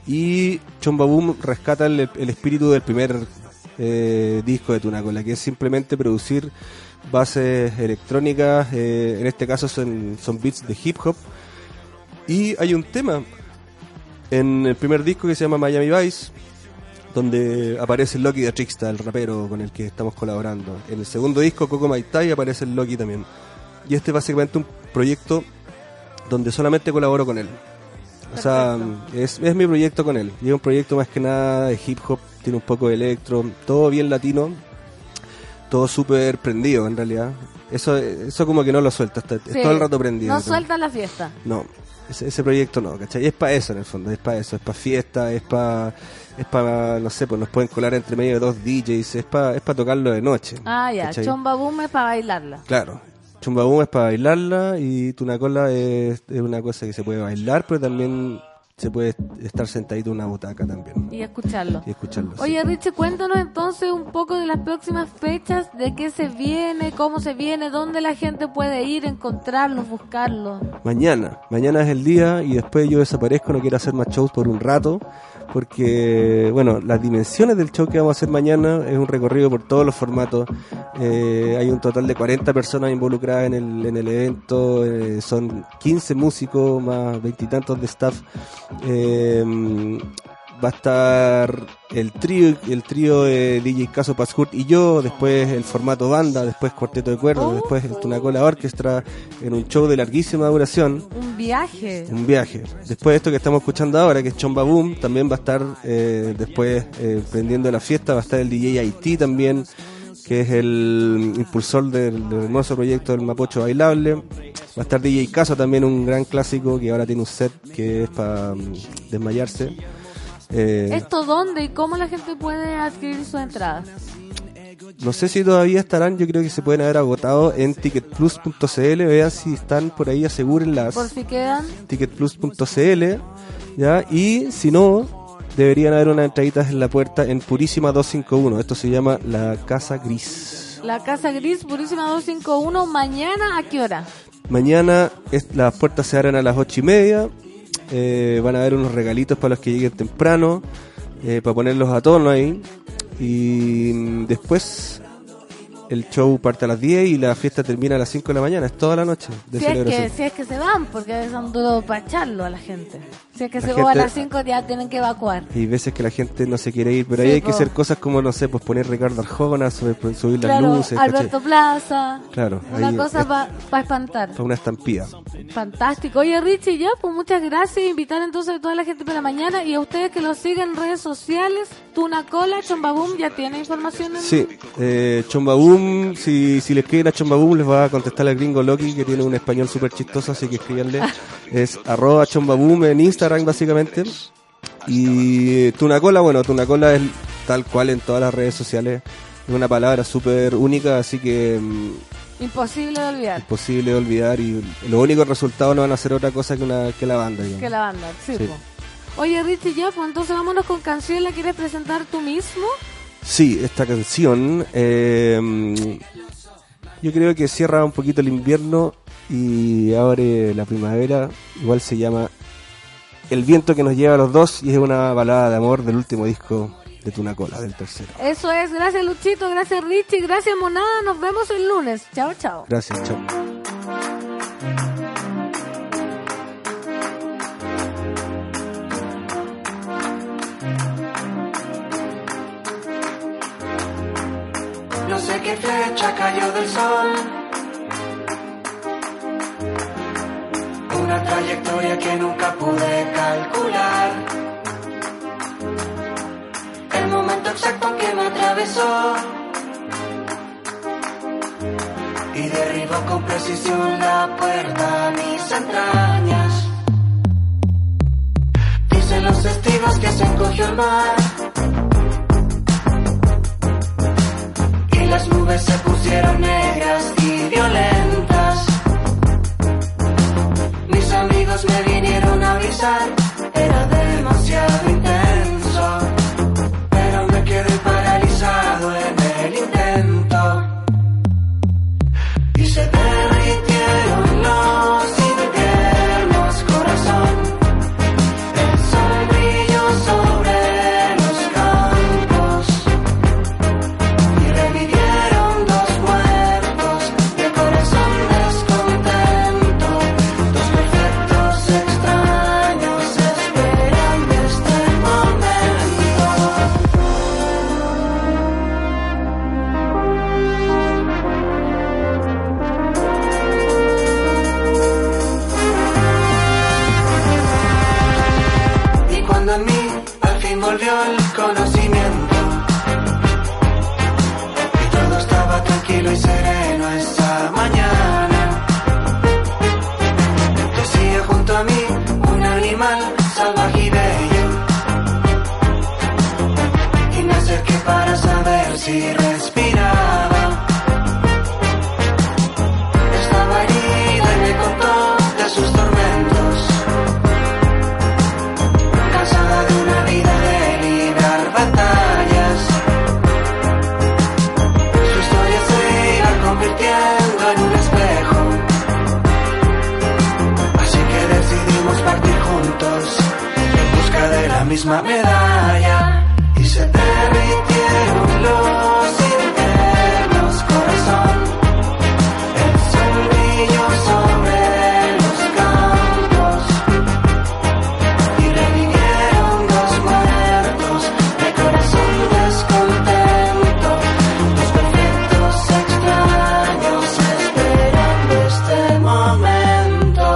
y Chomba Boom rescata el, el espíritu del primer eh, disco de Tuna Cola, que es simplemente producir bases electrónicas, eh, en este caso son, son beats de hip hop. Y hay un tema en el primer disco que se llama Miami Vice, donde aparece el Loki de Tricksta, el rapero con el que estamos colaborando. En el segundo disco, Coco Maitai, aparece el Loki también. Y este es básicamente un proyecto donde solamente colaboro con él. O sea, es, es mi proyecto con él. Y es un proyecto más que nada de hip hop, tiene un poco de electro, todo bien latino, todo súper prendido en realidad. Eso eso como que no lo suelta, está, Sí, es todo el rato prendido. No todo. suelta la fiesta. No, ese, ese proyecto no, ¿cachai? Es para eso en el fondo, es para eso, es para fiesta, es para, es para, no sé, pues nos pueden colar entre medio de dos D Js, es para es para tocarlo de noche. Ah, ya. ¿cachai? Chomba Boom es para bailarla. Claro, Chumba Boom es para bailarla y Tuna Cola es, es una cosa que se puede bailar, pero también se puede estar sentadito en una butaca también Y escucharlo. y escucharlo. sí. Oye, Richie, cuéntanos entonces un poco de las próximas fechas, de qué se viene, cómo se viene, dónde la gente puede ir, encontrarlos, buscarlos. Mañana, mañana es el día y después yo desaparezco, no quiero hacer más shows por un rato, porque, bueno, las dimensiones del show que vamos a hacer mañana es un recorrido por todos los formatos. Eh, hay un total de cuarenta personas involucradas en el, en el evento, eh, son quince músicos más veintitantos de staff. Eh, va a estar el trío, el trío de D J Caso Pascurt y yo, después el formato banda, después cuarteto de cuerdas, después el Tuna Cola Orchestra en un show de larguísima duración, Un viaje. un viaje. Después esto que estamos escuchando ahora, que es Chomba Boom, también va a estar eh, después eh, prendiendo la fiesta, va a estar el D J I T también, que es el impulsor del, del hermoso proyecto del Mapocho Bailable. Va a estar D J Caso también, un gran clásico que ahora tiene un set que es para um, desmayarse. Eh, ¿Esto dónde y cómo la gente puede adquirir sus entradas? no sé si todavía estarán, yo creo que se pueden haber agotado en ticket plus punto c l, vean si están por ahí, asegúrenlas. Por si quedan. ticket plus punto c l, ¿ya? Y si no, deberían haber unas entraditas en la puerta en Purísima doscientos cincuenta y uno. Esto se llama la Casa Gris. La Casa Gris, Purísima doscientos cincuenta y uno, mañana, ¿a qué hora? Mañana es, las puertas se abren a las ocho y media. Eh, van a haber unos regalitos para los que lleguen temprano, eh, para ponerlos a tono ahí. Y mm, después el show parte a las diez y la fiesta termina a las cinco de la mañana. Es toda la noche de Si es, celebración. que, si es que se van, porque son duros para echarlo a la gente. Si es que La se va a gente- las cinco ya tienen que evacuar. Hay veces que la gente no se quiere ir, pero ahí Sí, hay que po. hacer cosas como, no sé, pues poner Ricardo Arjona, subir, subir las Claro, luces, ¿cachai? Alberto Plaza. Claro, Una ahí cosa es- para espantar. Para una estampida. Fantástico. Oye, Richie, ya, pues muchas gracias. Invitar entonces a toda la gente para mañana y a ustedes que lo sigan en redes sociales. Tuna Cola, Chomba Boom, ya tiene información. En... Sí, eh, Chomba Boom, si, si le escriben a Chomba Boom les va a contestar el gringo Loki, que tiene un español súper chistoso, así que escríbanle. Es arroba Chomba Boom en Instagram básicamente. Y Tuna Cola, bueno, Tuna Cola es tal cual en todas las redes sociales. Es una palabra súper única, así que mm, Imposible de olvidar. imposible de olvidar. Y los únicos resultados no van a ser otra cosa que, una, que la banda. digamos. Que la banda, sí, Sí. po. Oye, Richie, ya, pues entonces vámonos con canción. ¿La quieres presentar tú mismo? Sí, esta canción eh, yo creo que cierra un poquito el invierno y abre la primavera. Igual se llama El viento que nos lleva a los dos y es una balada de amor del último disco de Tuna Cola, del tercero. Eso es. Gracias, Luchito. Gracias, Richie. Gracias, Monada. Nos vemos el lunes. Chao, chao. Gracias, chao. No sé qué flecha cayó del sol. Una trayectoria que nunca pude calcular. El momento exacto que me atravesó y derribó con precisión la puerta a mis entrañas. Dicen los testigos que se encogió el mar y las nubes se pusieron negras y violentas. Mis amigos me vinieron a avisar, era demasiado intenso, pero me quedé paralizado en el intento. envolvió el conocimiento. Y todo estaba tranquilo y sereno esa mañana. Decía junto a mí un animal salvaje y bello. Y me acerqué para saber si respiraba. Estaba herida y me contó de sus tormentos. Cansada de una vida de librar batallas. Su historia se iba convirtiendo en un espejo. Así que decidimos partir juntos en busca de la misma medalla. Y se derritieron los internos, corazón. El sol brilló sobre los campos y revivieron dos muertos de corazón descontento. Dos perfectos extraños esperando este momento.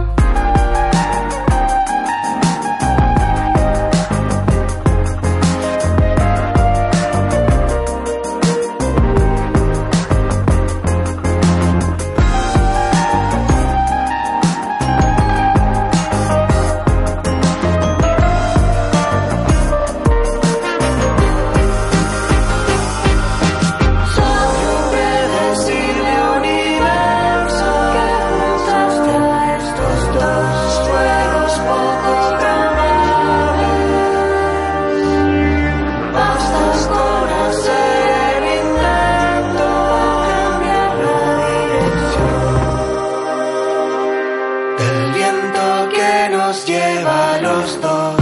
Lleva a los dos.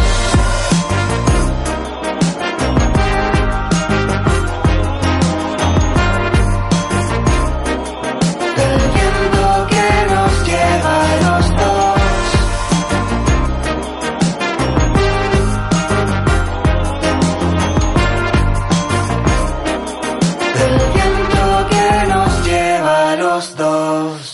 El viento que nos lleva a los dos. El viento que nos lleva a los dos.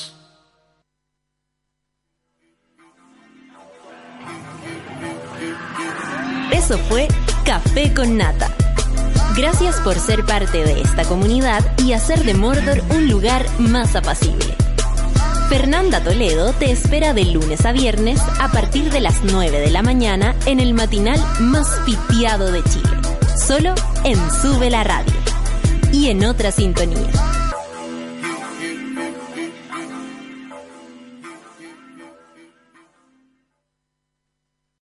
Eso fue Café con Nata. Gracias por ser parte de esta comunidad y hacer de Mordor un lugar más apacible. Fernanda Toledo te espera de lunes a viernes a partir de las nueve de la mañana en el matinal más pitiado de Chile. Solo en Sube la Radio. Y en otra sintonía.